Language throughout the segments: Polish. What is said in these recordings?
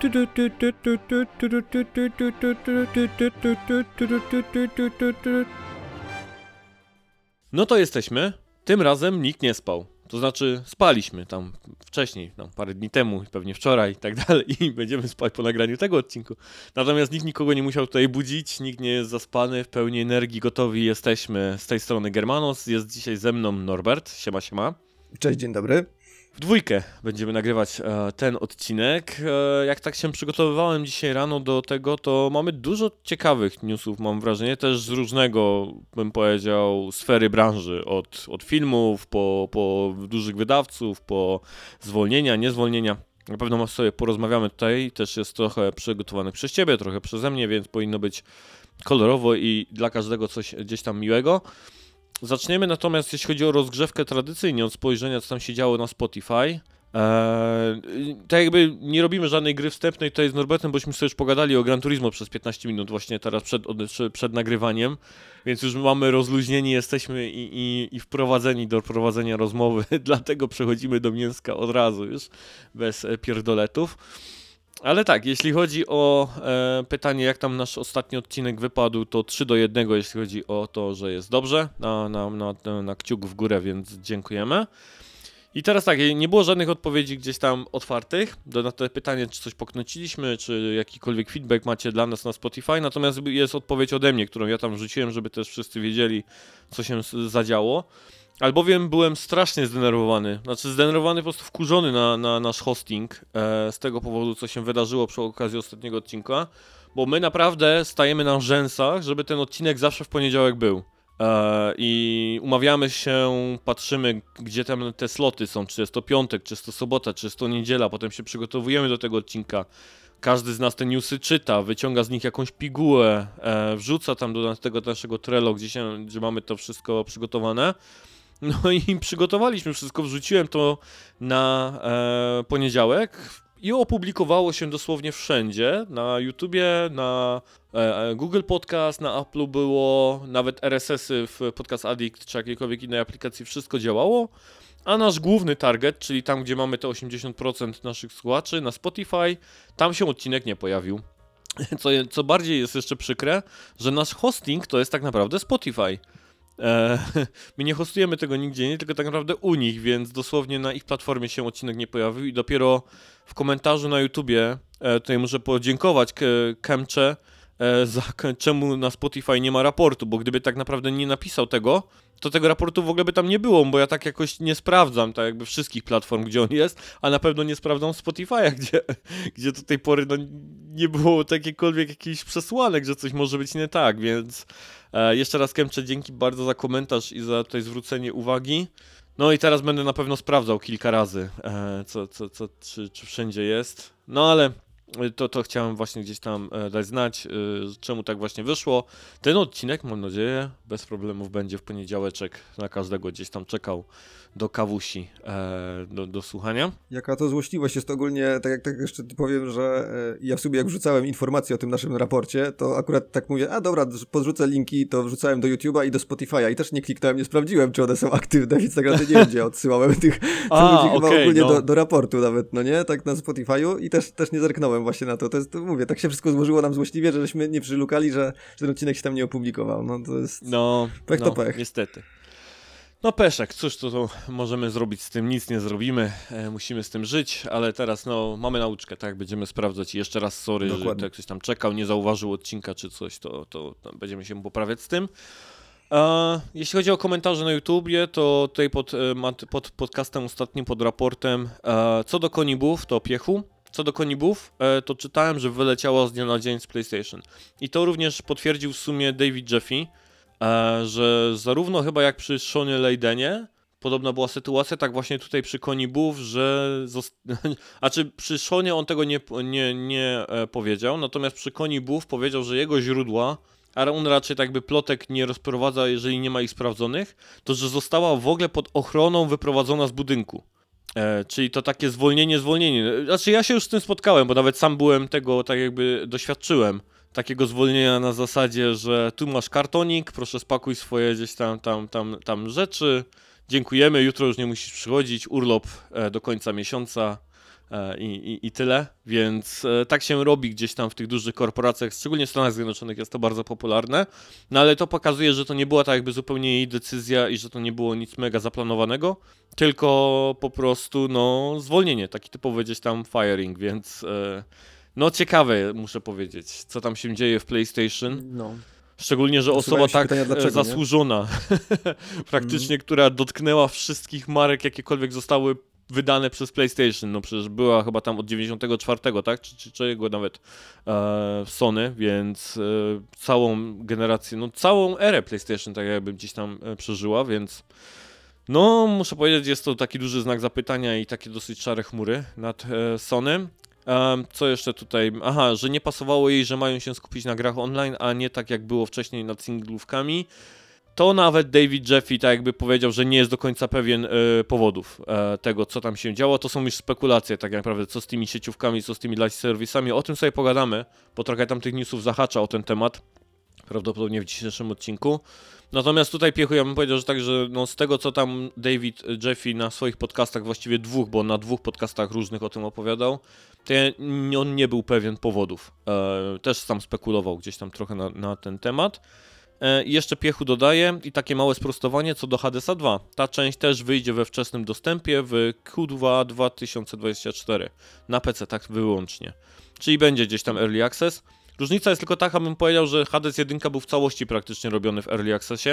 No to jesteśmy. Tym razem nikt nie spał. To znaczy spaliśmy tam wcześniej, parę dni temu, pewnie wczoraj i tak dalej i będziemy spać po nagraniu tego odcinku. Natomiast nikt nikogo nie musiał tutaj budzić, nikt nie jest zaspany, w pełni energii, gotowi jesteśmy. Z tej strony Germanos, jest dzisiaj ze mną Norbert, siema. Cześć, dzień dobry. W dwójkę będziemy nagrywać ten odcinek. Jak tak się przygotowywałem dzisiaj rano do tego, to mamy dużo ciekawych newsów, mam wrażenie, też z różnego, bym powiedział, sfery branży. Od filmów, po dużych wydawców, po zwolnienia, niezwolnienia. Na pewno sobie porozmawiamy tutaj, też jest trochę przygotowanych przez Ciebie, trochę przeze mnie, więc powinno być kolorowo i dla każdego coś gdzieś tam miłego. Zaczniemy natomiast, jeśli chodzi o rozgrzewkę tradycyjnie, od spojrzenia, co tam się działo na Spotify. Tak jakby nie robimy żadnej gry wstępnej tutaj z Norbertem, bośmy sobie już pogadali o Gran Turismo przez 15 minut właśnie teraz przed nagrywaniem, więc już mamy rozluźnieni, jesteśmy i wprowadzeni do prowadzenia rozmowy, dlatego przechodzimy do mięska od razu już, bez pierdoletów. Ale tak, jeśli chodzi o pytanie, jak tam nasz ostatni odcinek wypadł, to 3-1, jeśli chodzi o to, że jest dobrze, na kciuk w górę, więc dziękujemy. I teraz tak, nie było żadnych odpowiedzi gdzieś tam otwartych na to pytanie, czy coś poknociliśmy, czy jakikolwiek feedback macie dla nas na Spotify, natomiast jest odpowiedź ode mnie, którą ja tam wrzuciłem, żeby też wszyscy wiedzieli, co się zadziało. Albowiem byłem strasznie zdenerwowany, po prostu wkurzony na nasz hosting z tego powodu, co się wydarzyło przy okazji ostatniego odcinka, bo my naprawdę stajemy na rzęsach, żeby ten odcinek zawsze w poniedziałek był. I umawiamy się, patrzymy, gdzie tam te sloty są, czy jest to piątek, czy jest to sobota, czy jest to niedziela, potem się przygotowujemy do tego odcinka. Każdy z nas te newsy czyta, wyciąga z nich jakąś pigułę, wrzuca tam do tego naszego Trello, gdzie mamy to wszystko przygotowane. No i przygotowaliśmy wszystko, wrzuciłem to na poniedziałek i opublikowało się dosłownie wszędzie, na YouTubie, na Google Podcast, na Apple'u było, nawet RSS-y w Podcast Addict czy jakiejkolwiek innej aplikacji, wszystko działało, a nasz główny target, czyli tam, gdzie mamy te 80% naszych słuchaczy, na Spotify, tam się odcinek nie pojawił. Co bardziej jest jeszcze przykre, że nasz hosting to jest tak naprawdę Spotify. My nie hostujemy tego nigdzie, nie tylko tak naprawdę u nich, więc dosłownie na ich platformie się odcinek nie pojawił i dopiero w komentarzu na YouTubie, tutaj muszę podziękować Kemcze czemu na Spotify nie ma raportu, bo gdyby tak naprawdę nie napisał tego, to tego raportu w ogóle by tam nie było, bo ja tak jakoś nie sprawdzam tak jakby wszystkich platform, gdzie on jest, a na pewno nie sprawdzam Spotify'a, gdzie do tej pory nie było takiekolwiek jakichś przesłanek, że coś może być nie tak, więc jeszcze raz Kemcze, dzięki bardzo za komentarz i za tutaj zwrócenie uwagi. No i teraz będę na pewno sprawdzał kilka razy, czy wszędzie jest, no ale to chciałem właśnie gdzieś tam dać znać, czemu tak właśnie wyszło. Ten odcinek, mam nadzieję, bez problemów będzie w poniedziałeczek, na każdego gdzieś tam czekał do kawusi, do słuchania. Jaka to złośliwość jest ogólnie, tak jeszcze powiem, że ja w sobie jak wrzucałem informacje o tym naszym raporcie, to akurat tak mówię, dobra, podrzucę linki, to wrzucałem do YouTube'a i do Spotify'a i też nie kliknąłem, nie sprawdziłem, czy one są aktywne, więc tak naprawdę nie wiem, gdzie odsyłałem tych ludzi chyba ogólnie do raportu nawet, no nie, tak na Spotify'u i też nie zerknąłem właśnie na to. To jest, mówię, tak się wszystko złożyło nam złośliwie, żeśmy nie przylukali, że ten odcinek się tam nie opublikował. No to jest pech to pech. Niestety. No peszek, cóż to możemy zrobić z tym, nic nie zrobimy, musimy z tym żyć, ale teraz mamy nauczkę, tak, będziemy sprawdzać i jeszcze raz sorry, Dokładnie. że ktoś tam czekał, nie zauważył odcinka czy coś, to będziemy się poprawiać z tym. Jeśli chodzi o komentarze na YouTubie, to tutaj pod podcastem ostatnim, pod raportem, co do konibów, to piechu. Co do konibów, to czytałem, że wyleciała z dnia na dzień z PlayStation. I to również potwierdził w sumie David Jeffy, że zarówno chyba jak przy Seanie Leydenie, podobna była sytuacja, tak właśnie tutaj przy konibów, że... przy Seanie on tego nie powiedział, natomiast przy konibów powiedział, że jego źródła, a on raczej tak jakby plotek nie rozprowadza, jeżeli nie ma ich sprawdzonych, to że została w ogóle pod ochroną wyprowadzona z budynku. Czyli to takie zwolnienie. Znaczy ja się już z tym spotkałem, bo nawet sam byłem tego, tak jakby doświadczyłem takiego zwolnienia na zasadzie, że tu masz kartonik, proszę spakuj swoje gdzieś tam rzeczy, dziękujemy, jutro już nie musisz przychodzić, urlop do końca miesiąca, I tyle, więc tak się robi gdzieś tam w tych dużych korporacjach, szczególnie w Stanach Zjednoczonych jest to bardzo popularne, no ale to pokazuje, że to nie była tak jakby zupełnie jej decyzja i że to nie było nic mega zaplanowanego, tylko po prostu no zwolnienie, taki typowy gdzieś tam firing, więc no ciekawe muszę powiedzieć, co tam się dzieje w PlayStation. No. Szczególnie, że Nasuwają osoba się tak pytania, dlaczego, nie? zasłużona, praktycznie, która dotknęła wszystkich marek, jakiekolwiek zostały wydane przez PlayStation. No przecież była chyba tam od 94, tak? Czy jego nawet Sony, więc całą generację, no całą erę PlayStation tak jakby gdzieś tam przeżyła, więc no muszę powiedzieć, jest to taki duży znak zapytania i takie dosyć szare chmury nad Sony. Co jeszcze tutaj? Aha, że nie pasowało jej, że mają się skupić na grach online, a nie tak jak było wcześniej nad singlówkami. To nawet David Jaffe tak jakby powiedział, że nie jest do końca pewien powodów tego, co tam się działo. To są już spekulacje tak naprawdę, co z tymi sieciówkami, co z tymi live serwisami. O tym sobie pogadamy, bo trochę tam tych newsów zahacza o ten temat. Prawdopodobnie w dzisiejszym odcinku. Natomiast tutaj Piechu, ja bym powiedział, że tak, że no z tego co tam David Jaffe na swoich podcastach, właściwie dwóch, bo na 2 podcastach różnych o tym opowiadał, to on nie był pewien powodów. Też sam spekulował gdzieś tam trochę na ten temat. I jeszcze Piechu dodaje i takie małe sprostowanie co do Hadesa 2. Ta część też wyjdzie we wczesnym dostępie w Q2 2024 na PC tak wyłącznie. Czyli będzie gdzieś tam Early Access. Różnica jest tylko taka, bym powiedział, że Hades 1 był w całości praktycznie robiony w Early Accessie.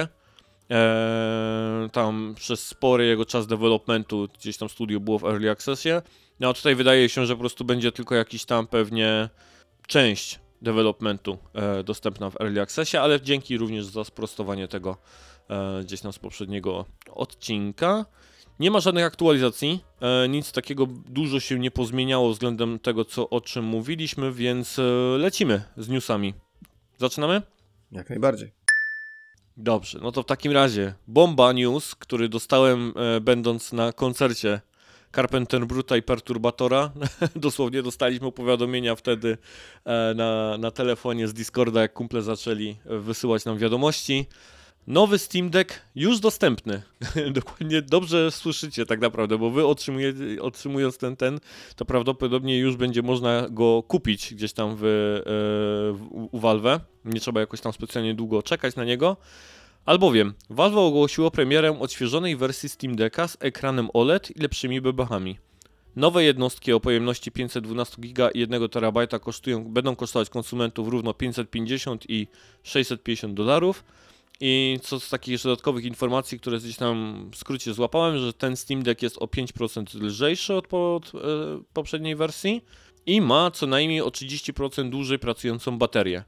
Tam przez spory jego czas developmentu gdzieś tam studio było w Early Accessie. No a tutaj wydaje się, że po prostu będzie tylko jakiś tam pewnie część developmentu dostępna w Early Accessie, ale dzięki również za sprostowanie tego gdzieś tam z poprzedniego odcinka. Nie ma żadnych aktualizacji, nic takiego dużo się nie pozmieniało względem tego, o czym mówiliśmy, więc lecimy z newsami. Zaczynamy? Jak najbardziej. Dobrze, no to w takim razie bomba news, który dostałem będąc na koncercie Carpenter Bruta i Perturbatora. Dosłownie dostaliśmy powiadomienia wtedy na telefonie z Discorda, jak kumple zaczęli wysyłać nam wiadomości. Nowy Steam Deck już dostępny. Dokładnie dobrze słyszycie tak naprawdę, bo wy otrzymując ten, to prawdopodobnie już będzie można go kupić gdzieś tam u Valve. Nie trzeba jakoś tam specjalnie długo czekać na niego. Albowiem Valve ogłosiło premierę odświeżonej wersji Steam Decka z ekranem OLED i lepszymi bebechami. Nowe jednostki o pojemności 512 GB i 1 TB będą kosztować konsumentów równo 550 i $650. I co z takich jeszcze dodatkowych informacji, które gdzieś tam w skrócie złapałem, że ten Steam Deck jest o 5% lżejszy od poprzedniej wersji i ma co najmniej o 30% dłużej pracującą baterię.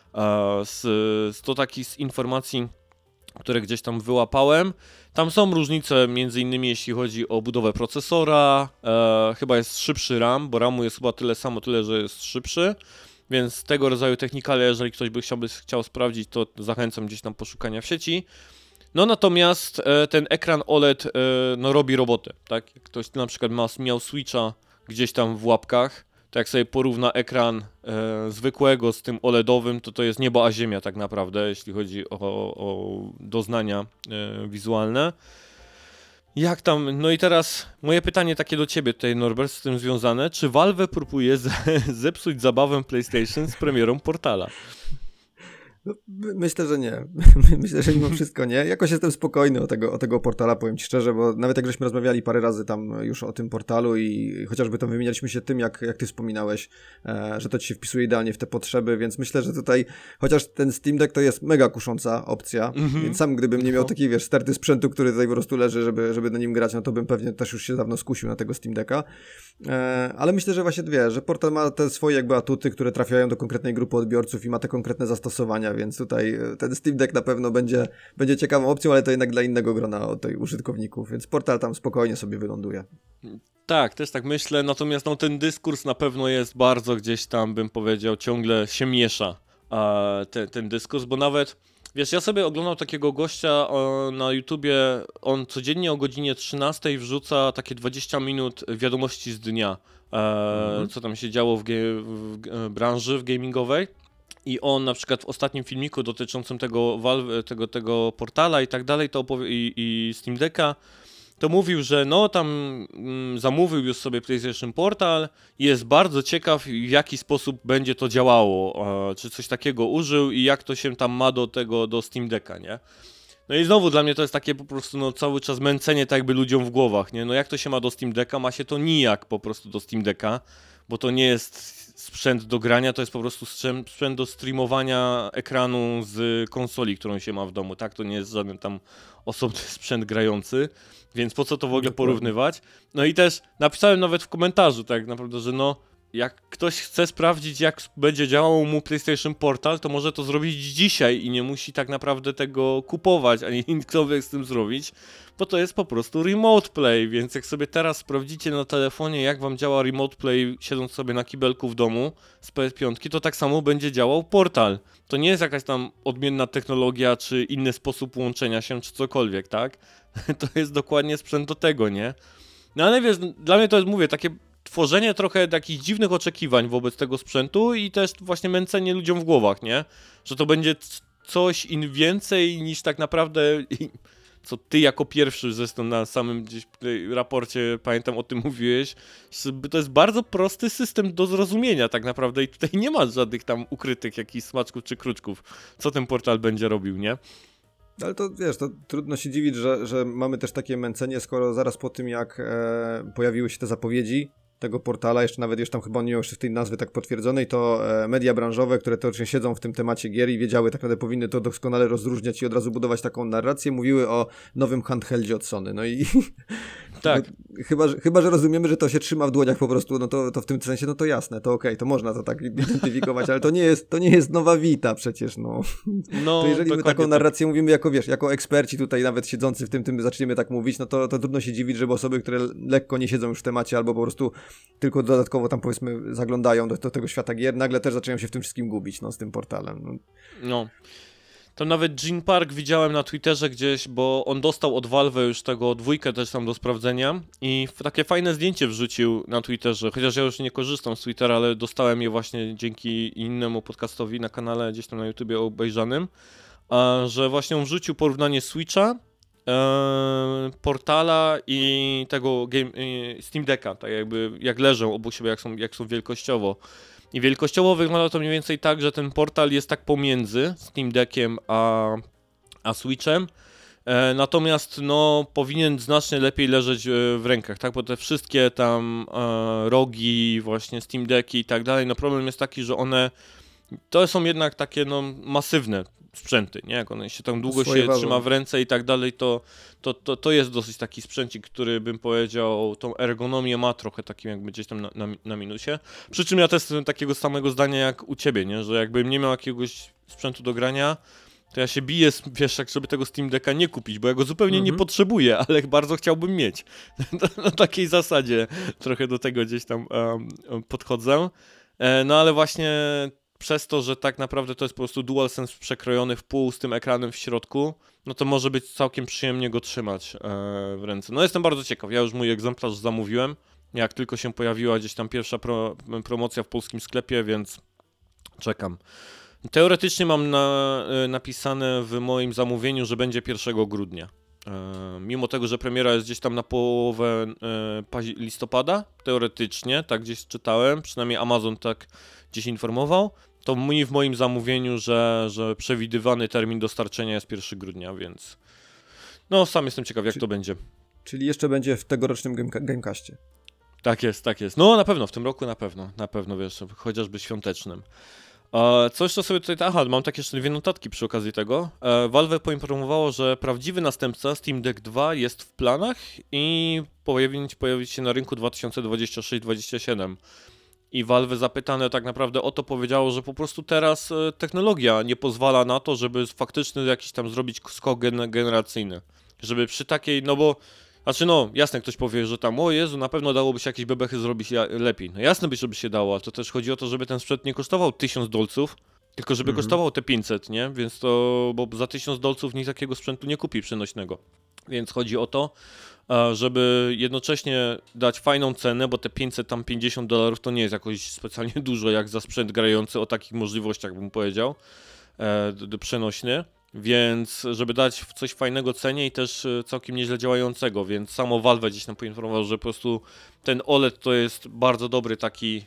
To taki z informacji, które gdzieś tam wyłapałem. Tam są różnice, między innymi jeśli chodzi o budowę procesora, chyba jest szybszy RAM, bo RAMu jest chyba tyle, że jest szybszy. Więc tego rodzaju technikale, jeżeli ktoś by chciał sprawdzić, to zachęcam gdzieś tam poszukania w sieci. No natomiast ten ekran OLED no, robi robotę, tak? Jak ktoś na przykład miał Switcha gdzieś tam w łapkach, to jak sobie porówna ekran zwykłego z tym OLEDowym, to jest niebo a ziemia tak naprawdę, jeśli chodzi o doznania wizualne. Jak tam? No i teraz moje pytanie takie do ciebie tutaj, Norbert, z tym związane. Czy Valve próbuje zepsuć zabawę PlayStation z premierą Portala? No, myślę, że nie. Myślę, że mimo wszystko nie. Jakoś jestem spokojny o tego portala, powiem ci szczerze, bo nawet jak żeśmy rozmawiali parę razy tam już o tym portalu i chociażby tam wymienialiśmy się tym, jak ty wspominałeś, że to ci się wpisuje idealnie w te potrzeby, więc myślę, że tutaj, chociaż ten Steam Deck to jest mega kusząca opcja, więc sam gdybym nie miał takiej, wiesz, sterty sprzętu, który tutaj po prostu leży, żeby na nim grać, no to bym pewnie też już się dawno skusił na tego Steam Decka. Ale myślę, że właśnie że portal ma te swoje jakby atuty, które trafiają do konkretnej grupy odbiorców i ma te konkretne zastosowania, więc tutaj ten Steam Deck na pewno będzie ciekawą opcją, ale to jednak dla innego grona użytkowników, więc portal tam spokojnie sobie wyląduje. Tak, też tak myślę, natomiast no, ten dyskurs na pewno jest bardzo gdzieś tam, bym powiedział, ciągle się miesza ten dyskurs, bo nawet, wiesz, ja sobie oglądam takiego gościa na YouTubie, on codziennie o godzinie 13 wrzuca takie 20 minut wiadomości z dnia, co tam się działo w branży gamingowej. I on na przykład w ostatnim filmiku dotyczącym tego Valve, tego portala i tak dalej, i Steam Decka, to mówił, że no tam zamówił już sobie PlayStation Portal i jest bardzo ciekaw, w jaki sposób będzie to działało, czy coś takiego użył i jak to się tam ma do tego, do Steam Decka, nie? No i znowu dla mnie to jest takie po prostu no cały czas męcenie tak jakby ludziom w głowach, nie? No jak to się ma do Steam Decka? Ma się to nijak po prostu do Steam Decka, bo to nie jest sprzęt do grania, to jest po prostu sprzęt do streamowania ekranu z konsoli, którą się ma w domu, tak? To nie jest żaden tam osobny sprzęt grający, więc po co to w ogóle porównywać? No i też napisałem nawet w komentarzu tak naprawdę, że no jak ktoś chce sprawdzić, jak będzie działał mu PlayStation Portal, to może to zrobić dzisiaj i nie musi tak naprawdę tego kupować, ani niktkolwiek z tym zrobić, bo to jest po prostu Remote Play, więc jak sobie teraz sprawdzicie na telefonie, jak wam działa Remote Play, siedząc sobie na kibelku w domu z PS5, to tak samo będzie działał Portal. To nie jest jakaś tam odmienna technologia, czy inny sposób łączenia się, czy cokolwiek, tak? To jest dokładnie sprzęt do tego, nie? No ale wiesz, dla mnie to jest, mówię, takie tworzenie trochę jakichś dziwnych oczekiwań wobec tego sprzętu i też właśnie męcenie ludziom w głowach, nie? Że to będzie coś więcej niż tak naprawdę, co ty jako pierwszy zresztą na samym gdzieś raporcie, pamiętam, o tym mówiłeś, że to jest bardzo prosty system do zrozumienia tak naprawdę i tutaj nie ma żadnych tam ukrytych jakichś smaczków czy kruczków, co ten portal będzie robił, nie? Ale to wiesz, to trudno się dziwić, że mamy też takie męcenie, skoro zaraz po tym jak pojawiły się te zapowiedzi tego portala, jeszcze nawet już tam chyba nie miał jeszcze w tej nazwy tak potwierdzonej, to media branżowe, które teoretycznie siedzą w tym temacie gier i wiedziały tak naprawdę powinny to doskonale rozróżniać i od razu budować taką narrację, mówiły o nowym handheldzie od Sony. No i tak. Chyba, że rozumiemy, że to się trzyma w dłoniach po prostu, no to w tym sensie, no to jasne, to okej, to można to tak identyfikować, ale to nie jest nowa Vita przecież, no. To jeżeli my taką narrację mówimy jako, wiesz, jako eksperci tutaj nawet siedzący w tym zaczniemy tak mówić, no to trudno się dziwić, żeby osoby, które lekko nie siedzą już w temacie albo po prostu tylko dodatkowo tam powiedzmy zaglądają do tego świata gier, nagle też zaczynają się w tym wszystkim gubić, no, z tym portalem. No. Tam nawet Gene Park widziałem na Twitterze gdzieś, bo on dostał od Valve już tego dwójkę też tam do sprawdzenia i takie fajne zdjęcie wrzucił na Twitterze, chociaż ja już nie korzystam z Twittera, ale dostałem je właśnie dzięki innemu podcastowi na kanale gdzieś tam na YouTubie obejrzanym, że właśnie on wrzucił porównanie Switcha, portala i tego Steam Decka, tak jakby jak leżą obok siebie, jak są wielkościowo. I wielkościowo wygląda to mniej więcej tak, że ten portal jest tak pomiędzy Steam Deckiem a Switchem. Natomiast no powinien znacznie lepiej leżeć w rękach, tak? Bo te wszystkie tam rogi, właśnie Steam Decki i tak dalej, no problem jest taki, że one to są jednak takie no masywne sprzęty, nie? Jak one się tam długo się trzyma w ręce i tak dalej, to jest dosyć taki sprzęcik, który bym powiedział, tą ergonomię ma trochę takim jakby gdzieś tam na minusie. Przy czym ja też jestem takiego samego zdania jak u ciebie, nie? Że jakbym nie miał jakiegoś sprzętu do grania, to ja się biję, wiesz, jak żeby tego Steam Decka nie kupić, bo ja go zupełnie nie potrzebuję, ale bardzo chciałbym mieć. Na takiej zasadzie trochę do tego gdzieś tam podchodzę. No ale właśnie przez to, że tak naprawdę to jest po prostu DualSense przekrojony w pół z tym ekranem w środku, no to może być całkiem przyjemnie go trzymać w ręce. No jestem bardzo ciekaw, ja już mój egzemplarz zamówiłem, jak tylko się pojawiła gdzieś tam pierwsza promocja w polskim sklepie, więc czekam. Teoretycznie mam napisane w moim zamówieniu, że będzie 1 grudnia. Mimo tego, że premiera jest gdzieś tam na połowę listopada, teoretycznie, tak gdzieś czytałem, przynajmniej Amazon tak gdzieś informował, to w moim zamówieniu, że przewidywany termin dostarczenia jest 1 grudnia, więc no sam jestem ciekaw, jak to będzie. Czyli jeszcze będzie w tegorocznym Gamecastie. Tak jest, tak jest. No na pewno, w tym roku na pewno, wiesz, chociażby świątecznym. Co jeszcze sobie tutaj... Aha, mam takie jeszcze 2 notatki przy okazji tego. Valve poinformowało, że prawdziwy następca Steam Deck 2 jest w planach i pojawić się na rynku 2026-2027. I Valve zapytane tak naprawdę o to powiedziało, że po prostu teraz technologia nie pozwala na to, żeby faktycznie jakiś tam zrobić skok generacyjny. Żeby przy takiej, no bo... Znaczy no, jasne, ktoś powie, że tam, o Jezu, na pewno dałoby się jakieś bebechy zrobić lepiej. No jasne by, żeby się dało, ale to też chodzi o to, żeby ten sprzęt nie kosztował $1000, tylko żeby kosztował te 500, nie? Więc to, bo za $1000 nikt takiego sprzętu nie kupi przenośnego. Więc chodzi o to, żeby jednocześnie dać fajną cenę, bo te $550 to nie jest jakoś specjalnie dużo, jak za sprzęt grający o takich możliwościach, bym powiedział, przenośny. Więc żeby dać coś fajnego cenie i też całkiem nieźle działającego, więc samo Valve gdzieś tam poinformował, że po prostu ten OLED to jest bardzo dobry taki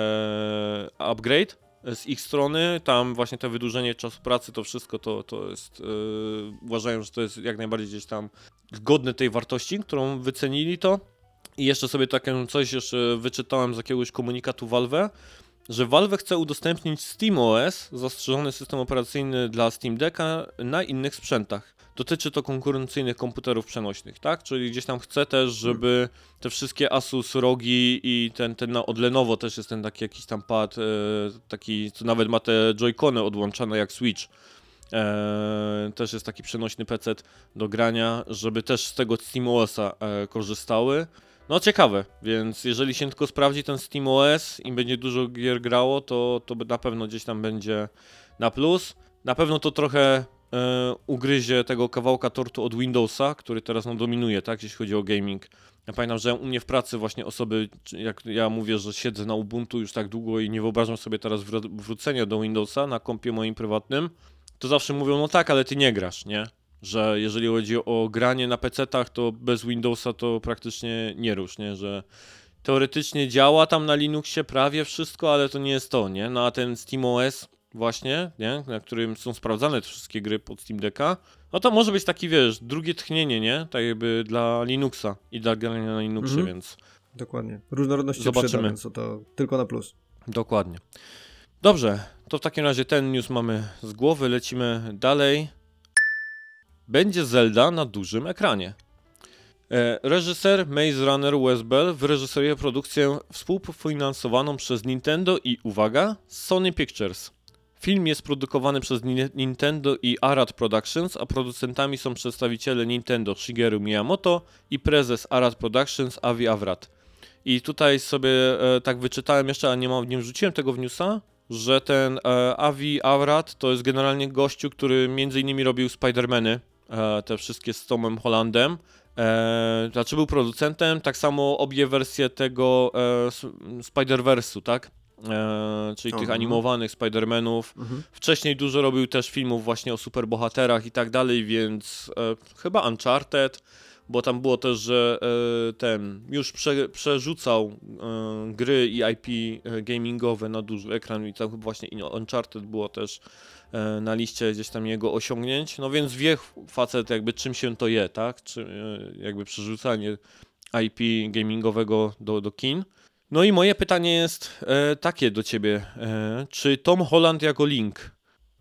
upgrade z ich strony. Tam właśnie to wydłużenie czasu pracy, to wszystko to jest, uważają, że to jest jak najbardziej gdzieś tam godne tej wartości, którą wycenili to. I jeszcze sobie takie coś jeszcze wyczytałem z jakiegoś komunikatu Valve, że Valve chce udostępnić SteamOS, zastrzeżony system operacyjny dla Steam Decka, na innych sprzętach. Dotyczy to konkurencyjnych komputerów przenośnych, tak? Czyli gdzieś tam chce też, żeby te wszystkie Asus ROGi i ten od Lenovo też jest ten taki jakiś tam pad, taki, co nawet ma te Joy-Cony odłączane jak Switch. Też jest taki przenośny PC do grania, żeby też z tego SteamOS-a korzystały. No ciekawe, więc jeżeli się tylko sprawdzi ten SteamOS i będzie dużo gier grało, to na pewno gdzieś tam będzie na plus. Na pewno to trochę ugryzie tego kawałka tortu od Windowsa, który teraz dominuje, tak, jeśli chodzi o gaming. Ja pamiętam, że u mnie w pracy właśnie osoby, jak ja mówię, że siedzę na Ubuntu już tak długo i nie wyobrażam sobie teraz wrócenia do Windowsa na kompie moim prywatnym, to zawsze mówią, no tak, ale ty nie grasz, nie? Że jeżeli chodzi o granie na PC-tach, to bez Windowsa to praktycznie nie rusz, nie? Że teoretycznie działa tam na Linuxie prawie wszystko, ale to nie jest to, nie? No a ten SteamOS właśnie, nie? Na którym są sprawdzane te wszystkie gry pod Steam Decka, no to może być taki, wiesz, drugie tchnienie, nie? Tak jakby dla Linuxa i dla grania na Linuxie, więc... Dokładnie. Różnorodność się Zobaczymy. przyda, więc to tylko na plus. Dokładnie. Dobrze, to w takim razie ten news mamy z głowy, lecimy dalej. Będzie Zelda na dużym ekranie. Reżyser Maze Runner Wes Bell wyreżyseruje produkcję współfinansowaną przez Nintendo i, uwaga, Sony Pictures. Film jest produkowany przez Nintendo i Arad Productions, a producentami są przedstawiciele Nintendo Shigeru Miyamoto i prezes Arad Productions Avi Arad. I tutaj sobie tak wyczytałem jeszcze, a nie wrzuciłem tego w newsa, że ten Avi Arad to jest generalnie gościu, który między innymi robił Spider-Many, te wszystkie z Tomem Hollandem. Znaczy był producentem, tak samo obie wersje tego Spider-Verse'u, tak? Czyli tych animowanych Spider-Manów. Wcześniej dużo robił też filmów właśnie o superbohaterach i tak dalej, więc chyba Uncharted, bo tam było też, że ten już przerzucał gry i IP gamingowe na duży ekran i tam chyba właśnie Uncharted było też na liście gdzieś tam jego osiągnięć, no więc wie facet jakby czym się to je, tak? Czy jakby przerzucanie IP gamingowego do kin. No i moje pytanie jest takie do ciebie, czy Tom Holland jako Link?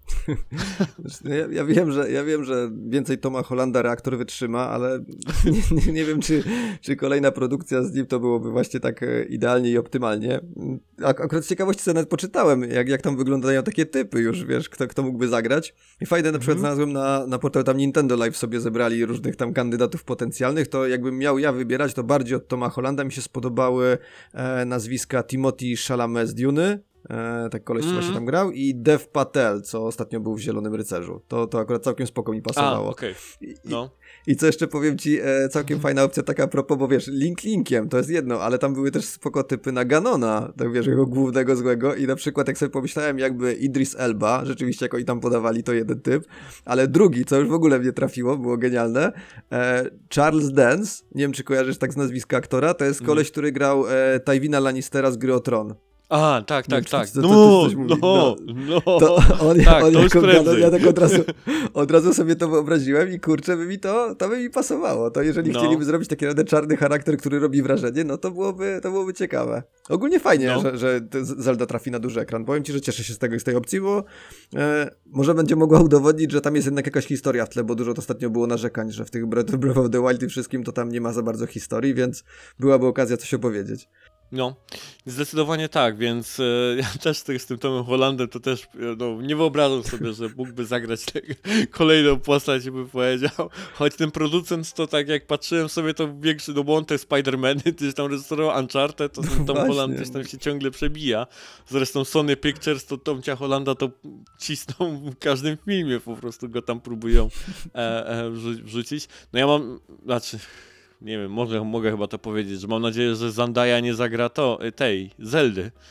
Ja wiem, że więcej Toma Hollanda reaktor wytrzyma, ale nie wiem, czy kolejna produkcja z nim to byłoby właśnie tak idealnie i optymalnie. Akurat z ciekawości sobie nawet poczytałem, jak tam wyglądają takie typy już, wiesz, kto mógłby zagrać. I fajne na przykład znalazłem na portalu tam Nintendo Live sobie zebrali różnych tam kandydatów potencjalnych, to jakbym miał ja wybierać, to bardziej od Toma Hollanda mi się spodobały nazwiska Timothy Chalamet z Duny. Tak koleś, co właśnie tam grał, i Dev Patel, co ostatnio był w Zielonym Rycerzu. To akurat całkiem spoko mi pasowało. Okej. No. I co jeszcze powiem ci, całkiem fajna opcja taka a propos, bo wiesz, Linkiem to jest jedno, ale tam były też spoko typy na Ganona, tak wiesz, jego głównego złego, i na przykład jak sobie pomyślałem, jakby Idris Elba, rzeczywiście jak oni tam podawali, to jeden typ, ale drugi, co już w ogóle mnie trafiło, było genialne, Charles Dance, nie wiem czy kojarzysz tak z nazwiska aktora, to jest koleś, który grał Tywina Lannistera z Gry o Tron. Tak. To on tak, to jako już prędzej. ja tak od razu sobie to wyobraziłem i kurczę, to by mi pasowało. To jeżeli chcieliby zrobić taki naprawdę czarny charakter, który robi wrażenie, no to byłoby ciekawe. Ogólnie fajnie, że Zelda trafi na duży ekran. Powiem ci, że cieszę się z tej opcji, bo może będzie mogła udowodnić, że tam jest jednak jakaś historia w tle, bo dużo ostatnio było narzekań, że w tych Breath of the Wild i wszystkim to tam nie ma za bardzo historii, więc byłaby okazja coś opowiedzieć. No, zdecydowanie tak, więc ja też z tym Tomem Hollandem to też nie wyobrażam sobie, że mógłby zagrać kolejną postać, bym powiedział. Choć ten producent to tak jak patrzyłem sobie, to większy on te Spider-Many, gdzieś tam rejestrował Uncharted, to ten Tom Holland gdzieś tam się ciągle przebija. Zresztą Sony Pictures to Tomcia Hollanda to cisną w każdym filmie, po prostu go tam próbują wrzucić. No ja mam, nie wiem, mogę chyba to powiedzieć, że mam nadzieję, że Zendaya nie zagra tej Zeldy,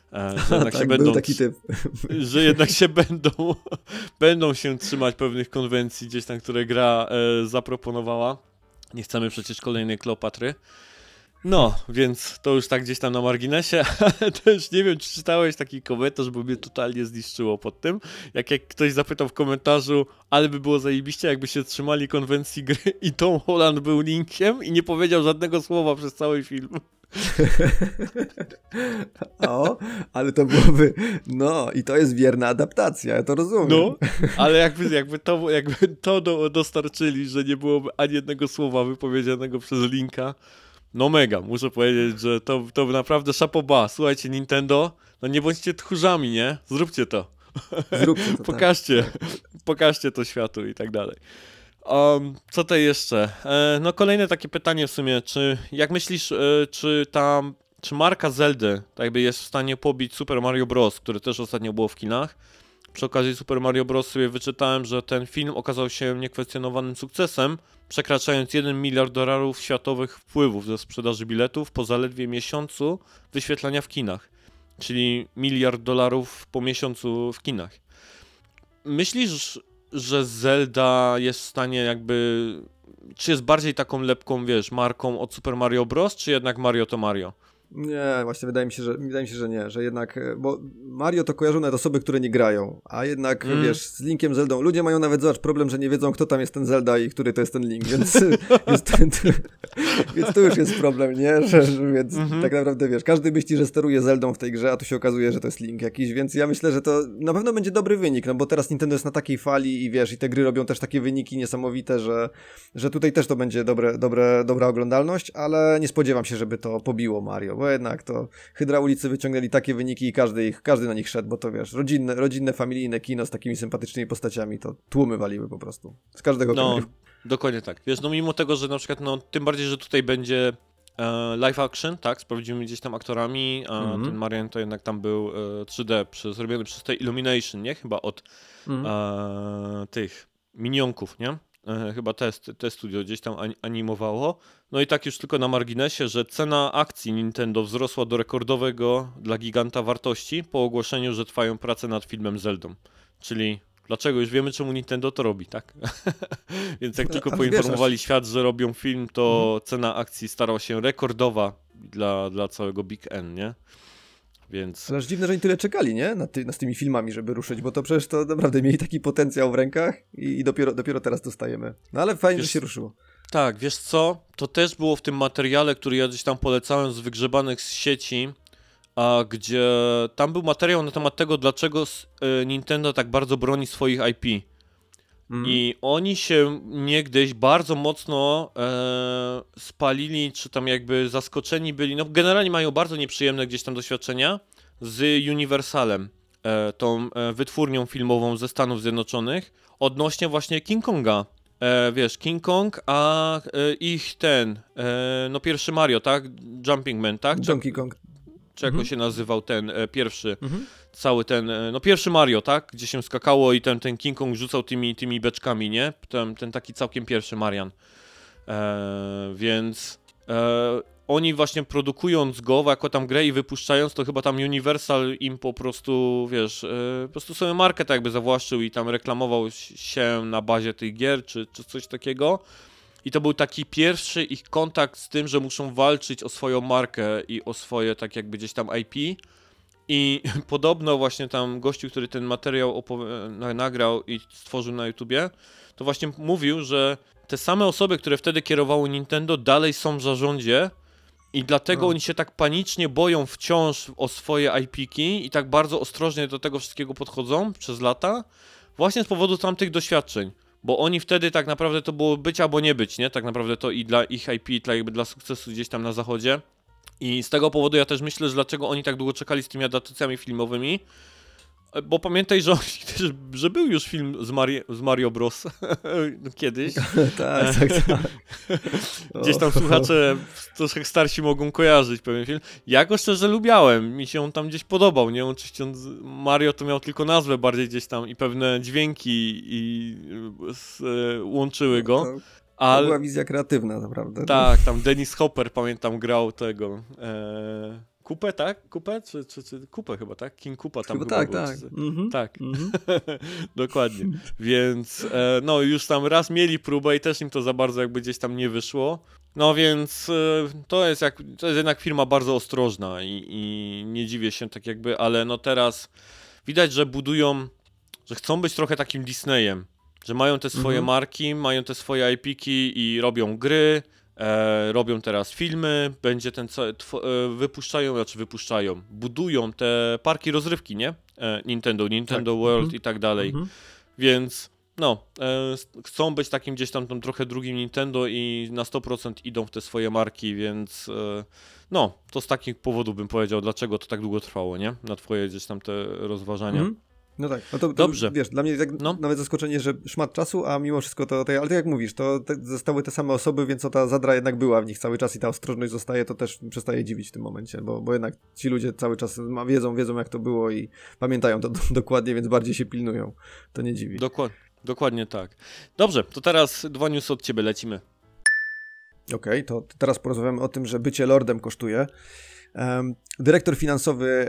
że jednak Tak, się był taki typ. że jednak się będą się trzymać pewnych konwencji gdzieś tam, które gra zaproponowała. Nie chcemy przecież kolejnej Kleopatry. No, więc to już tak gdzieś tam na marginesie, ale też nie wiem, czy czytałeś taki komentarz, bo mnie totalnie zniszczyło pod tym. Jak ktoś zapytał w komentarzu, ale by było zajebiście, jakby się trzymali konwencji gry i Tom Holland był Linkiem i nie powiedział żadnego słowa przez cały film. O, ale to byłoby, no i to jest wierna adaptacja, ja to rozumiem. No, ale jakby to dostarczyli, że nie byłoby ani jednego słowa wypowiedzianego przez Linka. No mega, muszę powiedzieć, że to naprawdę chapeau bas. Słuchajcie, Nintendo, no nie bądźcie tchórzami, nie? Zróbcie to. Zróbcie to, Pokażcie, tak. pokażcie to światu i tak dalej. Co to jeszcze? No kolejne takie pytanie w sumie, jak myślisz, czy marka Zeldy tak jakby jest w stanie pobić Super Mario Bros., który też ostatnio było w kinach? Przy okazji Super Mario Bros. Sobie wyczytałem, że ten film okazał się niekwestionowanym sukcesem, przekraczając $1 miliard światowych wpływów ze sprzedaży biletów po zaledwie miesiącu wyświetlania w kinach. Czyli $1 miliard po miesiącu w kinach. Myślisz, że Zelda jest w stanie jakby... Czy jest bardziej taką lepką, wiesz, marką od Super Mario Bros., czy jednak Mario to Mario? Nie, właśnie wydaje mi się, że nie, że jednak, bo Mario to kojarzą nawet osoby, które nie grają, a jednak, wiesz, z Linkiem, Zeldą, ludzie mają nawet, zobacz, problem, że nie wiedzą, kto tam jest ten Zelda i który to jest ten Link, więc, więc to już jest problem, nie, więc tak naprawdę, wiesz, każdy myśli, że steruje Zeldą w tej grze, a tu się okazuje, że to jest Link jakiś, więc ja myślę, że to na pewno będzie dobry wynik, no bo teraz Nintendo jest na takiej fali i wiesz, i te gry robią też takie wyniki niesamowite, że tutaj też to będzie dobra oglądalność, ale nie spodziewam się, żeby to pobiło Mario, bo jednak to hydraulicy wyciągnęli takie wyniki i każdy na nich szedł, bo to wiesz, rodzinne, familijne kino z takimi sympatycznymi postaciami, to tłumy waliły po prostu. Z każdego kraju. Dokładnie tak. Wiesz, no mimo tego, że na przykład, no tym bardziej, że tutaj będzie live action, tak, z prawdziwymi gdzieś tam aktorami, a ten Marian to jednak tam był 3D zrobiony przez tej Illumination, nie? Chyba od tych minionków, nie? Chyba te studio gdzieś tam animowało. No i tak już tylko na marginesie, że cena akcji Nintendo wzrosła do rekordowego dla giganta wartości po ogłoszeniu, że trwają prace nad filmem Zeldą. Czyli dlaczego? Już wiemy, czemu Nintendo to robi, tak? Więc jak tylko poinformowali świat, że robią film, to cena akcji stała się rekordowa dla całego Big N, nie? Więc... Ale aż dziwne, że oni tyle czekali, nie? Z tymi filmami, żeby ruszyć, bo to przecież to naprawdę mieli taki potencjał w rękach i dopiero teraz dostajemy. No ale fajnie, że się ruszyło. Tak, wiesz co? To też było w tym materiale, który ja gdzieś tam polecałem z wygrzebanych z sieci, a gdzie tam był materiał na temat tego, dlaczego Nintendo tak bardzo broni swoich IP. I oni się niegdyś bardzo mocno spalili, czy tam jakby zaskoczeni byli, no generalnie mają bardzo nieprzyjemne gdzieś tam doświadczenia z Universalem, tą wytwórnią filmową ze Stanów Zjednoczonych, odnośnie właśnie King Konga. Wiesz, King Kong, a ich no pierwszy Mario, tak? Jumping Man, tak? Donkey Kong. Czy jak on się nazywał ten pierwszy, cały ten, no pierwszy Mario, tak? Gdzie się skakało i ten King Kong rzucał tymi beczkami, nie? Ten taki całkiem pierwszy Marian. Więc oni właśnie produkując go jako tam grę i wypuszczając, to chyba tam Universal im po prostu, wiesz, po prostu sobie markę tak jakby zawłaszczył i tam reklamował się na bazie tych gier, czy coś takiego. I to był taki pierwszy ich kontakt z tym, że muszą walczyć o swoją markę i o swoje tak jakby gdzieś tam IP. I podobno właśnie tam gościu, który ten materiał nagrał i stworzył na YouTubie, to właśnie mówił, że te same osoby, które wtedy kierowały Nintendo, dalej są w zarządzie i dlatego oni się tak panicznie boją wciąż o swoje IP-ki i tak bardzo ostrożnie do tego wszystkiego podchodzą przez lata, właśnie z powodu tamtych doświadczeń. Bo oni wtedy tak naprawdę to było być albo nie być, nie? Tak naprawdę to i dla ich IP, dla sukcesu gdzieś tam na zachodzie. I z tego powodu ja też myślę, że dlaczego oni tak długo czekali z tymi adaptacjami filmowymi. Bo pamiętaj, że był już film z Mario Bros. Kiedyś. tak. Gdzieś tam słuchacze troszkę starsi mogą kojarzyć pewien film. Ja go szczerze lubiałem, mi się on tam gdzieś podobał, nie? Oczywiście Mario to miał tylko nazwę bardziej gdzieś tam i pewne dźwięki łączyły go. To była wizja kreatywna, naprawdę. Tak, tam Dennis Hopper, pamiętam, grał tego Kupę, tak? Kupę? Czy Kupę chyba, tak? King Kupa tam Chyba chyba tak, był. tak. Mhm. Tak, Mhm. dokładnie. Więc no już tam raz mieli próbę i też im to za bardzo jakby gdzieś tam nie wyszło. No więc to jest jednak firma bardzo ostrożna i nie dziwię się tak jakby, ale no teraz widać, że budują, że chcą być trochę takim Disneyem, że mają te swoje marki, mają te swoje IP-ki i robią gry, robią teraz filmy, będzie wypuszczają, budują te parki rozrywki, nie? Nintendo Tak. World i tak dalej. Mhm. Więc no, chcą być takim gdzieś tam drogę drugim Nintendo i na 100% idą w te swoje marki, więc no, to z takich powodów bym powiedział, dlaczego to tak długo trwało, nie? Na twoje gdzieś tam te rozważania. Mhm. No tak, no to Dobrze. wiesz, dla mnie tak No. nawet zaskoczenie, że szmat czasu, a mimo wszystko ale tak jak mówisz, to zostały te same osoby, więc ta zadra jednak była w nich cały czas i ta ostrożność zostaje, to też przestaje dziwić w tym momencie, bo jednak ci ludzie cały czas wiedzą jak to było i pamiętają to dokładnie, więc bardziej się pilnują. To nie dziwi. Dokładnie tak. Dobrze, to teraz 2 newsy od ciebie lecimy. Okej, to teraz porozmawiamy o tym, że bycie lordem kosztuje. Dyrektor finansowy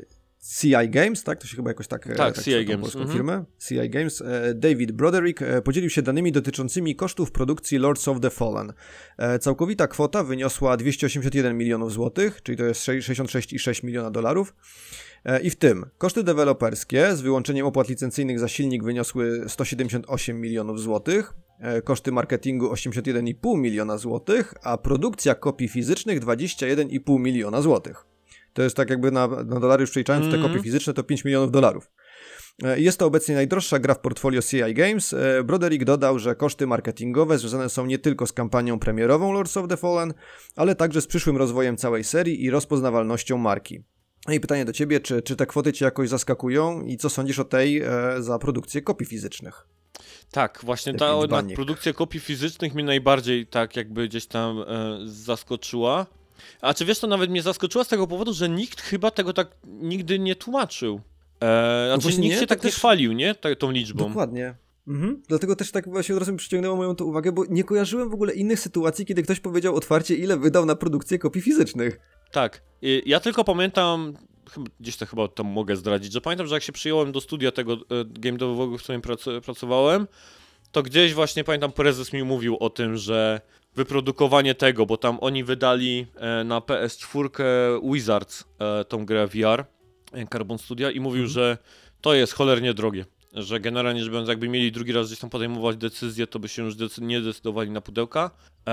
CI Games, tak? To się chyba jakoś tak CI Games. polską firmę. CI Games. David Broderick podzielił się danymi dotyczącymi kosztów produkcji Lords of the Fallen. Całkowita kwota wyniosła 281 milionów złotych, czyli to jest 66,6 miliona dolarów. I w tym koszty deweloperskie z wyłączeniem opłat licencyjnych za silnik wyniosły 178 milionów złotych, koszty marketingu 81,5 miliona złotych, a produkcja kopii fizycznych 21,5 miliona złotych. To jest tak jakby na dolary już przeliczając te kopie fizyczne to 5 milionów dolarów. Jest to obecnie najdroższa gra w portfolio CI Games. Broderick dodał, że koszty marketingowe związane są nie tylko z kampanią premierową Lords of the Fallen, ale także z przyszłym rozwojem całej serii i rozpoznawalnością marki. No i pytanie do ciebie, czy te kwoty cię jakoś zaskakują i co sądzisz o tej za produkcję kopii fizycznych? Tak, właśnie Te ta pięć jednak baniek. produkcja kopii fizycznych mnie najbardziej tak jakby gdzieś tam zaskoczyła. A czy wiesz, to nawet mnie zaskoczyła z tego powodu, że nikt chyba tego tak nigdy nie tłumaczył. Znaczy właśnie nikt nie, się tak tak nie też- chwalił, nie? Tą liczbą. Dokładnie. Dlatego też tak właśnie od razu mi przyciągnęło moją to uwagę, bo nie kojarzyłem w ogóle innych sytuacji, kiedy ktoś powiedział otwarcie, ile wydał na produkcję kopii fizycznych. Tak. Ja tylko pamiętam, gdzieś to chyba to mogę zdradzić, że pamiętam, że jak się przyjąłem do studia tego game devowego, w którym pracowałem, to gdzieś właśnie pamiętam prezes mi mówił o tym, że wyprodukowanie tego, bo tam oni wydali na PS4 Wizards tą grę VR, Carbon Studia i mówił, że to jest cholernie drogie. Że generalnie rzecz biorąc, jakby mieli drugi raz gdzieś tam podejmować decyzję, to by się już nie decydowali na pudełka,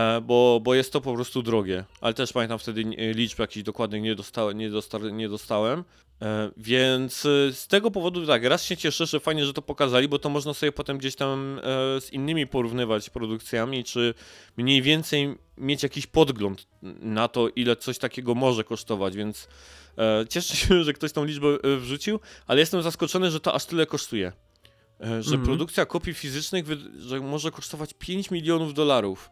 bo jest to po prostu drogie. Ale też pamiętam wtedy liczb jakichś dokładnych nie dostałem. Więc z tego powodu tak, raz się cieszę, że fajnie, że to pokazali, bo to można sobie potem gdzieś tam z innymi porównywać produkcjami, czy mniej więcej mieć jakiś podgląd na to, ile coś takiego może kosztować, więc cieszę się, że ktoś tą liczbę wrzucił, ale jestem zaskoczony, że to aż tyle kosztuje. Że produkcja kopii fizycznych że może kosztować 5 milionów dolarów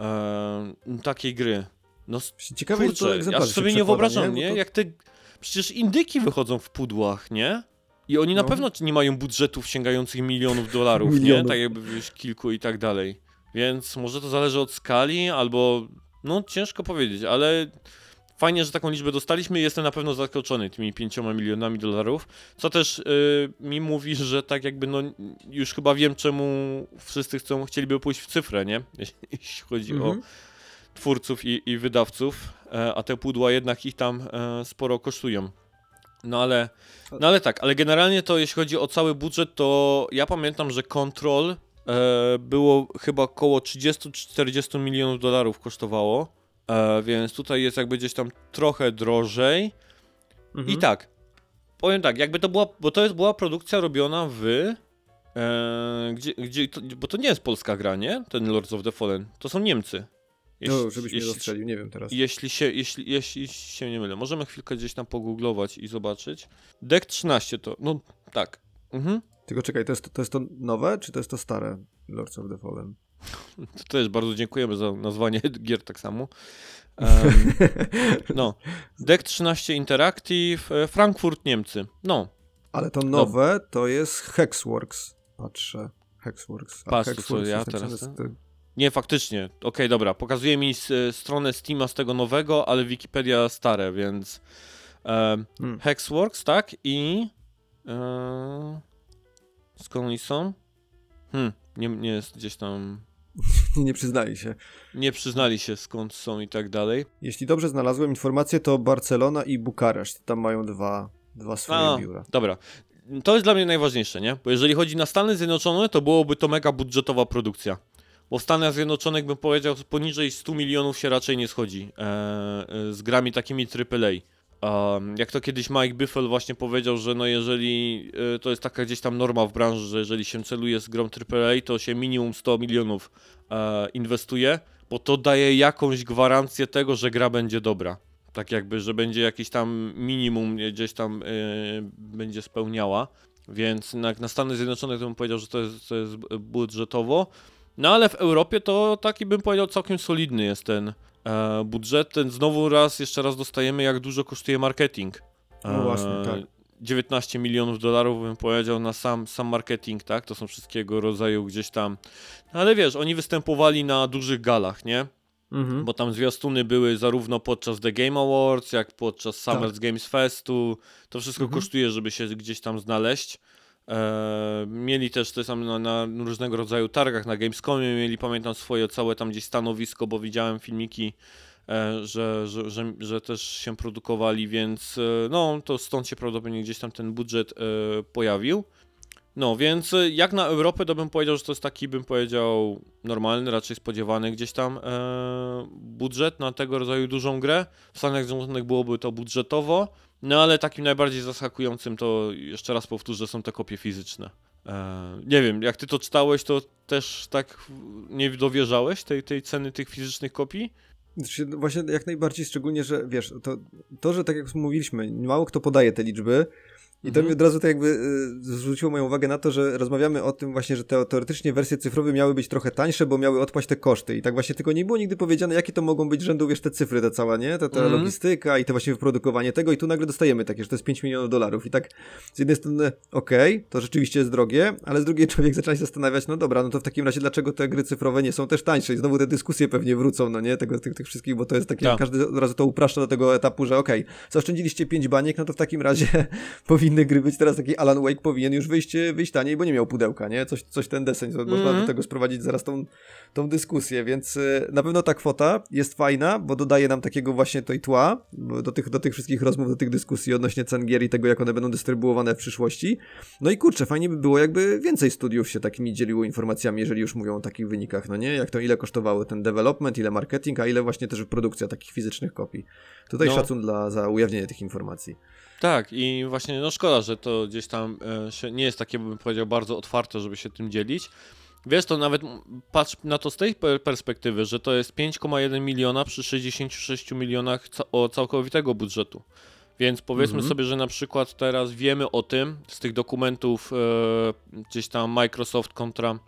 takiej gry. No Ciekawe, że to kurczę, egzemplarz aż się sobie nie przekłada, wyobrażam, Bo nie? to... Jak te... Przecież indyki wychodzą w pudłach, nie? I oni na No. pewno nie mają budżetów sięgających milionów dolarów, nie? Milionów. Tak jakby wiesz, kilku i tak dalej. Więc może to zależy od skali, albo... No ciężko powiedzieć, ale... Fajnie, że taką liczbę dostaliśmy i jestem na pewno zaskoczony tymi 5 milionami dolarów, co też mi mówi, że tak jakby no już chyba wiem, czemu wszyscy chcieliby pójść w cyfrę, nie? Jeśli chodzi o twórców i wydawców, a te pudła jednak ich tam sporo kosztują. No ale tak, ale generalnie to jeśli chodzi o cały budżet, to ja pamiętam, że Control było chyba około 30-40 milionów dolarów kosztowało. Więc tutaj jest jakby gdzieś tam trochę drożej. I tak, powiem tak, jakby to była, bo to była produkcja robiona bo to nie jest polska gra, nie? Ten Lords of the Fallen, to są Niemcy. No, żebyś mnie dostrzelił, nie wiem teraz. Jeśli się nie mylę, możemy chwilkę gdzieś tam pogooglować i zobaczyć. Deck 13 to, no tak. Tylko czekaj, to jest to nowe, czy to jest to stare Lords of the Fallen? To też bardzo dziękujemy za nazwanie gier tak samo. No, Deck 13 Interactive, Frankfurt, Niemcy. No. Ale to nowe to jest Hexworks. Patrzę. Hexworks. A Patrz, Hexworks co ja jest teraz... napisane Nie, faktycznie. Okej, dobra. Pokazuje mi stronę Steama z tego nowego, ale Wikipedia stare, więc Hexworks, tak? I skąd oni są? Nie jest gdzieś tam... Nie przyznali się. Nie przyznali się skąd są i tak dalej. Jeśli dobrze znalazłem informację, to Barcelona i Bukareszt. Tam mają dwa swoje biura. Dobra. To jest dla mnie najważniejsze, nie? Bo jeżeli chodzi na Stany Zjednoczone, to byłoby to mega budżetowa produkcja. Bo w Stanach Zjednoczonych bym powiedział, poniżej 100 milionów się raczej nie schodzi z grami takimi AAA. Jak to kiedyś Mike Biffle właśnie powiedział, że no jeżeli to jest taka gdzieś tam norma w branży, że jeżeli się celuje z grą AAA, to się minimum 100 milionów inwestuje, bo to daje jakąś gwarancję tego, że gra będzie dobra. Tak jakby, że będzie jakiś tam minimum gdzieś tam będzie spełniała. Więc na Stany Zjednoczone to bym powiedział, że to jest budżetowo. No ale w Europie to taki bym powiedział całkiem solidny jest ten budżet. Ten znowu jeszcze raz dostajemy, jak dużo kosztuje marketing. No właśnie, tak. 19 milionów dolarów bym powiedział na sam marketing, tak? To są wszystkiego rodzaju gdzieś tam. No ale wiesz, oni występowali na dużych galach, nie? Bo tam zwiastuny były zarówno podczas The Game Awards, jak podczas Summer Games Festu. To wszystko kosztuje, żeby się gdzieś tam znaleźć. Mieli też te same na różnego rodzaju targach, na Gamescomie mieli, pamiętam, swoje całe tam gdzieś stanowisko, bo widziałem filmiki, że też się produkowali, więc no to stąd się prawdopodobnie gdzieś tam ten budżet pojawił. No więc jak na Europę to bym powiedział, że to jest taki, bym powiedział, normalny, raczej spodziewany gdzieś tam budżet na tego rodzaju dużą grę. W Stanach Zjednoczonych byłoby to budżetowo, no ale takim najbardziej zaskakującym to, jeszcze raz powtórzę, są te kopie fizyczne. Nie wiem, jak ty to czytałeś, to też tak nie dowierzałeś tej ceny tych fizycznych kopii? Właśnie jak najbardziej, szczególnie, że wiesz, to, że tak jak mówiliśmy, mało kto podaje te liczby, i to mi od razu tak jakby zwróciło moją uwagę na to, że rozmawiamy o tym właśnie, że teoretycznie wersje cyfrowe miały być trochę tańsze, bo miały odpaść te koszty. I tak właśnie tylko nie było nigdy powiedziane, jakie to mogą być rzędu, wiesz, te cyfry, ta cała, nie? Ta logistyka i to właśnie wyprodukowanie tego i tu nagle dostajemy takie, że to jest 5 milionów dolarów. I tak z jednej strony okej, to rzeczywiście jest drogie, ale z drugiej człowiek zaczyna się zastanawiać, no dobra, no to w takim razie dlaczego te gry cyfrowe nie są też tańsze? I znowu te dyskusje pewnie wrócą, no nie? Tych wszystkich, bo to jest takie, każdy od razu to upraszcza do tego etapu, że zaoszczędziliście 5 baniek, no to w takim razie powinny gry być teraz taki Alan Wake powinien już wyjść taniej, bo nie miał pudełka, nie? Coś ten deseń, można do tego sprowadzić zaraz tą dyskusję, więc na pewno ta kwota jest fajna, bo dodaje nam takiego właśnie tła do tych wszystkich rozmów, do tych dyskusji odnośnie cen gier i tego, jak one będą dystrybuowane w przyszłości. No i kurczę, fajnie by było, jakby więcej studiów się takimi dzieliło informacjami, jeżeli już mówią o takich wynikach, no nie? Jak to, ile kosztowało ten development, ile marketing, a ile właśnie też produkcja takich fizycznych kopii. Tutaj szacun za ujawnienie tych informacji. Tak, i właśnie no szkoda, że to gdzieś tam nie jest takie, bym powiedział, bardzo otwarte, żeby się tym dzielić. Wiesz, to nawet patrz na to z tej perspektywy, że to jest 5,1 miliona przy 66 milionach całkowitego budżetu. Więc powiedzmy sobie, że na przykład teraz wiemy o tym z tych dokumentów gdzieś tam Microsoft kontra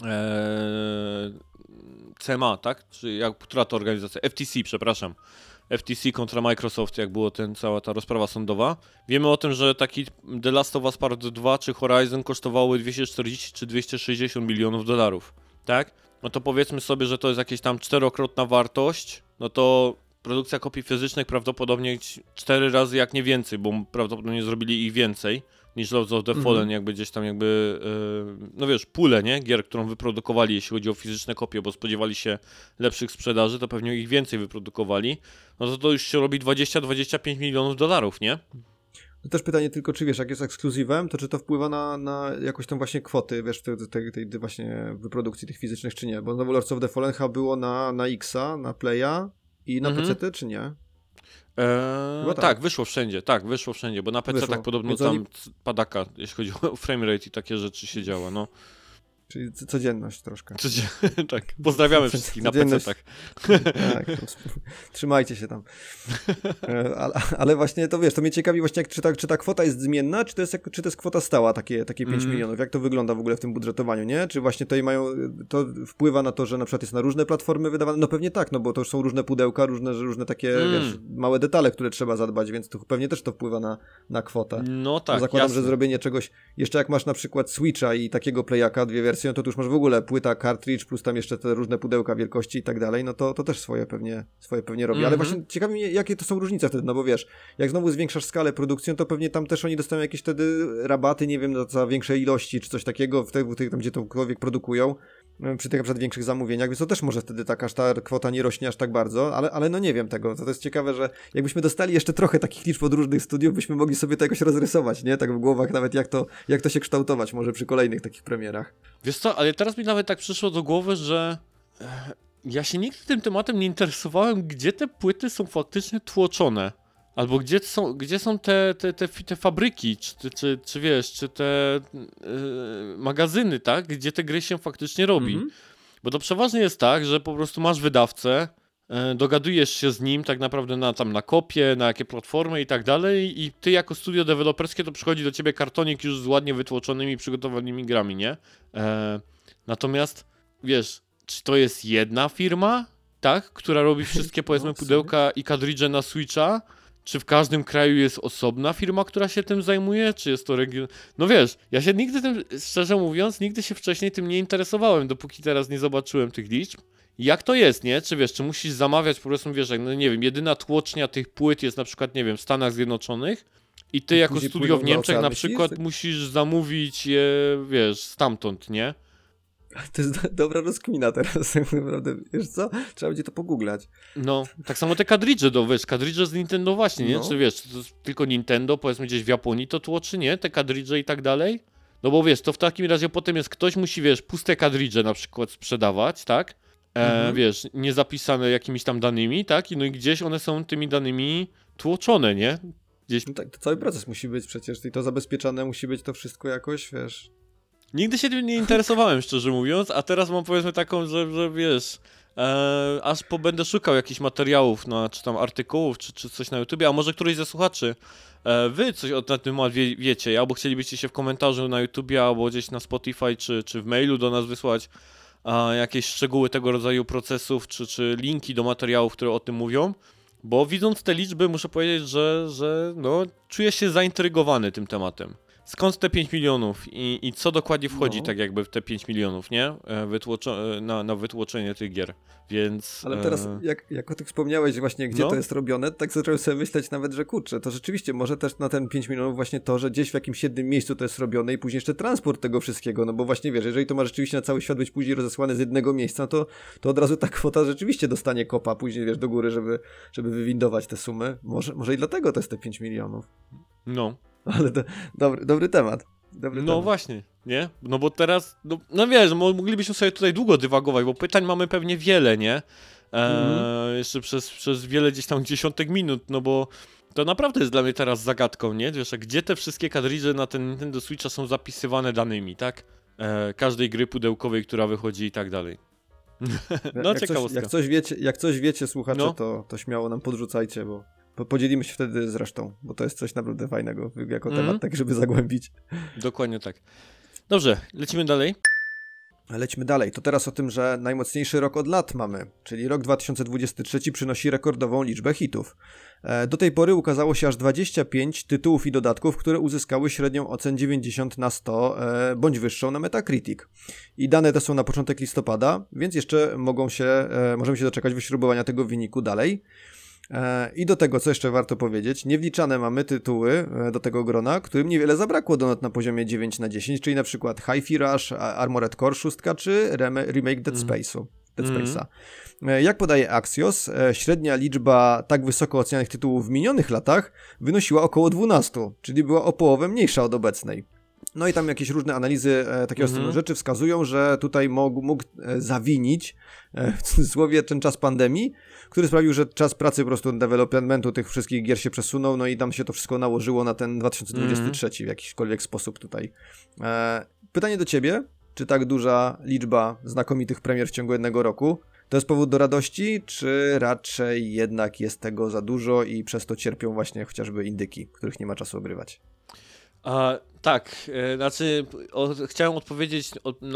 CMA, tak? Czy która to organizacja? FTC, przepraszam. FTC kontra Microsoft, jak było cała ta rozprawa sądowa. Wiemy o tym, że taki The Last of Us Part 2 czy Horizon kosztowały 240 czy 260 milionów dolarów, tak? No to powiedzmy sobie, że to jest jakieś tam 4-krotna wartość, no to produkcja kopii fizycznych prawdopodobnie 4 razy jak nie więcej, bo prawdopodobnie zrobili ich więcej niż Lords of the Fallen, jakby gdzieś tam no wiesz, pulę, nie? Gier, którą wyprodukowali, jeśli chodzi o fizyczne kopie, bo spodziewali się lepszych sprzedaży, to pewnie ich więcej wyprodukowali, no to już się robi 20-25 milionów dolarów, nie? To też pytanie tylko, czy wiesz, jak jest ekskluzywem, to czy to wpływa na jakoś tam właśnie kwoty, wiesz, tej właśnie wyprodukcji tych fizycznych, czy nie? Bo znowu Lords of the Fallen chyba było na X-a, na Playa i na PC-ty, czy nie? Tak, wyszło wszędzie, bo na PC tak podobno tam padaka, jeśli chodzi o framerate i takie rzeczy się działa, no. Czyli codzienność troszkę. Tak, pozdrawiamy wszystkich na PC-tach. Tak, trzymajcie się tam. Ale właśnie to wiesz, to mnie ciekawi właśnie, czy ta kwota jest zmienna, czy to jest kwota stała, takie 5 milionów, jak to wygląda w ogóle w tym budżetowaniu, nie? Czy właśnie tutaj to wpływa na to, że na przykład jest na różne platformy wydawane? No pewnie tak, no bo to już są różne pudełka, różne takie, wiesz, małe detale, które trzeba zadbać, więc to pewnie też to wpływa na kwotę. No tak, zakładam, jasne. że zrobienie czegoś, jeszcze jak masz na przykład Switcha i takiego Playaka, dwie wersje wersję, no to już masz w ogóle płyta, cartridge, plus tam jeszcze te różne pudełka wielkości i tak dalej, no to też swoje pewnie robi. Ale właśnie ciekawi mnie, jakie to są różnice wtedy, no bo wiesz, jak znowu zwiększasz skalę produkcji, no to pewnie tam też oni dostają jakieś wtedy rabaty, nie wiem, za większe ilości, czy coś takiego, tam gdzie tokolwiek produkują, przy tych na przykład większych zamówieniach, więc to też może wtedy aż ta kwota nie rośnie aż tak bardzo, ale no nie wiem tego, to jest ciekawe, że jakbyśmy dostali jeszcze trochę takich liczb od różnych studiów, byśmy mogli sobie to jakoś rozrysować, nie? Tak w głowach nawet jak to się kształtować może przy kolejnych takich premierach. Wiesz co, ale teraz mi nawet tak przyszło do głowy, że ja się nigdy tym tematem nie interesowałem, gdzie te płyty są faktycznie tłoczone. Albo gdzie są te fabryki, czy wiesz, czy te magazyny, tak? Gdzie te gry się faktycznie robi. Bo to przeważnie jest tak, że po prostu masz wydawcę, dogadujesz się z nim tak naprawdę na kopie, na jakie platformy i tak dalej i ty jako studio deweloperskie to przychodzi do ciebie kartonik już z ładnie wytłoczonymi, przygotowanymi grami, nie? Natomiast, wiesz, czy to jest jedna firma, tak? Która robi wszystkie, powiedzmy, pudełka i kadridże na Switcha? Czy w każdym kraju jest osobna firma, która się tym zajmuje? Czy jest to region... No wiesz, ja się nigdy tym, szczerze mówiąc, nigdy się wcześniej tym nie interesowałem, dopóki teraz nie zobaczyłem tych liczb. Jak to jest, nie? Czy wiesz, czy musisz zamawiać, po prostu wiesz, no nie wiem, jedyna tłocznia tych płyt jest na przykład, nie wiem, w Stanach Zjednoczonych i ty jako studio w Niemczech na przykład musisz zamówić je, wiesz, stamtąd, nie? To jest dobra rozkmina teraz, tak naprawdę, wiesz co? Trzeba będzie to pogooglać. No, tak samo te kadridże, wiesz, kadridże z Nintendo właśnie, nie? Czy wiesz, czy to jest tylko Nintendo, powiedzmy gdzieś w Japonii to tłoczy, nie? Te kadridże i tak dalej? No bo wiesz, to w takim razie potem jest ktoś musi, wiesz, puste kadridże na przykład sprzedawać, tak? Wiesz, nie zapisane jakimiś tam danymi, tak? No i gdzieś one są tymi danymi tłoczone, nie? Gdzieś... No tak, to cały proces musi być przecież i to zabezpieczane musi być to wszystko jakoś, wiesz... Nigdy się tym nie interesowałem, szczerze mówiąc, a teraz mam powiedzmy taką, że wiesz, aż będę szukał jakichś materiałów, czy tam artykułów, czy coś na YouTubie, a może któryś ze słuchaczy, wy coś na ten temat wiecie, albo chcielibyście się w komentarzu na YouTubie, albo gdzieś na Spotify, czy w mailu do nas wysłać jakieś szczegóły tego rodzaju procesów, czy linki do materiałów, które o tym mówią, bo widząc te liczby muszę powiedzieć, że no, czuję się zaintrygowany tym tematem. Skąd te 5 milionów i co dokładnie wchodzi tak jakby w te 5 milionów, nie? Na wytłoczenie tych gier, więc... Ale teraz, jak o tych wspomniałeś właśnie, gdzie to jest robione, tak zacząłem sobie myśleć nawet, że kurczę, to rzeczywiście może też na ten 5 milionów właśnie to, że gdzieś w jakimś jednym miejscu to jest robione i później jeszcze transport tego wszystkiego, no bo właśnie wiesz, jeżeli to ma rzeczywiście na cały świat być później rozesłane z jednego miejsca, to od razu ta kwota rzeczywiście dostanie kopa później, wiesz, do góry, żeby wywindować te sumy. Może i dlatego to jest te 5 milionów. No. Ale to dobry temat. Właśnie, nie? No bo teraz, no wiesz, moglibyśmy sobie tutaj długo dywagować, bo pytań mamy pewnie wiele, nie? Jeszcze przez wiele gdzieś tam dziesiątek minut, no bo to naprawdę jest dla mnie teraz zagadką, nie? Wiesz, gdzie te wszystkie kadridże na ten Nintendo Switcha są zapisywane danymi, tak? Każdej gry pudełkowej, która wychodzi i tak dalej. No ciekawostka. Jak coś wiecie, słuchacze, to śmiało nam podrzucajcie, bo podzielimy się wtedy z resztą, bo to jest coś naprawdę fajnego jako temat, tak żeby zagłębić. Dokładnie tak. Dobrze, lecimy dalej. Lećmy dalej. To teraz o tym, że najmocniejszy rok od lat mamy, czyli rok 2023 przynosi rekordową liczbę hitów. Do tej pory ukazało się aż 25 tytułów i dodatków, które uzyskały średnią ocen 90 na 100 bądź wyższą na Metacritic. I dane te są na początek listopada, więc jeszcze możemy się doczekać wyśrubowania tego wyniku dalej. I do tego, co jeszcze warto powiedzieć, niewliczane mamy tytuły do tego grona, którym niewiele zabrakło do not na poziomie 9 na 10, czyli na przykład Hi-Fi Rush, Armored Core 6 czy remake Dead Space'a. Jak podaje Axios, średnia liczba tak wysoko ocenianych tytułów w minionych latach wynosiła około 12, czyli była o połowę mniejsza od obecnej. No i tam jakieś różne analizy takiego stylu rzeczy wskazują, że tutaj mógł zawinić w cudzysłowie ten czas pandemii, który sprawił, że czas pracy po prostu developmentu tych wszystkich gier się przesunął, no i tam się to wszystko nałożyło na ten 2023 w jakiśkolwiek sposób tutaj. Pytanie do ciebie, czy tak duża liczba znakomitych premier w ciągu jednego roku to jest powód do radości, czy raczej jednak jest tego za dużo i przez to cierpią właśnie chociażby indyki, których nie ma czasu ogrywać? Tak, znaczy chciałem odpowiedzieć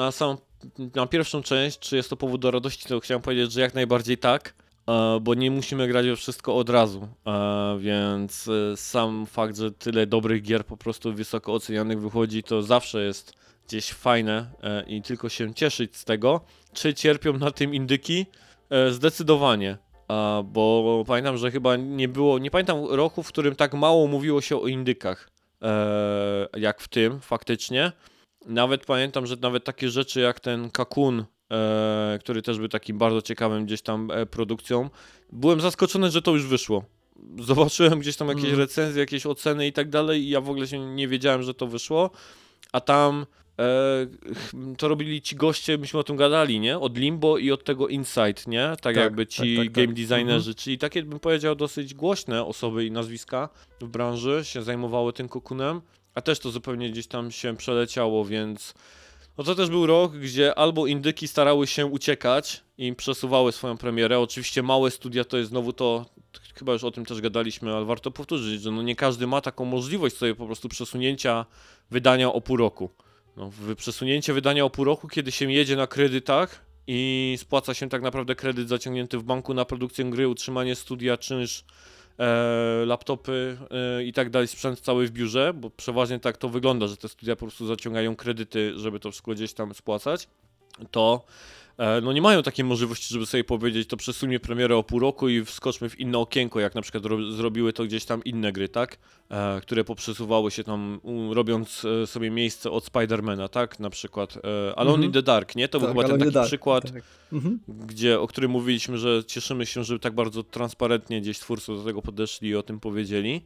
na pierwszą część, czy jest to powód do radości, to chciałem powiedzieć, że jak najbardziej tak, bo nie musimy grać we wszystko od razu, sam fakt, że tyle dobrych gier po prostu wysoko ocenianych wychodzi, to zawsze jest gdzieś fajne i tylko się cieszyć z tego. Czy cierpią na tym indyki? Zdecydowanie. Bo pamiętam, że chyba nie pamiętam roku, w którym tak mało mówiło się o indykach, jak w tym faktycznie. Nawet pamiętam, że nawet takie rzeczy jak ten Cocoon, który też był takim bardzo ciekawym gdzieś tam produkcją, byłem zaskoczony, że to już wyszło. Zobaczyłem gdzieś tam jakieś recenzje, jakieś oceny i tak dalej i ja w ogóle się nie wiedziałem, że to wyszło, a tam to robili ci goście, myśmy o tym gadali, nie? Od Limbo i od tego Insight, nie? Tak jakby ci game designerzy, czyli takie bym powiedział dosyć głośne osoby i nazwiska w branży się zajmowały tym Cocoonem, a też to zupełnie gdzieś tam się przeleciało, więc no to też był rok, gdzie albo indyki starały się uciekać i przesuwały swoją premierę. Oczywiście małe studia to jest znowu to, chyba już o tym też gadaliśmy, ale warto powtórzyć, że no nie każdy ma taką możliwość sobie po prostu przesunięcia wydania o pół roku. No, przesunięcie wydania o pół roku, kiedy się jedzie na kredytach i spłaca się tak naprawdę kredyt zaciągnięty w banku na produkcję gry, utrzymanie studia, czynsz, laptopy i tak dalej, sprzęt cały w biurze, bo przeważnie tak to wygląda, że te studia po prostu zaciągają kredyty, żeby to wszystko gdzieś tam spłacać, to no nie mają takiej możliwości, żeby sobie powiedzieć, to przesuńmy premierę o pół roku i wskoczmy w inne okienko, jak na przykład zrobiły to gdzieś tam inne gry, tak? Które poprzesuwały się tam, robiąc sobie miejsce od Spidermana, tak? Na przykład Alone in the Dark, nie? To był chyba ten taki przykład, o którym mówiliśmy, że cieszymy się, że tak bardzo transparentnie gdzieś twórcy do tego podeszli i o tym powiedzieli.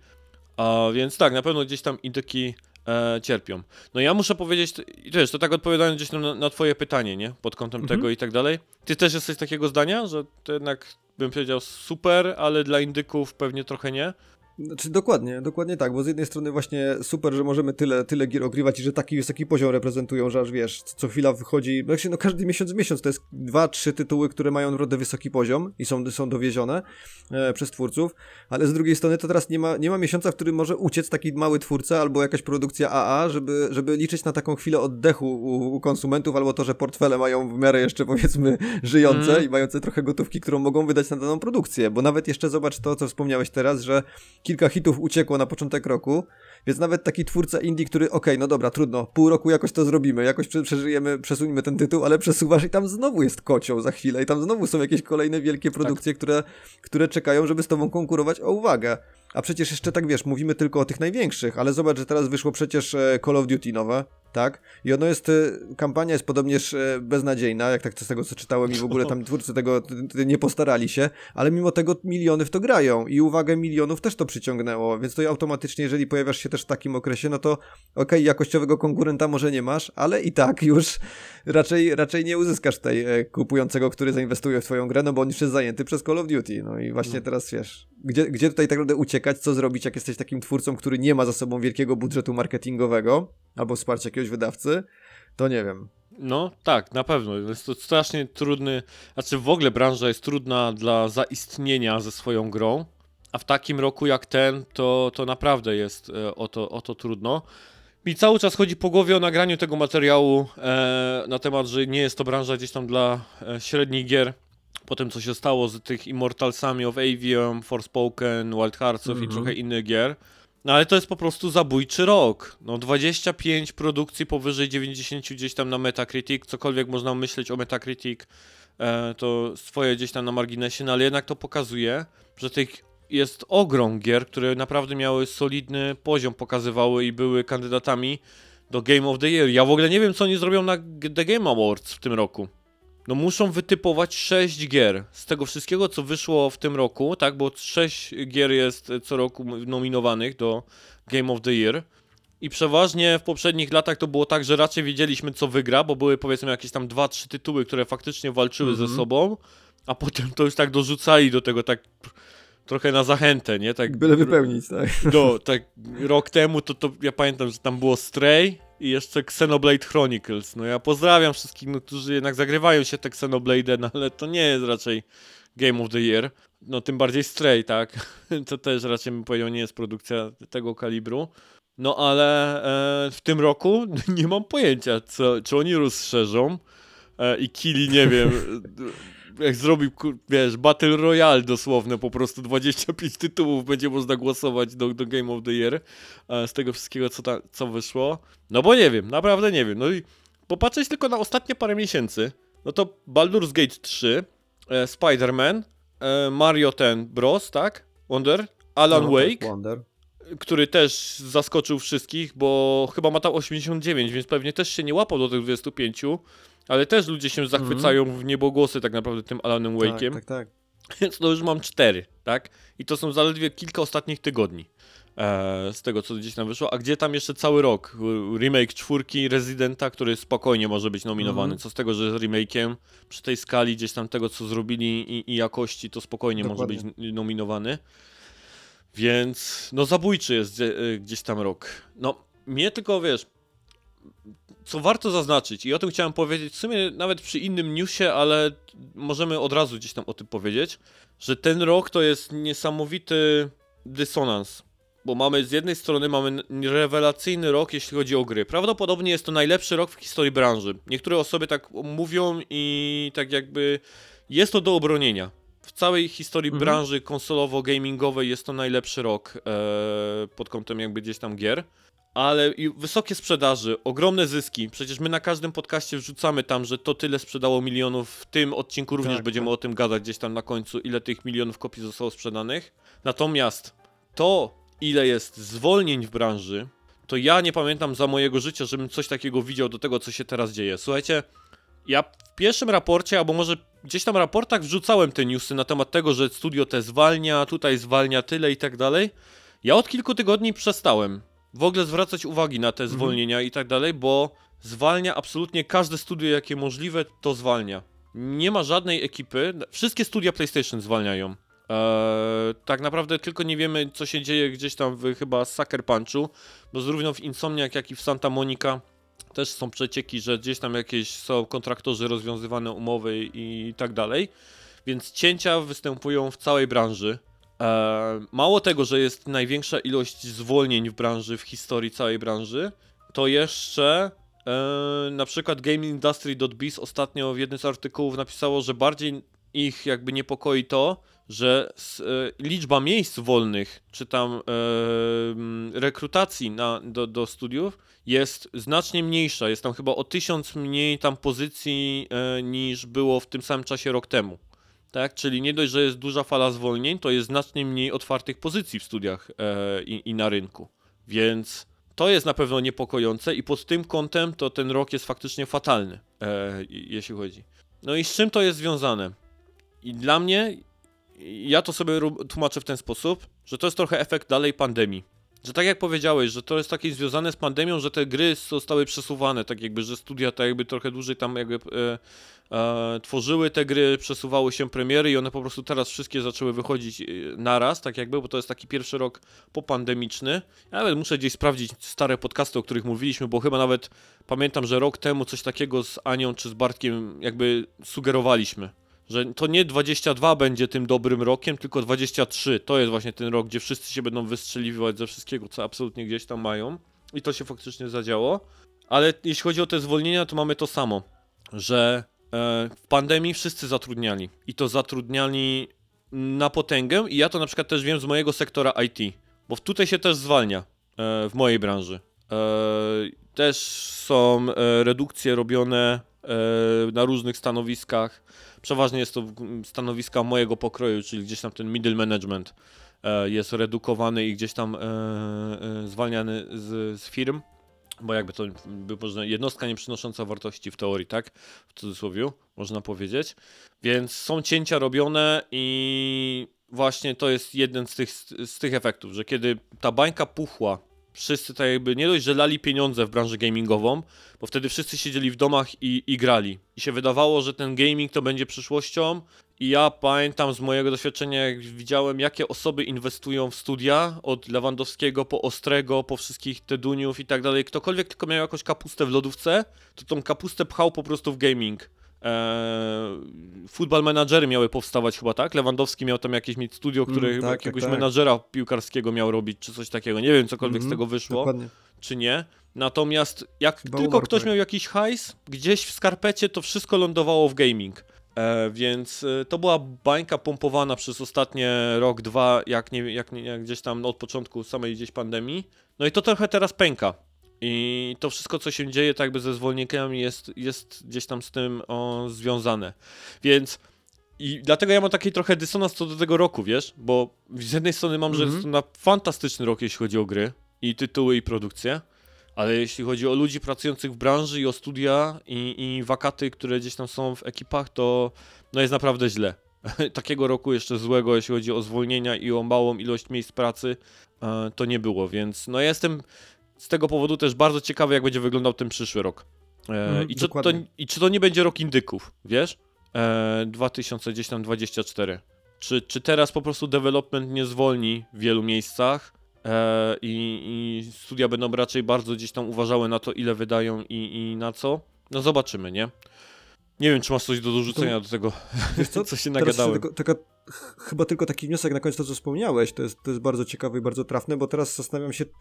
Więc tak, na pewno gdzieś tam indyki cierpią. No ja muszę powiedzieć, i wiesz, to tak odpowiadając gdzieś na twoje pytanie, nie? Pod kątem tego i tak dalej. Ty też jesteś takiego zdania, że to jednak bym powiedział super, ale dla indyków pewnie trochę nie? Znaczy dokładnie tak, bo z jednej strony właśnie super, że możemy tyle gier ogrywać i że taki wysoki poziom reprezentują, że aż wiesz, co chwila wychodzi, no każdy miesiąc w miesiąc to jest 2-3 tytuły, które mają naprawdę wysoki poziom i są dowiezione przez twórców, ale z drugiej strony to teraz nie ma miesiąca, w którym może uciec taki mały twórca albo jakaś produkcja AA, żeby liczyć na taką chwilę oddechu u konsumentów, albo to, że portfele mają w miarę jeszcze powiedzmy żyjące i mające trochę gotówki, którą mogą wydać na daną produkcję, bo nawet jeszcze zobacz to, co wspomniałeś teraz, że kilka hitów uciekło na początek roku, więc nawet taki twórca indie, który no dobra, trudno, pół roku jakoś to zrobimy, jakoś przeżyjemy, przesuńmy ten tytuł, ale przesuwasz i tam znowu jest kocioł za chwilę i tam znowu są jakieś kolejne wielkie produkcje, które czekają, żeby z tobą konkurować o uwagę. A przecież jeszcze tak wiesz, mówimy tylko o tych największych, ale zobacz, że teraz wyszło przecież Call of Duty nowe, tak? I ono jest, kampania jest podobnież beznadziejna, jak tak z tego co czytałem i w ogóle tam twórcy tego nie postarali się, ale mimo tego miliony w to grają i uwagę milionów też to przyciągnęło, więc to automatycznie, jeżeli pojawiasz się też w takim okresie, no to jakościowego konkurenta może nie masz, ale i tak już raczej nie uzyskasz tej kupującego, który zainwestuje w twoją grę, no bo on już jest zajęty przez Call of Duty, no i właśnie teraz wiesz, gdzie tutaj tak naprawdę uciekać, co zrobić, jak jesteś takim twórcą, który nie ma za sobą wielkiego budżetu marketingowego, albo wsparcia jakiegoś wydawcy, to nie wiem. No tak, na pewno. Jest to strasznie trudny, znaczy w ogóle branża jest trudna dla zaistnienia ze swoją grą, a w takim roku jak ten, to naprawdę jest o to trudno. Mi cały czas chodzi po głowie o nagraniu tego materiału na temat, że nie jest to branża gdzieś tam dla średnich gier. Po tym, co się stało z tych Immortalsami of Avium, Forspoken, Wild Heartsów i trochę innych gier. No ale to jest po prostu zabójczy rok. No 25 produkcji powyżej 90 gdzieś tam na Metacritic, cokolwiek można myśleć o Metacritic, to swoje gdzieś tam na marginesie, no ale jednak to pokazuje, że tych jest ogrom gier, które naprawdę miały solidny poziom, pokazywały i były kandydatami do Game of the Year. Ja w ogóle nie wiem, co oni zrobią na The Game Awards w tym roku. No muszą wytypować 6 gier z tego wszystkiego, co wyszło w tym roku, tak, bo 6 gier jest co roku nominowanych do Game of the Year i przeważnie w poprzednich latach to było tak, że raczej wiedzieliśmy, co wygra, bo były powiedzmy jakieś tam 2-3 tytuły, które faktycznie walczyły ze sobą, a potem to już tak dorzucali do tego tak trochę na zachętę, nie? Tak, byle wypełnić, tak. No, tak rok temu to ja pamiętam, że tam było Stray i jeszcze Xenoblade Chronicles. No ja pozdrawiam wszystkich, którzy jednak zagrywają się te Xenoblade, no ale to nie jest raczej Game of the Year. No tym bardziej Stray, tak? To też raczej bym powiedział nie jest produkcja tego kalibru. No ale w tym roku nie mam pojęcia, czy oni rozszerzą i Kili, nie wiem, jak zrobił, wiesz, Battle Royale dosłowne, po prostu 25 tytułów będzie można głosować do Game of the Year z tego wszystkiego, co wyszło. No bo nie wiem, naprawdę nie wiem. No i popatrzeć tylko na ostatnie parę miesięcy, no to Baldur's Gate 3, Spider-Man, Mario Bros, tak? Wonder, Alan Wake, Tak, Wonder. który też zaskoczył wszystkich, bo chyba ma tam 89, więc pewnie też się nie łapał do tych 25, ale też ludzie się zachwycają w niebogłosy tak naprawdę tym Alanem Wake'iem. Tak. Więc to już mam 4, tak? I to są zaledwie kilka ostatnich tygodni z tego, co gdzieś tam wyszło. A gdzie tam jeszcze cały rok? Remake 4 Residenta, który spokojnie może być nominowany. Co z tego, że z remake'iem przy tej skali gdzieś tam tego, co zrobili i jakości, to spokojnie Dokładnie. może być nominowany. Więc no zabójczy jest gdzieś tam rok. No mnie tylko, wiesz, co warto zaznaczyć i o tym chciałem powiedzieć w sumie nawet przy innym newsie, ale możemy od razu gdzieś tam o tym powiedzieć, że ten rok to jest niesamowity dysonans, bo mamy z jednej strony mamy rewelacyjny rok, jeśli chodzi o gry. Prawdopodobnie jest to najlepszy rok w historii branży. Niektóre osoby tak mówią i tak jakby jest to do obronienia. W całej historii branży konsolowo-gamingowej jest to najlepszy rok pod kątem jakby gdzieś tam gier. Ale i wysokie sprzedaży, ogromne zyski. Przecież my na każdym podcaście wrzucamy tam, że to tyle sprzedało milionów. W tym odcinku również będziemy o tym gadać gdzieś tam na końcu, ile tych milionów kopii zostało sprzedanych. Natomiast to, ile jest zwolnień w branży, to ja nie pamiętam za mojego życia, żebym coś takiego widział do tego, co się teraz dzieje. Słuchajcie, ja w pierwszym raporcie, albo może gdzieś tam raportach wrzucałem te newsy na temat tego, że studio te zwalnia, tutaj zwalnia tyle i tak dalej. Ja od kilku tygodni przestałem w ogóle zwracać uwagi na te zwolnienia i tak dalej, bo zwalnia absolutnie każde studio, jakie możliwe, to zwalnia. Nie ma żadnej ekipy, wszystkie studia PlayStation zwalniają. Tak naprawdę tylko nie wiemy, co się dzieje gdzieś tam w chyba Sucker Punchu, bo zarówno w Insomniac, jak i w Santa Monica też są przecieki, że gdzieś tam jakieś są kontraktorzy, rozwiązywane umowy i tak dalej. Więc cięcia występują w całej branży. Mało tego, że jest największa ilość zwolnień w branży, w historii całej branży, to jeszcze na przykład GameIndustry.biz ostatnio w jednym z artykułów napisało, że bardziej ich jakby niepokoi to, że liczba miejsc wolnych, czy tam rekrutacji do studiów jest znacznie mniejsza. Jest tam chyba o 1000 mniej tam pozycji niż było w tym samym czasie rok temu. Tak, czyli nie dość, że jest duża fala zwolnień, to jest znacznie mniej otwartych pozycji w studiach i na rynku. Więc to jest na pewno niepokojące i pod tym kątem to ten rok jest faktycznie fatalny, jeśli chodzi. No i z czym to jest związane? I dla mnie, ja to sobie tłumaczę w ten sposób, że to jest trochę efekt dalej pandemii. Że tak jak powiedziałeś, że to jest takie związane z pandemią, że te gry zostały przesuwane, tak jakby, że studia tak jakby trochę dłużej tam jakby tworzyły te gry, przesuwały się premiery i one po prostu teraz wszystkie zaczęły wychodzić naraz, tak jakby, bo to jest taki pierwszy rok popandemiczny. Ja nawet muszę gdzieś sprawdzić stare podcasty, o których mówiliśmy, bo chyba nawet pamiętam, że rok temu coś takiego z Anią czy z Bartkiem jakby sugerowaliśmy. Że to nie 22 będzie tym dobrym rokiem, tylko 23. To jest właśnie ten rok, gdzie wszyscy się będą wystrzeliwać ze wszystkiego, co absolutnie gdzieś tam mają. I to się faktycznie zadziało. Ale jeśli chodzi o te zwolnienia, to mamy to samo. Że w pandemii wszyscy zatrudniali. I to zatrudniali na potęgę. I ja to na przykład też wiem z mojego sektora IT. Bo tutaj się też zwalnia w mojej branży. Też są redukcje robione na różnych stanowiskach. Przeważnie jest to stanowiska mojego pokroju, czyli gdzieś tam ten middle management jest redukowany i gdzieś tam zwalniany z firm, bo jakby to by jednostka nie przynosząca wartości w teorii, tak? W cudzysłowie można powiedzieć. Więc są cięcia robione i właśnie to jest jeden z tych efektów, że kiedy ta bańka puchła, wszyscy tak jakby nie dość, że lali pieniądze w branży gamingową, bo wtedy wszyscy siedzieli w domach i grali. I się wydawało, że ten gaming to będzie przyszłością. I ja pamiętam z mojego doświadczenia, jak widziałem, jakie osoby inwestują w studia, od Lewandowskiego po Ostrego, po wszystkich Teduniów i tak dalej. Ktokolwiek tylko miał jakąś kapustę w lodówce, to tą kapustę pchał po prostu w gaming. Football Managery miały powstawać chyba, tak? Lewandowski miał tam jakieś mieć studio, które chyba jakiegoś menadżera piłkarskiego miał robić, czy coś takiego. Nie wiem, cokolwiek z tego wyszło, dokładnie. czy nie. Natomiast jak tylko ktoś miał jakiś hajs, gdzieś w skarpecie to wszystko lądowało w gaming. Więc to była bańka pompowana przez ostatnie rok, dwa, jak gdzieś tam od początku samej gdzieś pandemii. No i to trochę teraz pęka. I to wszystko, co się dzieje tak jakby ze zwolnieniami jest gdzieś tam z tym związane. Więc i dlatego ja mam taki trochę dysonans co do tego roku, wiesz? Bo z jednej strony mam, że jest to na fantastyczny rok, jeśli chodzi o gry i tytuły i produkcje. Ale jeśli chodzi o ludzi pracujących w branży i o studia i wakaty, które gdzieś tam są w ekipach, to no jest naprawdę źle. Takiego roku jeszcze złego, jeśli chodzi o zwolnienia i o małą ilość miejsc pracy, to nie było, więc no ja jestem z tego powodu też bardzo ciekawy, jak będzie wyglądał ten przyszły rok. Czy to nie będzie rok indyków, wiesz? 2024. Czy teraz po prostu development nie zwolni w wielu miejscach? I studia będą raczej bardzo gdzieś tam uważały na to, ile wydają i na co. No zobaczymy, nie? Nie wiem, czy masz coś do dorzucenia do tego, co się nagadałem. Chyba tylko taki wniosek na koniec, to co wspomniałeś, to jest bardzo ciekawe i bardzo trafne, bo teraz zastanawiam się,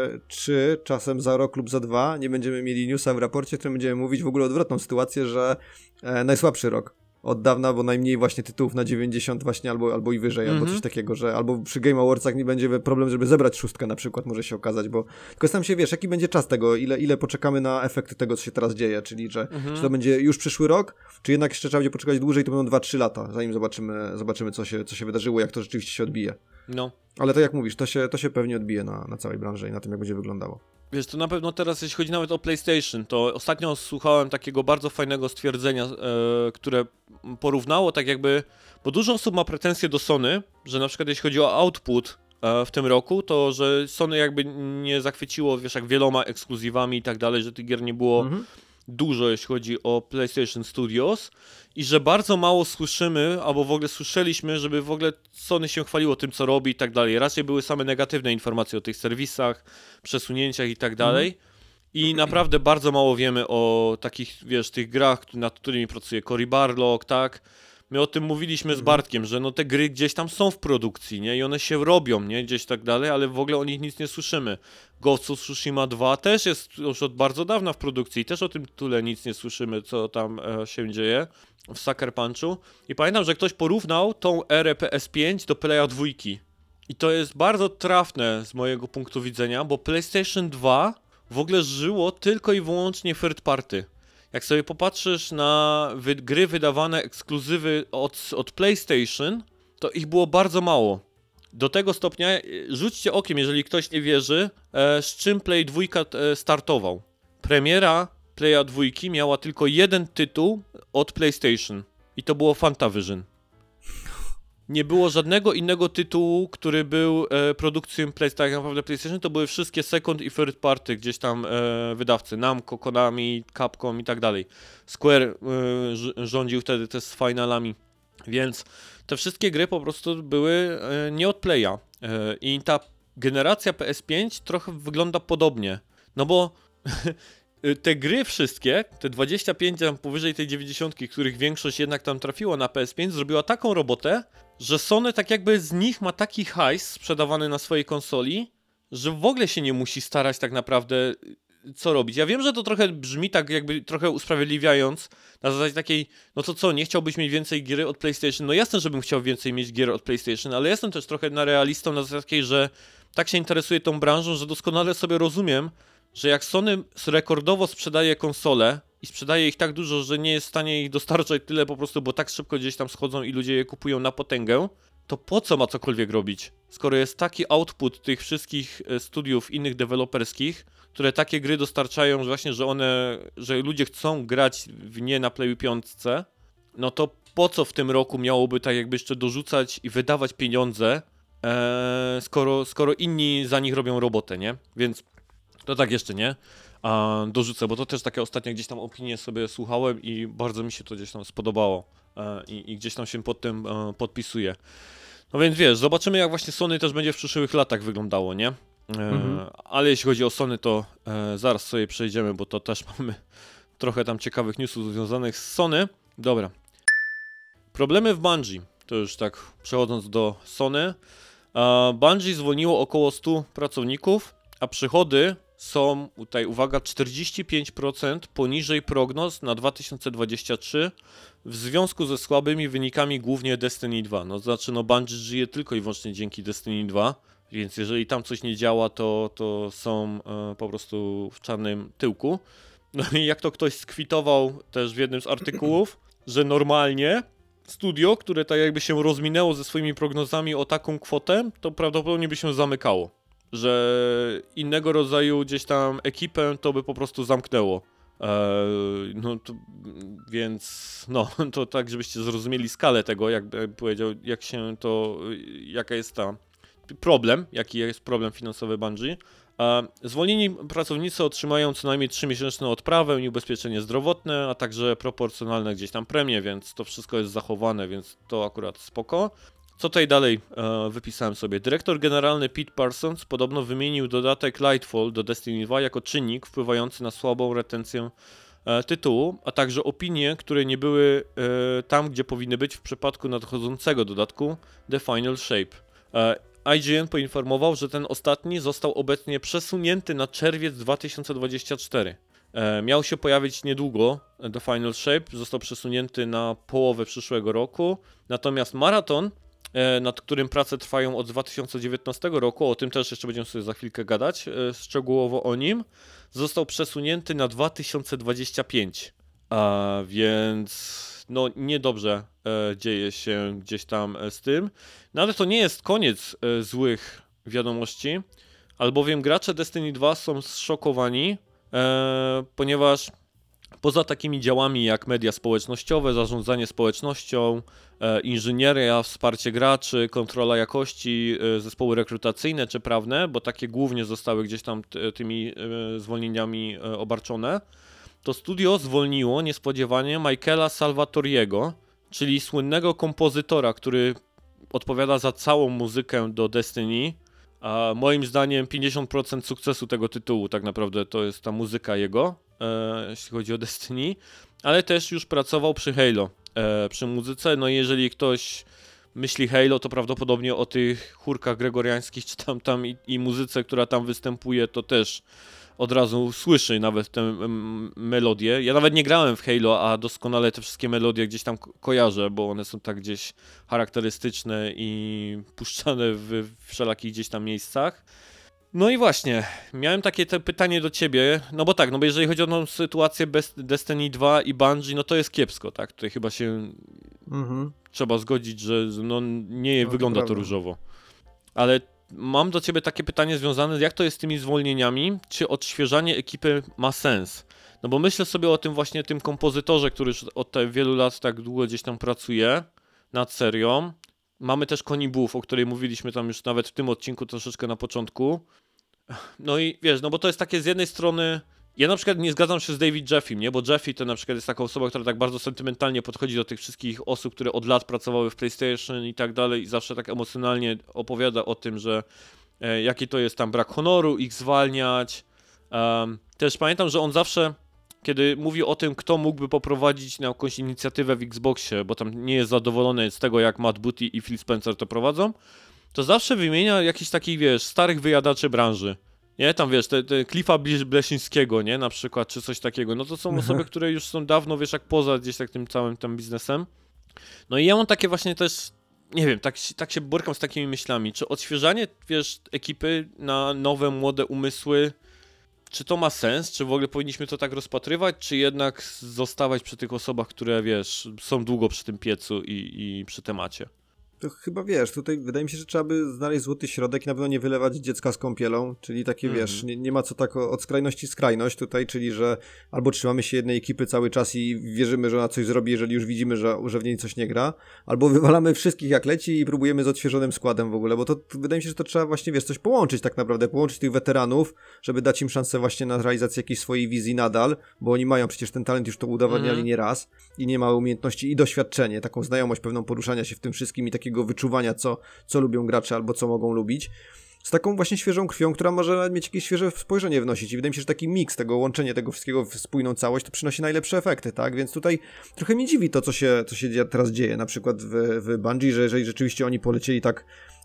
czy czasem za rok lub za dwa nie będziemy mieli newsa w raporcie, w którym będziemy mówić w ogóle odwrotną sytuację, że najsłabszy rok od dawna, bo najmniej właśnie tytułów na 90 właśnie albo i wyżej, albo coś takiego, że albo przy Game Awardsach nie będzie problem, żeby zebrać szóstkę na przykład, może się okazać, bo tylko sam się wiesz, jaki będzie czas tego, ile poczekamy na efekty tego, co się teraz dzieje, czyli że czy to będzie już przyszły rok, czy jednak jeszcze trzeba będzie poczekać dłużej, to będą 2-3 lata, zanim zobaczymy co się wydarzyło, jak to rzeczywiście się odbije. No. Ale tak jak mówisz, to się pewnie odbije na całej branży i na tym, jak będzie wyglądało. Wiesz, to na pewno teraz, jeśli chodzi nawet o PlayStation, to ostatnio słuchałem takiego bardzo fajnego stwierdzenia, które porównało tak jakby, bo dużo osób ma pretensje do Sony, że na przykład jeśli chodzi o output w tym roku, to że Sony jakby nie zachwyciło, wiesz, jak wieloma ekskluzywami i tak dalej, że tych gier nie było dużo, jeśli chodzi o PlayStation Studios i że bardzo mało słyszymy, albo w ogóle słyszeliśmy, żeby w ogóle Sony się chwaliło tym, co robi i tak dalej. Raczej były same negatywne informacje o tych serwisach, przesunięciach i tak dalej. I naprawdę bardzo mało wiemy o takich, wiesz, tych grach, nad którymi pracuje Cory Barlog, tak? My o tym mówiliśmy z Bartkiem, że no te gry gdzieś tam są w produkcji, nie? I one się robią, nie? Gdzieś tak dalej, ale w ogóle o nich nic nie słyszymy. Ghost of Tsushima 2 też jest już od bardzo dawna w produkcji i też o tym tytule nic nie słyszymy, co tam się dzieje w Sucker Punchu. I pamiętam, że ktoś porównał tą erę PS5 do Playa 2. I to jest bardzo trafne z mojego punktu widzenia, bo PlayStation 2 w ogóle żyło tylko i wyłącznie third party. Jak sobie popatrzysz na gry wydawane ekskluzywy od PlayStation, to ich było bardzo mało. Do tego stopnia, rzućcie okiem, jeżeli ktoś nie wierzy, z czym Play 2 startował. Premiera Playa 2 miała tylko jeden tytuł od PlayStation i to było Fantavision. Nie było żadnego innego tytułu, który był produkcją tak naprawdę PlayStation, to były wszystkie second i third party, gdzieś tam wydawcy, Namco, Konami, Capcom i tak dalej. Square rządził wtedy też z finalami, więc te wszystkie gry po prostu były nie od Playa. I ta generacja PS5 trochę wygląda podobnie, no bo te gry wszystkie, te 25 tam powyżej tej 90, których większość jednak tam trafiła na PS5, zrobiła taką robotę, że Sony tak jakby z nich ma taki hajs sprzedawany na swojej konsoli, że w ogóle się nie musi starać tak naprawdę co robić. Ja wiem, że to trochę brzmi tak jakby trochę usprawiedliwiając, na zasadzie takiej, no to co, nie chciałbyś mieć więcej gier od PlayStation? No jasne, żebym chciał więcej mieć gier od PlayStation, ale jestem też trochę na realistą na zasadzie takiej, że tak się interesuję tą branżą, że doskonale sobie rozumiem, że jak Sony rekordowo sprzedaje konsole i sprzedaje ich tak dużo, że nie jest w stanie ich dostarczać tyle po prostu, bo tak szybko gdzieś tam schodzą i ludzie je kupują na potęgę, to po co ma cokolwiek robić? Skoro jest taki output tych wszystkich studiów innych deweloperskich, które takie gry dostarczają, że właśnie, że ludzie chcą grać w nie na Playu 5, no to po co w tym roku miałoby tak jakby jeszcze dorzucać i wydawać pieniądze, skoro inni za nich robią robotę, nie? Więc to tak jeszcze nie dorzucę, bo to też takie ostatnie gdzieś tam opinie sobie słuchałem i bardzo mi się to gdzieś tam spodobało i gdzieś tam się pod tym podpisuję. No więc wiesz, zobaczymy jak właśnie Sony też będzie w przyszłych latach wyglądało, nie? Ale jeśli chodzi o Sony, to zaraz sobie przejdziemy, bo to też mamy trochę tam ciekawych newsów związanych z Sony. Dobra. Problemy w Bungie. To już tak przechodząc do Sony. Bungie zwolniło około 100 pracowników, a przychody są, tutaj uwaga, 45% poniżej prognoz na 2023 w związku ze słabymi wynikami głównie Destiny 2. No znaczy, no Bungie żyje tylko i wyłącznie dzięki Destiny 2, więc jeżeli tam coś nie działa, to są po prostu w czarnym tyłku. No i jak to ktoś skwitował też w jednym z artykułów, że normalnie studio, które tak jakby się rozminęło ze swoimi prognozami o taką kwotę, to prawdopodobnie by się zamykało. Że innego rodzaju gdzieś tam ekipę to by po prostu zamknęło. No to, więc no to tak, żebyście zrozumieli skalę tego, jakby powiedział, jak się to, jaka jest ta problem, jaki jest problem finansowy Bungie. Zwolnieni pracownicy otrzymają co najmniej 3-miesięczną odprawę i ubezpieczenie zdrowotne, a także proporcjonalne gdzieś tam premie, więc to wszystko jest zachowane, więc to akurat spoko. Co tutaj dalej wypisałem sobie? Dyrektor generalny Pete Parsons podobno wymienił dodatek Lightfall do Destiny 2 jako czynnik wpływający na słabą retencję tytułu, a także opinie, które nie były tam, gdzie powinny być w przypadku nadchodzącego dodatku The Final Shape. IGN poinformował, że ten ostatni został obecnie przesunięty na czerwiec 2024. Miał się pojawić niedługo, The Final Shape został przesunięty na połowę przyszłego roku, natomiast Marathon, nad którym prace trwają od 2019 roku, o tym też jeszcze będziemy sobie za chwilkę gadać, szczegółowo o nim, został przesunięty na 2025, więc no niedobrze dzieje się gdzieś tam z tym, no ale to nie jest koniec złych wiadomości, albowiem gracze Destiny 2 są zszokowani, ponieważ poza takimi działami jak media społecznościowe, zarządzanie społecznością, inżynieria, wsparcie graczy, kontrola jakości, zespoły rekrutacyjne czy prawne, bo takie głównie zostały gdzieś tam tymi zwolnieniami obarczone, to studio zwolniło niespodziewanie Michaela Salvatoriego, czyli słynnego kompozytora, który odpowiada za całą muzykę do Destiny. A moim zdaniem 50% sukcesu tego tytułu tak naprawdę to jest ta muzyka jego, jeśli chodzi o Destiny, ale też już pracował przy Halo, przy muzyce. No i jeżeli ktoś myśli Halo, to prawdopodobnie o tych chórkach gregoriańskich czy tam i muzyce, która tam występuje, to też od razu słyszy nawet tę melodię. Ja nawet nie grałem w Halo, a doskonale te wszystkie melodie gdzieś tam kojarzę, bo one są tak gdzieś charakterystyczne i puszczane w wszelakich gdzieś tam miejscach. No i właśnie, miałem takie pytanie do ciebie, no bo tak, no bo jeżeli chodzi o tą sytuację bez Destiny 2 i Bungie, no to jest kiepsko, tak? Tutaj chyba się trzeba zgodzić, że no nie wygląda to różowo. Ale mam do ciebie takie pytanie związane z jak to jest z tymi zwolnieniami, czy odświeżanie ekipy ma sens? No bo myślę sobie o tym właśnie tym kompozytorze, który już od wielu lat tak długo gdzieś tam pracuje nad serią. Mamy też Connie Booth, o której mówiliśmy tam już nawet w tym odcinku troszeczkę na początku. No i wiesz, no bo to jest takie z jednej strony... Ja na przykład nie zgadzam się z David Jeffim, nie? Bo Jeffy to na przykład jest taką osobą, która tak bardzo sentymentalnie podchodzi do tych wszystkich osób, które od lat pracowały w PlayStation i tak dalej i zawsze tak emocjonalnie opowiada o tym, że jaki to jest tam brak honoru, ich zwalniać. Też pamiętam, że on zawsze, kiedy mówi o tym, kto mógłby poprowadzić na jakąś inicjatywę w Xboxie, bo tam nie jest zadowolony z tego, jak Matt Booty i Phil Spencer to prowadzą, to zawsze wymienia jakichś takich, wiesz, starych wyjadaczy branży. Nie, tam wiesz, te Cliffa Blesińskiego, nie, na przykład, czy coś takiego, no to są osoby, które już są dawno, wiesz, jak poza gdzieś tak tym całym tam biznesem. No i ja mam takie właśnie też, nie wiem, tak się borykam z takimi myślami, czy odświeżanie, wiesz, ekipy na nowe, młode umysły, czy to ma sens, czy w ogóle powinniśmy to tak rozpatrywać, czy jednak zostawać przy tych osobach, które, wiesz, są długo przy tym piecu i przy temacie. To chyba wiesz, tutaj wydaje mi się, że trzeba by znaleźć złoty środek i na pewno nie wylewać dziecka z kąpielą, czyli takie wiesz, nie ma co tak od skrajności skrajność tutaj, czyli że albo trzymamy się jednej ekipy cały czas i wierzymy, że ona coś zrobi, jeżeli już widzimy, że w niej coś nie gra, albo wywalamy wszystkich jak leci i próbujemy z odświeżonym składem w ogóle, bo to wydaje mi się, że to trzeba właśnie, wiesz, coś połączyć tak naprawdę, połączyć tych weteranów, żeby dać im szansę właśnie na realizację jakiejś swojej wizji nadal, bo oni mają przecież ten talent, już to udowadniali nie raz i nie ma umiejętności i doświadczenie, taką znajomość pewną poruszania się w tym wszystkim i takiego wyczuwania, co lubią gracze albo co mogą lubić, z taką właśnie świeżą krwią, która może mieć jakieś świeże spojrzenie wnosić i wydaje mi się, że taki miks, tego łączenie tego wszystkiego w spójną całość, to przynosi najlepsze efekty, tak? Więc tutaj trochę mnie dziwi to, co się teraz dzieje, na przykład w Bungie, że jeżeli rzeczywiście oni polecieli tak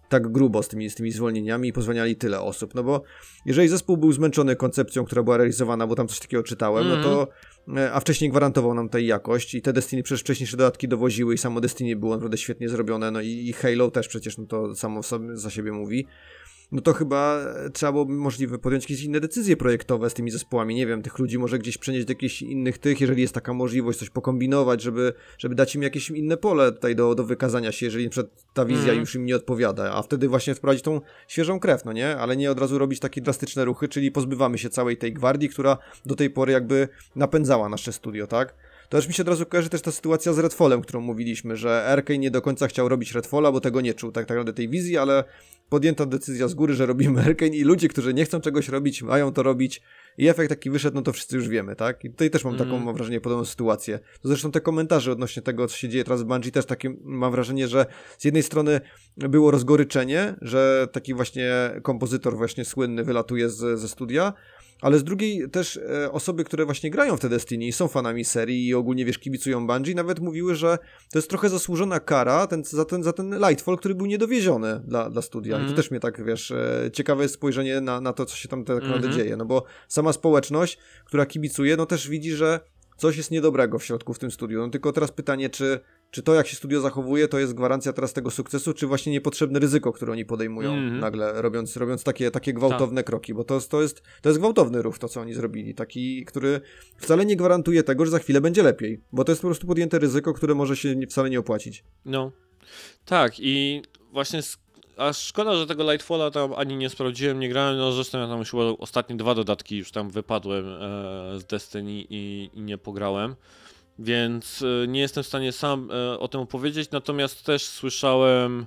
tak grubo z tymi zwolnieniami i pozwaniali tyle osób, no bo jeżeli zespół był zmęczony koncepcją, która była realizowana, bo tam coś takiego czytałem, no to a wcześniej gwarantował nam tej jakość i te Destiny przecież wcześniejsze dodatki dowoziły i samo Destiny było naprawdę świetnie zrobione, no i Halo też przecież, no to samo za siebie mówi. No to chyba trzeba byłoby możliwe podjąć jakieś inne decyzje projektowe z tymi zespołami, nie wiem, tych ludzi może gdzieś przenieść do jakichś innych jeżeli jest taka możliwość, coś pokombinować, żeby dać im jakieś inne pole tutaj do wykazania się, jeżeli na przykład ta wizja już im nie odpowiada, a wtedy właśnie wprowadzić tą świeżą krew, no nie? Ale nie od razu robić takie drastyczne ruchy, czyli pozbywamy się całej tej gwardii, która do tej pory jakby napędzała nasze studio, tak? To już mi się od razu kojarzy też ta sytuacja z Redfallem, którą mówiliśmy, że Arkane nie do końca chciał robić Redfalla, bo tego nie czuł tak naprawdę tej wizji, ale podjęta decyzja z góry, że robimy Arkane i ludzie, którzy nie chcą czegoś robić, mają to robić i efekt taki wyszedł, no to wszyscy już wiemy, tak? I tutaj też mam taką, mam wrażenie, podobną sytuację. To zresztą te komentarze odnośnie tego, co się dzieje teraz w Bungie, też takie mam wrażenie, że z jednej strony było rozgoryczenie, że taki właśnie kompozytor właśnie słynny wylatuje ze studia, ale z drugiej też osoby, które właśnie grają w te Destiny i są fanami serii i ogólnie, wiesz, kibicują Bungie, nawet mówiły, że to jest trochę zasłużona kara za ten Lightfall, który był niedowieziony dla studia. I to też mnie tak, wiesz, ciekawe jest spojrzenie na to, co się tam tak naprawdę dzieje, no bo sama społeczność, która kibicuje, no też widzi, że coś jest niedobrego w środku w tym studiu. No tylko teraz pytanie, czy to, jak się studio zachowuje, to jest gwarancja teraz tego sukcesu, czy właśnie niepotrzebne ryzyko, które oni podejmują nagle, robiąc takie gwałtowne kroki, bo to jest gwałtowny ruch, to co oni zrobili, taki, który wcale nie gwarantuje tego, że za chwilę będzie lepiej, bo to jest po prostu podjęte ryzyko, które może się wcale nie opłacić. No, tak i właśnie aż szkoda, że tego Lightfalla tam ani nie sprawdziłem, nie grałem, no zresztą ja tam już chyba ostatnie 2 dodatki już tam wypadłem z Destiny i nie pograłem. Więc nie jestem w stanie sam o tym opowiedzieć, natomiast też słyszałem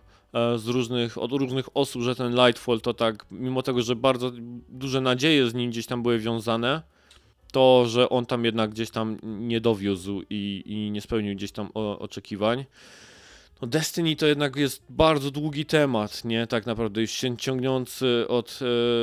od różnych osób, że ten Lightfall to tak, mimo tego, że bardzo duże nadzieje z nim gdzieś tam były wiązane, to, że on tam jednak gdzieś tam nie dowiózł i nie spełnił gdzieś tam oczekiwań. No Destiny to jednak jest bardzo długi temat, nie? Tak naprawdę już się ciągnący od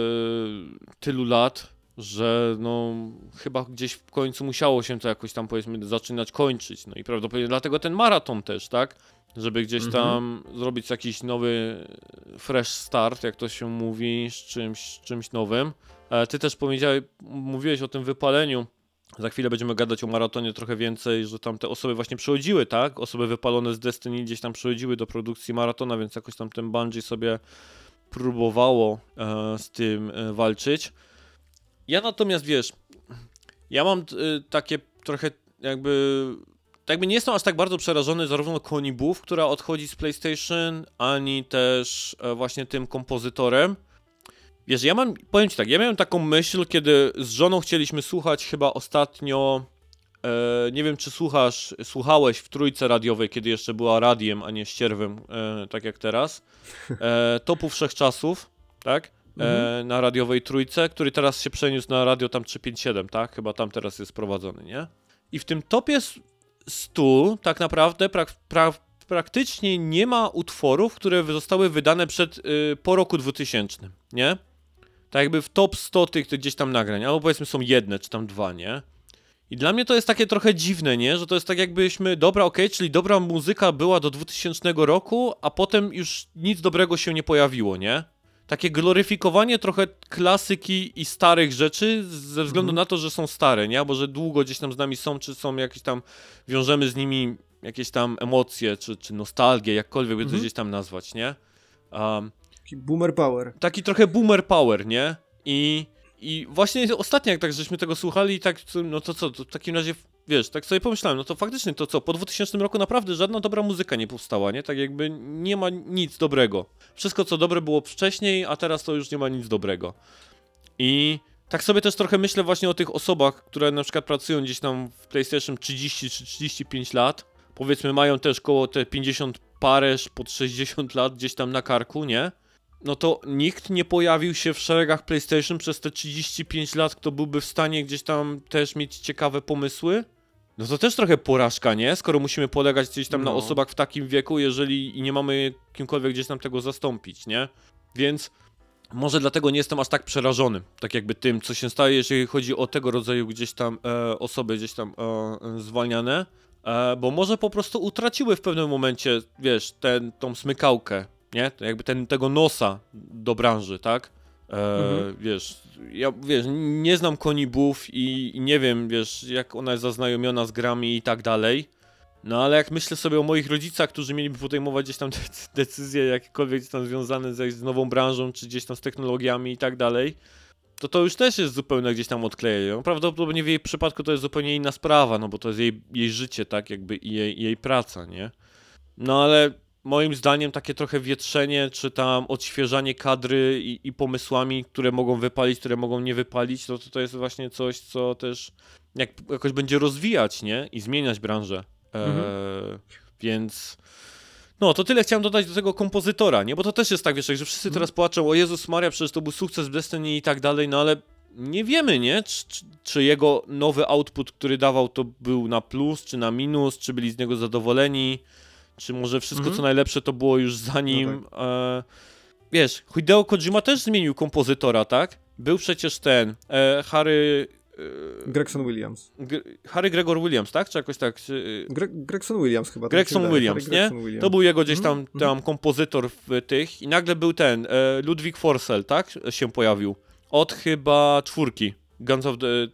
tylu lat, że no chyba gdzieś w końcu musiało się to jakoś tam, powiedzmy, zaczynać kończyć. No i prawdopodobnie dlatego ten maraton też, tak? Żeby gdzieś tam zrobić jakiś nowy fresh start, jak to się mówi, z czymś nowym. Ty też mówiłeś o tym wypaleniu. Za chwilę będziemy gadać o maratonie trochę więcej, że tam te osoby właśnie przychodziły, tak? Osoby wypalone z Destiny gdzieś tam przychodziły do produkcji maratona, więc jakoś tam ten Bungie sobie próbowało z tym walczyć. Ja natomiast, wiesz, ja mam takie trochę jakby nie jestem aż tak bardzo przerażony zarówno Connie Booth, która odchodzi z PlayStation, ani też właśnie tym kompozytorem. Wiesz, powiem ci tak, ja miałem taką myśl, kiedy z żoną chcieliśmy słuchać chyba ostatnio, nie wiem czy słuchałeś w Trójce radiowej, kiedy jeszcze była radiem, a nie ścierwem, tak jak teraz, Topu Wszechczasów, tak? Na radiowej Trójce, który teraz się przeniósł na radio tam 357, tak? Chyba tam teraz jest prowadzony, nie? I w tym topie 100 tak naprawdę praktycznie nie ma utworów, które zostały wydane po roku 2000, nie? Tak jakby w top 100 tych gdzieś tam nagrań, albo powiedzmy są jedne, czy tam 2, nie? I dla mnie to jest takie trochę dziwne, nie? Że to jest tak jakbyśmy, dobra, okej, czyli dobra muzyka była do 2000 roku, a potem już nic dobrego się nie pojawiło, nie? Takie gloryfikowanie trochę klasyki i starych rzeczy ze względu na to, że są stare, nie? Albo że długo gdzieś tam z nami są, czy są jakieś tam, wiążemy z nimi jakieś tam emocje, czy nostalgię, jakkolwiek by to gdzieś tam nazwać, nie? Taki boomer power. Taki trochę boomer power, nie? I właśnie ostatnio jak tak żeśmy tego słuchali i tak, no to co, to w takim razie, wiesz, tak sobie pomyślałem, no to faktycznie to co, po 2000 roku naprawdę żadna dobra muzyka nie powstała, nie? Tak jakby nie ma nic dobrego. Wszystko co dobre było wcześniej, a teraz to już nie ma nic dobrego. I tak sobie też trochę myślę właśnie o tych osobach, które na przykład pracują gdzieś tam w PlayStation 30 czy 35 lat, powiedzmy mają też koło te 50 parę, pod 60 lat gdzieś tam na karku, nie? No to nikt nie pojawił się w szeregach PlayStation przez te 35 lat, kto byłby w stanie gdzieś tam też mieć ciekawe pomysły. No to też trochę porażka, nie? Skoro musimy polegać gdzieś tam na osobach w takim wieku, jeżeli nie mamy kimkolwiek gdzieś tam tego zastąpić, nie? Więc może dlatego nie jestem aż tak przerażony, tak jakby tym, co się staje, jeżeli chodzi o tego rodzaju gdzieś tam osoby gdzieś tam zwalniane, bo może po prostu utraciły w pewnym momencie, wiesz, tą smykałkę. nie? To jakby tego nosa do branży, tak? Wiesz, ja nie znam Connie Booth i nie wiem, wiesz, jak ona jest zaznajomiona z grami i tak dalej. No ale jak myślę sobie o moich rodzicach, którzy mieliby podejmować gdzieś tam decyzje jakiekolwiek gdzieś tam związane z nową branżą, czy gdzieś tam z technologiami i tak dalej, to już też jest zupełnie gdzieś tam odklejenie. No, prawdopodobnie w jej przypadku to jest zupełnie inna sprawa, no bo to jest jej życie, tak, jakby i jej praca, nie? No ale moim zdaniem takie trochę wietrzenie, czy tam odświeżanie kadry i pomysłami, które mogą wypalić, które mogą nie wypalić, to jest właśnie coś, co też jakoś będzie rozwijać, nie? I zmieniać branżę. Więc... No, to tyle chciałem dodać do tego kompozytora, nie? Bo to też jest tak, wiesz, że wszyscy teraz płaczą, o Jezus Maria, przecież to był sukces w Destiny i tak dalej, no ale nie wiemy, nie? Czy jego nowy output, który dawał, to był na plus, czy na minus, czy byli z niego zadowoleni, czy może wszystko, co najlepsze, to było już zanim... No tak. Wiesz, Hideo Kojima też zmienił kompozytora, tak? Był przecież ten, Harry... Gregson Williams. Harry Gregor Williams, tak? Czy jakoś tak? Gregson Williams chyba. Gregson Williams, nie? Gregson Williams. To był jego gdzieś tam kompozytor w tych i nagle był ten, Ludwig Forsell, tak? Się pojawił. Od chyba 4. Guns of the...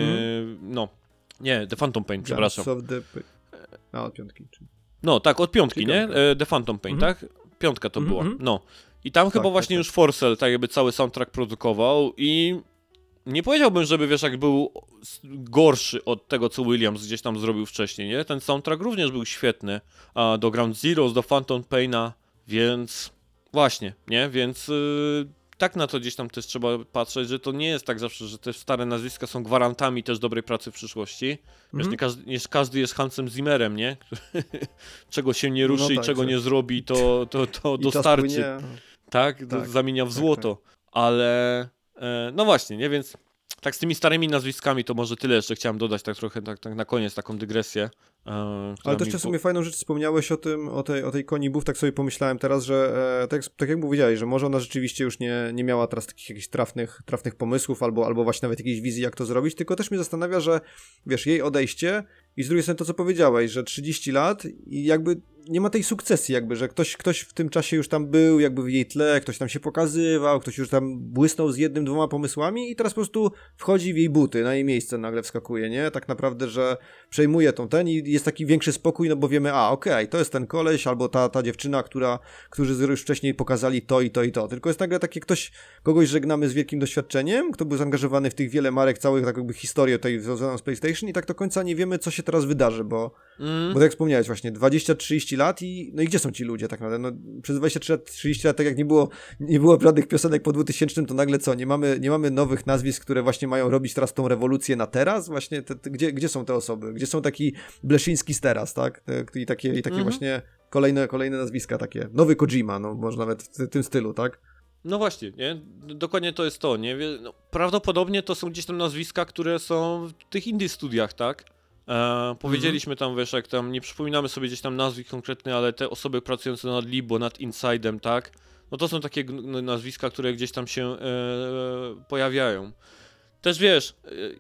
no. Nie, The Phantom Pain, przepraszam. Guns of the... od 5. No, tak, od 5, Czyli nie? 5. The Phantom Pain, tak? 5 to była, no. I tam chyba właśnie już Forsell tak jakby cały soundtrack produkował i nie powiedziałbym, żeby wiesz, jak był gorszy od tego, co Williams gdzieś tam zrobił wcześniej, nie? Ten soundtrack również był świetny, a do Ground Zeroes, do Phantom Paina, więc właśnie, nie? Więc tak na to gdzieś tam też trzeba patrzeć, że to nie jest tak zawsze, że te stare nazwiska są gwarantami też dobrej pracy w przyszłości. Wiesz, nie każdy jest Hansem Zimmerem, nie? Czego się nie ruszy i czego nie zrobi, to dostarczy. Tak? Zamienia w złoto. Ale no właśnie, nie? Więc tak z tymi starymi nazwiskami to może tyle jeszcze chciałem dodać, tak trochę tak na koniec taką dygresję. Ale też w sumie fajną rzecz wspomniałeś o tej Connie Booth, tak sobie pomyślałem teraz, że tak jak powiedziałeś, że może ona rzeczywiście już nie miała teraz takich jakichś trafnych pomysłów albo właśnie nawet jakiejś wizji, jak to zrobić, tylko też mnie zastanawia, że wiesz, jej odejście i z drugiej strony to, co powiedziałeś, że 30 lat i jakby nie ma tej sukcesji jakby, że ktoś w tym czasie już tam był jakby w jej tle, ktoś tam się pokazywał, ktoś już tam błysnął z jednym, dwoma pomysłami i teraz po prostu wchodzi w jej buty, na jej miejsce nagle wskakuje, nie? Tak naprawdę, że przejmuje ten i jest taki większy spokój, no bo wiemy, okej, to jest ten koleś albo ta dziewczyna, którzy już wcześniej pokazali to i to i to. Tylko jest nagle takie kogoś żegnamy z wielkim doświadczeniem, kto był zaangażowany w tych wiele marek, całych tak jakby historię tutaj związaną z PlayStation i tak do końca nie wiemy, co się teraz wydarzy, bo tak jak wspomniałeś właśnie, 20-30 lat i gdzie są ci ludzie tak naprawdę? No, przez 23-30 lat, tak jak nie było żadnych piosenek po 2000, to nagle co? Nie mamy nowych nazwisk, które właśnie mają robić teraz tą rewolucję na teraz? Właśnie gdzie są te osoby? Gdzie są taki Bleszyński z teraz, tak? I takie właśnie kolejne nazwiska takie. Nowy Kojima, no może nawet w tym stylu, tak? No właśnie, nie? Dokładnie to jest to, nie? No, prawdopodobnie to są gdzieś tam nazwiska, które są w tych indie studiach, tak? Powiedzieliśmy tam, wiesz, jak tam, nie przypominamy sobie gdzieś tam nazwisk konkretnych, ale te osoby pracujące nad Libo, nad Inside'em, tak? No to są takie nazwiska, które gdzieś tam się pojawiają. Też wiesz,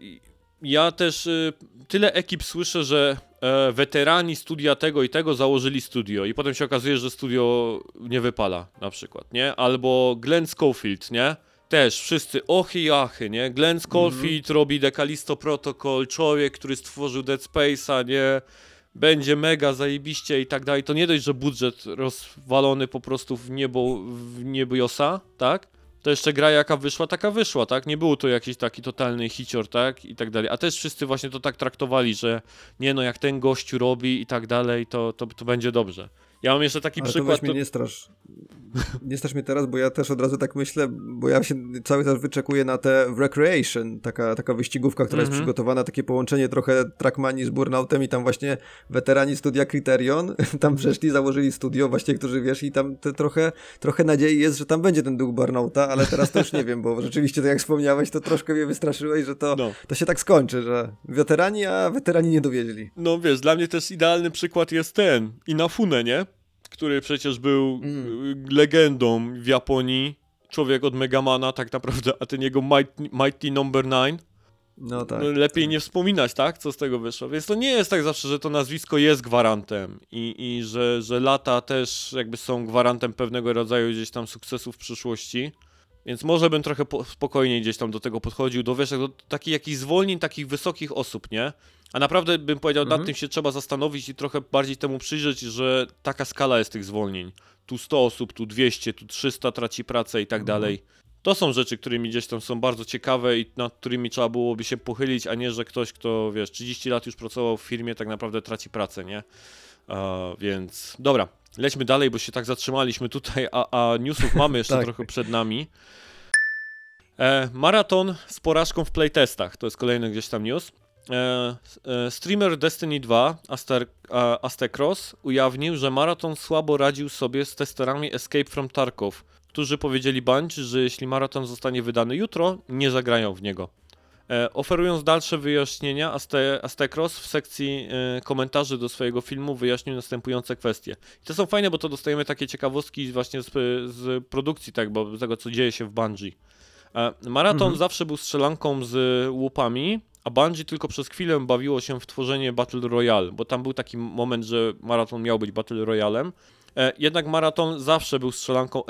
ja też tyle ekip słyszę, że weterani studia tego i tego założyli studio i potem się okazuje, że studio nie wypala na przykład, nie? Albo Glenn Schofield, nie? Też wszyscy ochy i achy, nie? Glenn Schofield robi The Callisto Protocol, człowiek, który stworzył Dead Space'a, nie? Będzie mega zajebiście i tak dalej. To nie dość, że budżet rozwalony po prostu w niebiosa, tak? To jeszcze gra jaka wyszła, taka wyszła, tak? Nie był to jakiś taki totalny hicior, tak? I tak dalej. A też wszyscy właśnie to tak traktowali, że nie no, jak ten gościu robi i tak dalej, to będzie dobrze. Ja mam jeszcze taki przykład... Ale to weź mnie nie strasz. Nie strasz mnie teraz, bo ja też od razu tak myślę, bo ja się cały czas wyczekuję na te Recreation, taka wyścigówka, która jest przygotowana, takie połączenie trochę Trackmanii z Burnoutem i tam właśnie weterani studia Criterion tam przeszli, założyli studio, właśnie, którzy wiesz, i tam trochę nadziei jest, że tam będzie ten duch Burnouta, ale teraz to już nie wiem, bo rzeczywiście, tak jak wspomniałeś, to troszkę mnie wystraszyłeś, że to się tak skończy, że weterani nie dowieźli. No wiesz, dla mnie też idealny przykład jest ten Inafune, nie? Który przecież był legendą w Japonii, człowiek od Megamana tak naprawdę, a ten jego Mighty Number 9, No tak. lepiej nie wspominać, tak, co z tego wyszło. Więc to nie jest tak zawsze, że to nazwisko jest gwarantem i że lata też jakby są gwarantem pewnego rodzaju gdzieś tam sukcesu w przyszłości. Więc może bym trochę spokojniej gdzieś tam do tego podchodził, do wiesz, do takich jakichś zwolnień, takich wysokich osób, nie? A naprawdę bym powiedział, nad tym się trzeba zastanowić i trochę bardziej temu przyjrzeć, że taka skala jest tych zwolnień. Tu 100 osób, tu 200, tu 300 traci pracę i tak dalej. To są rzeczy, którymi gdzieś tam są bardzo ciekawe i nad którymi trzeba byłoby się pochylić, a nie, że ktoś, kto, wiesz, 30 lat już pracował w firmie, tak naprawdę traci pracę, nie? Więc dobra, lećmy dalej, bo się tak zatrzymaliśmy tutaj, a newsów mamy jeszcze Tak. trochę przed nami. Maraton z porażką w playtestach, to jest kolejny gdzieś tam news. Streamer Destiny 2, Aztecross, ujawnił, że Maraton słabo radził sobie z testerami Escape from Tarkov, którzy powiedzieli Bungie, że jeśli Maraton zostanie wydany jutro, nie zagrają w niego. Oferując dalsze wyjaśnienia, Aztecross w sekcji komentarzy do swojego filmu wyjaśnił następujące kwestie. I to są fajne, bo to dostajemy takie ciekawostki właśnie z produkcji, tak, bo z tego, co dzieje się w Bungie. Maraton zawsze był strzelanką z łupami, a Bungie tylko przez chwilę bawiło się w tworzenie Battle Royale, bo tam był taki moment, że Maraton miał być Battle Royalem. Jednak Maraton zawsze był strzelanką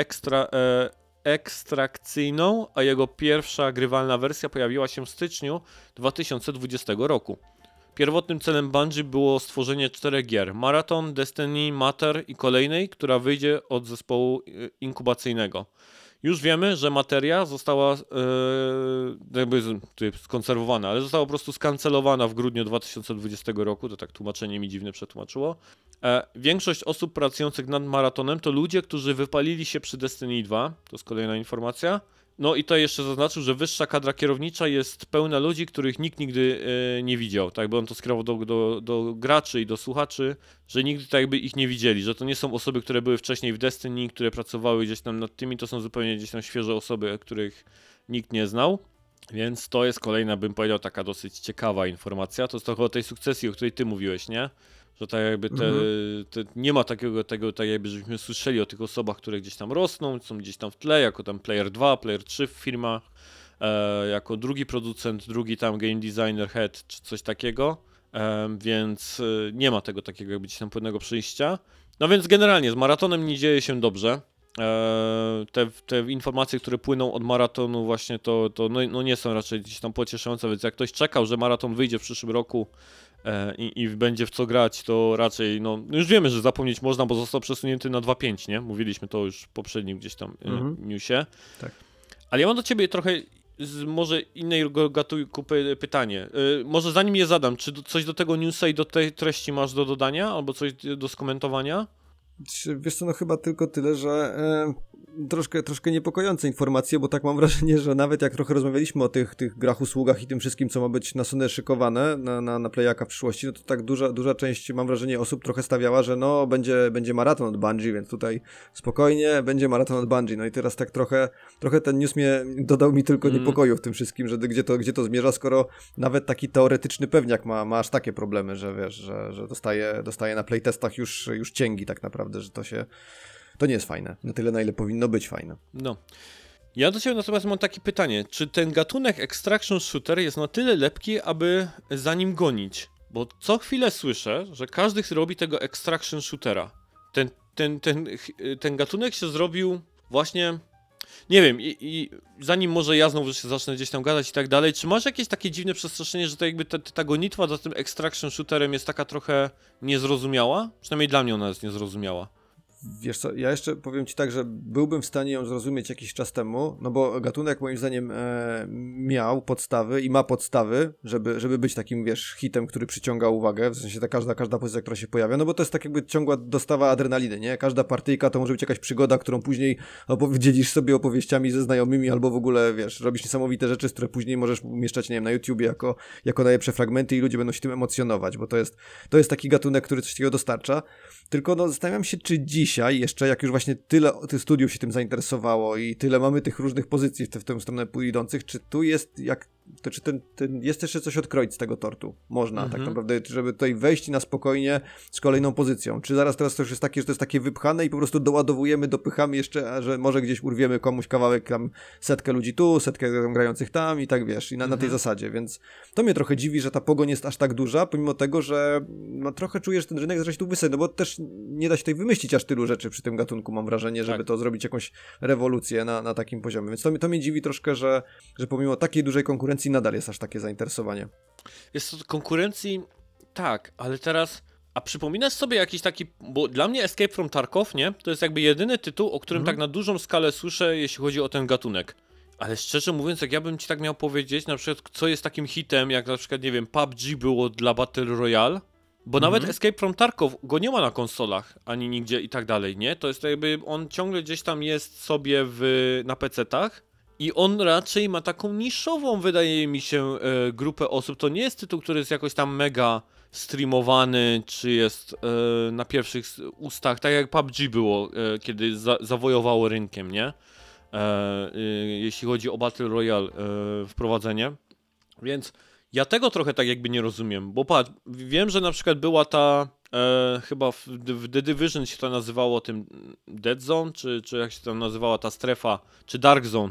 ekstrakcyjną, a jego pierwsza grywalna wersja pojawiła się w styczniu 2020 roku. Pierwotnym celem Bungie było stworzenie 4 gier: Marathon, Destiny, Matter i kolejnej, która wyjdzie od zespołu inkubacyjnego. Już wiemy, że materia została jakby skonserwowana, ale została po prostu skancelowana w grudniu 2020 roku, to tak tłumaczenie mi dziwne przetłumaczyło. Większość osób pracujących nad Maratonem to ludzie, którzy wypalili się przy Destiny 2, to jest kolejna informacja. No i to jeszcze zaznaczył, że wyższa kadra kierownicza jest pełna ludzi, których nikt nigdy nie widział, tak, bo on to skierował do graczy i do słuchaczy, że nigdy tak jakby ich nie widzieli, że to nie są osoby, które były wcześniej w Destiny, które pracowały gdzieś tam nad tymi, to są zupełnie gdzieś tam świeże osoby, których nikt nie znał, więc to jest kolejna, bym powiedział, taka dosyć ciekawa informacja. To jest trochę o tej sukcesji, o której ty mówiłeś, nie? Że tak jakby nie ma takiego, tak jakby, żebyśmy słyszeli o tych osobach, które gdzieś tam rosną, są gdzieś tam w tle, jako tam Player 2, Player 3 w firmach, jako drugi producent, drugi tam game designer, head, czy coś takiego, więc nie ma tego takiego jakby gdzieś tam pewnego przyjścia. No więc generalnie z Maratonem nie dzieje się dobrze. Te informacje, które płyną od Maratonu właśnie to no nie są raczej gdzieś tam pocieszające, więc jak ktoś czekał, że Maraton wyjdzie w przyszłym roku i będzie w co grać, to raczej, no już wiemy, że zapomnieć można, bo został przesunięty na 2.5, nie? Mówiliśmy to już w poprzednim gdzieś tam newsie. Tak. Ale ja mam do ciebie trochę z może innego gatunku pytanie. Może zanim je zadam, czy coś do tego newsa i do tej treści masz do dodania, albo coś do skomentowania? Wiesz co, no chyba tylko tyle, że troszkę niepokojące informacje, bo tak mam wrażenie, że nawet jak trochę rozmawialiśmy o tych grach, usługach i tym wszystkim, co ma być na Sony szykowane na Playaka w przyszłości, no to tak duża część, mam wrażenie, osób trochę stawiała, że no będzie maraton od Bungie, więc tutaj spokojnie będzie maraton od Bungie. No i teraz tak trochę ten news dodał mi tylko niepokoju w tym wszystkim, że gdzie to zmierza, skoro nawet taki teoretyczny pewniak ma aż takie problemy, że wiesz, że dostaje na playtestach już cięgi tak naprawdę, że to nie jest fajne. Na tyle, na ile powinno być fajne. No. Ja do ciebie natomiast mam takie pytanie. Czy ten gatunek Extraction Shooter jest na tyle lepki, aby za nim gonić? Bo co chwilę słyszę, że każdy robi tego Extraction Shootera. Ten gatunek się zrobił właśnie... Nie wiem, i zanim może ja znowu się zacznę gdzieś tam gadać i tak dalej, czy masz jakieś takie dziwne przestraszenie, że to jakby ta gonitwa za tym Extraction Shooterem jest taka trochę niezrozumiała? Przynajmniej dla mnie ona jest niezrozumiała. Wiesz co, ja jeszcze powiem ci tak, że byłbym w stanie ją zrozumieć jakiś czas temu, no bo gatunek moim zdaniem miał podstawy i ma podstawy, żeby być takim, wiesz, hitem, który przyciąga uwagę, w sensie ta każda pozycja, która się pojawia, no bo to jest tak jakby ciągła dostawa adrenaliny, nie? Każda partyjka to może być jakaś przygoda, którą później dzielisz sobie opowieściami ze znajomymi albo w ogóle, wiesz, robisz niesamowite rzeczy, z które później możesz umieszczać, nie wiem, na YouTubie jako najlepsze fragmenty i ludzie będą się tym emocjonować, bo to jest taki gatunek, który coś takiego dostarcza. Tylko no zastanawiam się, czy dzisiaj jeszcze, jak już właśnie tyle tych studiów się tym zainteresowało i tyle mamy tych różnych pozycji w tę stronę idących, czy tu jest, jak to czy jest jeszcze coś odkroić z tego tortu? Można, tak naprawdę, żeby tutaj wejść na spokojnie z kolejną pozycją. Czy teraz to już jest takie, że to jest takie wypchane i po prostu doładowujemy, dopychamy jeszcze, a że może gdzieś urwiemy komuś kawałek, tam setkę ludzi tu, setkę tam grających tam i tak wiesz, i na tej zasadzie, więc to mnie trochę dziwi, że ta pogoń jest aż tak duża, pomimo tego, że no, trochę czujesz ten rynek, że się tu wysyć, no bo też nie da się tutaj wymyślić aż tylu rzeczy przy tym gatunku, mam wrażenie, żeby to zrobić jakąś rewolucję na takim poziomie, więc to mnie dziwi troszkę, że pomimo takiej dużej konkurencji nadal jest aż takie zainteresowanie. Jest to konkurencji, tak, ale teraz... A przypominasz sobie jakiś taki... Bo dla mnie Escape from Tarkov, nie? To jest jakby jedyny tytuł, o którym tak na dużą skalę słyszę, jeśli chodzi o ten gatunek. Ale szczerze mówiąc, jak ja bym ci tak miał powiedzieć, na przykład co jest takim hitem, jak na przykład, nie wiem, PUBG było dla Battle Royale, bo nawet Escape from Tarkov go nie ma na konsolach, ani nigdzie i tak dalej, nie? To jest jakby, on ciągle gdzieś tam jest sobie na PC-tach i on raczej ma taką niszową, wydaje mi się, grupę osób. To nie jest tytuł, który jest jakoś tam mega streamowany, czy jest na pierwszych ustach, tak jak PUBG było, kiedy zawojowało rynkiem, nie? Jeśli chodzi o Battle Royale wprowadzenie. Więc ja tego trochę tak jakby nie rozumiem, bo patrz, wiem, że na przykład była ta chyba w The Division się to nazywało tym Dead Zone, czy jak się tam nazywała ta strefa, czy Dark Zone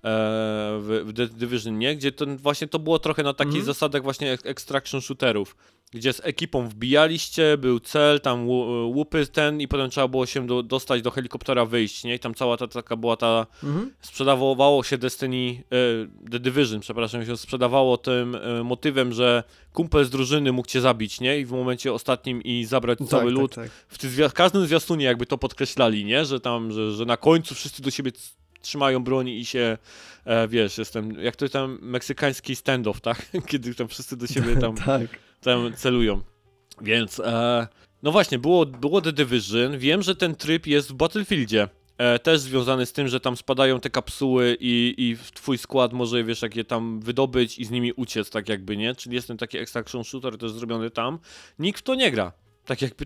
w The Division, nie? Gdzie właśnie to było trochę na takich zasadach właśnie extraction shooterów, gdzie z ekipą wbijaliście, był cel, tam łupy i potem trzeba było się dostać do helikoptera, wyjść, nie? I tam cała ta taka była ta... Sprzedawało się The Division, przepraszam, się sprzedawało tym motywem, że kumpel z drużyny mógł cię zabić, nie? I w momencie ostatnim i zabrać cały lód. Tak. W każdym zwiastunie jakby to podkreślali, nie? Że tam, że na końcu wszyscy do siebie trzymają broni i się, wiesz, jak to jest tam meksykański standoff, tak? Kiedy tam wszyscy do siebie tam celują. Więc, no właśnie, było The Division. Wiem, że ten tryb jest w Battlefieldzie. Też związany z tym, że tam spadają te kapsuły i twój skład może, wiesz, jak je tam wydobyć i z nimi uciec, tak jakby, nie? Czyli jest ten taki extraction shooter też zrobiony tam. Nikt w to nie gra. Tak jakby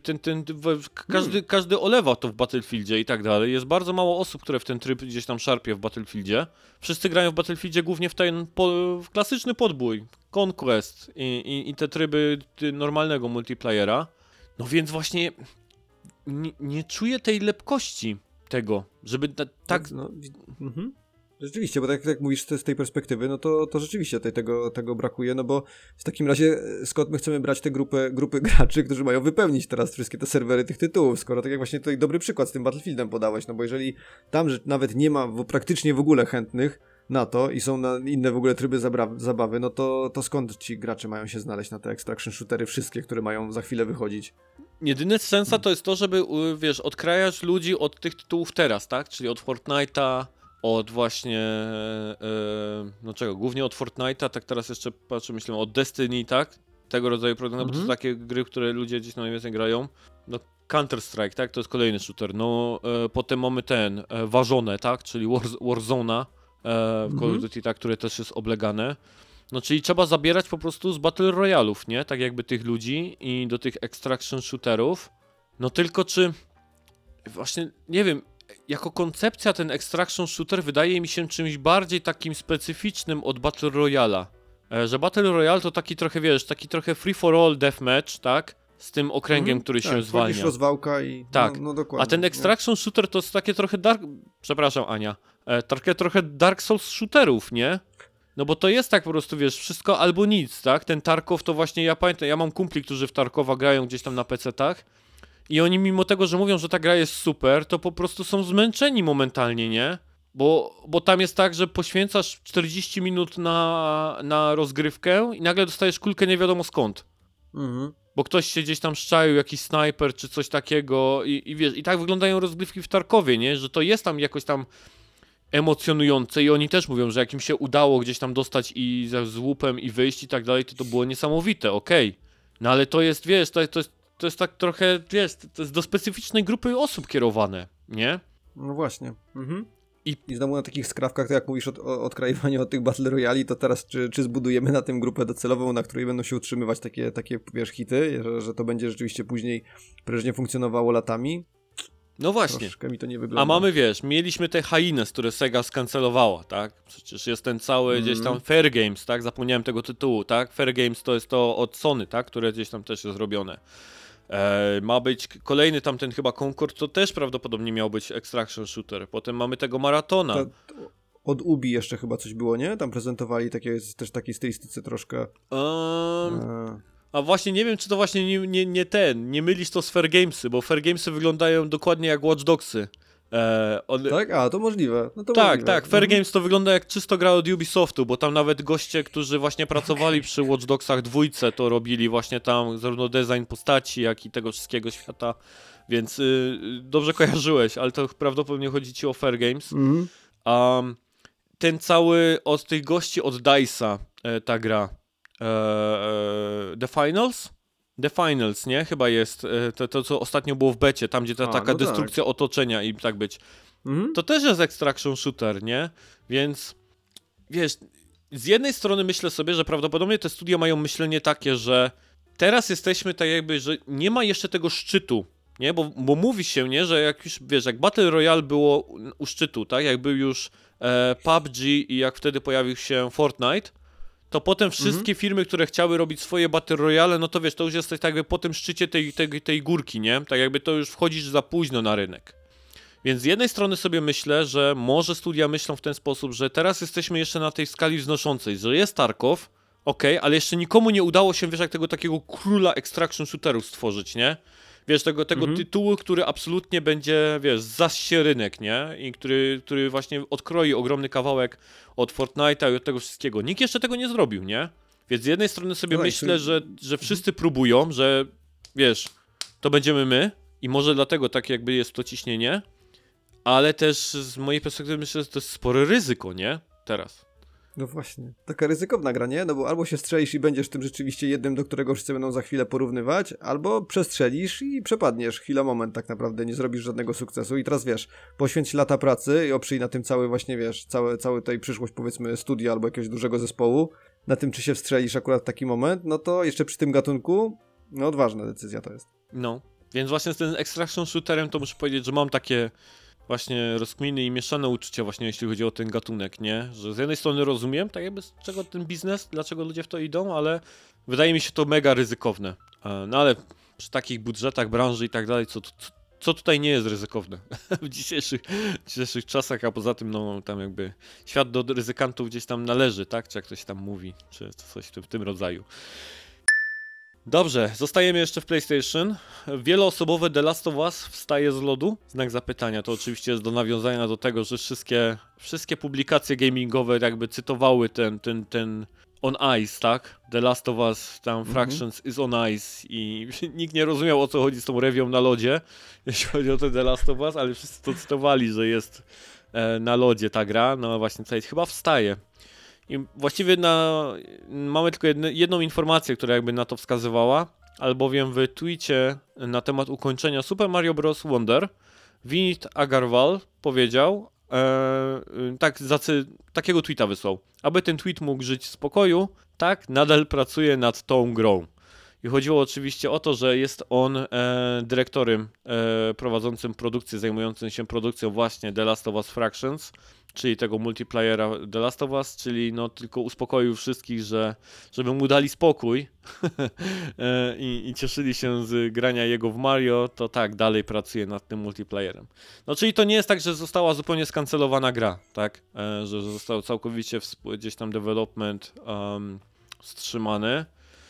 każdy olewa to w Battlefieldzie i tak dalej. Jest bardzo mało osób, które w ten tryb gdzieś tam szarpie w Battlefieldzie. Wszyscy grają w Battlefieldzie głównie w ten w klasyczny podbój, Conquest i te tryby normalnego multiplayera. No więc właśnie nie czuję tej lepkości tego, żeby tak... Rzeczywiście, bo tak jak mówisz z tej perspektywy, no to rzeczywiście tego brakuje, no bo w takim razie skąd my chcemy brać te grupy graczy, którzy mają wypełnić teraz wszystkie te serwery tych tytułów, skoro tak jak właśnie tutaj dobry przykład z tym Battlefieldem podałeś, no bo jeżeli tam nawet nie ma praktycznie w ogóle chętnych na to i są na inne w ogóle tryby zabawy, no to skąd ci gracze mają się znaleźć na te extraction shootery wszystkie, które mają za chwilę wychodzić? Jedyny sensa to jest to, żeby, wiesz, odkrajać ludzi od tych tytułów teraz, tak? Czyli od Fortnite'a, od właśnie, no czego, głównie od Fortnite'a, tak teraz jeszcze patrzę, myślę, od Destiny, tak? Tego rodzaju programy, bo to są takie gry, które ludzie gdzieś najwięcej grają. No Counter-Strike, tak? To jest kolejny shooter. No potem mamy Warzone, tak? Czyli Warzone'a w Call of Duty, tak? Które też jest oblegane. No czyli trzeba zabierać po prostu z Battle Royale'ów, nie? Tak jakby tych ludzi i do tych extraction shooterów. No tylko czy... Właśnie, nie wiem, jako koncepcja ten extraction shooter wydaje mi się czymś bardziej takim specyficznym od Battle Royale'a. Że Battle Royale to taki trochę, wiesz, taki trochę free for all deathmatch, tak? Z tym okręgiem, który się zwalnia. Jakiś rozwałka i... Tak, no dokładnie. A ten extraction shooter to jest takie trochę Przepraszam, Ania. Takie trochę Dark Souls shooterów, nie? No bo to jest tak po prostu, wiesz, wszystko albo nic, tak? Ten Tarkov to właśnie, ja pamiętam, ja mam kumpli, którzy w Tarkowa grają gdzieś tam na PC-tach i oni mimo tego, że mówią, że ta gra jest super, to po prostu są zmęczeni momentalnie, nie? Bo tam jest tak, że poświęcasz 40 minut na rozgrywkę i nagle dostajesz kulkę nie wiadomo skąd. Bo ktoś się gdzieś tam szczaił, jakiś snajper czy coś takiego i wiesz, i tak wyglądają rozgrywki w Tarkowie, nie? Że to jest tam jakoś tam emocjonujące i oni też mówią, że jak im się udało gdzieś tam dostać i z łupem i wyjść i tak dalej, to było niesamowite, okej. No ale to jest, wiesz, to jest tak trochę, wiesz, to jest do specyficznej grupy osób kierowane, nie? No właśnie. I znowu na takich skrawkach, to jak mówisz o odkrajywaniu od tych Battle Royali, to teraz czy zbudujemy na tym grupę docelową, na której będą się utrzymywać takie wiesz, hity, że to będzie rzeczywiście później prężnie funkcjonowało latami? No właśnie. Troszkę mi to nie wygląda. A mamy, wiesz, mieliśmy te Hyenas, które Sega skancelowała, tak? Przecież jest ten cały gdzieś tam Fair Games, tak? Zapomniałem tego tytułu, tak? Fair Games to jest to od Sony, tak? Które gdzieś tam też jest robione. Ma być kolejny tamten chyba Concord, to też prawdopodobnie miał być Extraction Shooter. Potem mamy tego Maratona. To od Ubi jeszcze chyba coś było, nie? Tam prezentowali też takiej stylistyce troszkę. A właśnie nie wiem, czy to właśnie nie mylisz to z Fair Gamesy, bo Fair Gamesy wyglądają dokładnie jak Watch Dogsy. Tak? A, to możliwe. No to tak, możliwe. tak. Fair Games to wygląda jak czysto gra od Ubisoftu, bo tam nawet goście, którzy właśnie pracowali przy Watch Dogsach 2, to robili właśnie tam zarówno design postaci, jak i tego wszystkiego świata, więc dobrze kojarzyłeś, ale to prawdopodobnie chodzi ci o Fair Games. Ten cały od tych gości od DICE'a ta gra. The Finals? The Finals, nie? Chyba jest to, co ostatnio było w becie, tam gdzie ta taka destrukcja otoczenia i tak być. To też jest extraction shooter, nie? Więc wiesz, z jednej strony myślę sobie, że prawdopodobnie te studia mają myślenie takie, że teraz jesteśmy tak jakby, że nie ma jeszcze tego szczytu, nie? Bo mówi się, nie? Że jak już, wiesz, jak Battle Royale było u szczytu, tak? Jak był już PUBG i jak wtedy pojawił się Fortnite, to potem wszystkie firmy, które chciały robić swoje Battle Royale, no to wiesz, to już jesteś tak jakby po tym szczycie tej górki, nie? Tak jakby to już wchodzisz za późno na rynek. Więc z jednej strony sobie myślę, że może studia myślą w ten sposób, że teraz jesteśmy jeszcze na tej skali wznoszącej, że jest Tarkov, okej, ale jeszcze nikomu nie udało się, wiesz, jak tego takiego króla extraction shooterów stworzyć, nie? Wiesz, tego tytułu, który absolutnie będzie, wiesz, zasie rynek, nie? I który właśnie odkroi ogromny kawałek od Fortnite'a i od tego wszystkiego. Nikt jeszcze tego nie zrobił, nie? Więc z jednej strony sobie myślę, że wszyscy próbują, że wiesz, to będziemy my i może dlatego tak jakby jest to ciśnienie, ale też z mojej perspektywy myślę, że to jest spore ryzyko, nie? Teraz. No właśnie, taka ryzykowna gra, nie? No bo albo się strzelisz i będziesz tym rzeczywiście jednym, do którego wszyscy będą za chwilę porównywać, albo przestrzelisz i przepadniesz chwila, moment tak naprawdę, nie zrobisz żadnego sukcesu i teraz wiesz, poświęć lata pracy i oprzyj na tym cały właśnie, wiesz, cały tej przyszłość powiedzmy studia albo jakiegoś dużego zespołu, na tym czy się wstrzelisz akurat w taki moment, no to jeszcze przy tym gatunku, no odważna decyzja to jest. No, więc właśnie z tym extraction shooterem to muszę powiedzieć, że mam takie właśnie rozkminy i mieszane uczucia właśnie jeśli chodzi o ten gatunek, nie? Że z jednej strony rozumiem, tak jakby z czego ten biznes, dlaczego ludzie w to idą, ale wydaje mi się to mega ryzykowne. No ale przy takich budżetach branży i tak dalej, co tutaj nie jest ryzykowne w dzisiejszych czasach, a poza tym no tam jakby świat do ryzykantów gdzieś tam należy, tak? Czy jak ktoś tam mówi, czy coś w tym rodzaju. Dobrze, zostajemy jeszcze w PlayStation. Wieloosobowe The Last of Us wstaje z lodu? Znak zapytania. To oczywiście jest do nawiązania do tego, że wszystkie publikacje gamingowe jakby cytowały ten On Ice, tak? The Last of Us, tam Fractions is on Ice i nikt nie rozumiał, o co chodzi z tą rewią na lodzie, jeśli chodzi o The Last of Us, ale wszyscy to cytowali, że jest na lodzie ta gra. No właśnie, tutaj chyba wstaje. I właściwie mamy tylko jedną informację, która jakby na to wskazywała, albowiem w tweecie na temat ukończenia Super Mario Bros. Wonder Vinit Agarwal powiedział, takiego tweeta wysłał. Aby ten tweet mógł żyć w spokoju, tak, nadal pracuje nad tą grą. I chodziło oczywiście o to, że jest on dyrektorem prowadzącym produkcję, zajmującym się produkcją właśnie The Last of Us Fractions, czyli tego multiplayera The Last of Us, czyli no tylko uspokoił wszystkich, żeby mu dali spokój i cieszyli się z grania jego w Mario, to tak, dalej pracuje nad tym multiplayerem. No czyli to nie jest tak, że została zupełnie skancelowana gra, tak, że został całkowicie gdzieś tam development wstrzymany.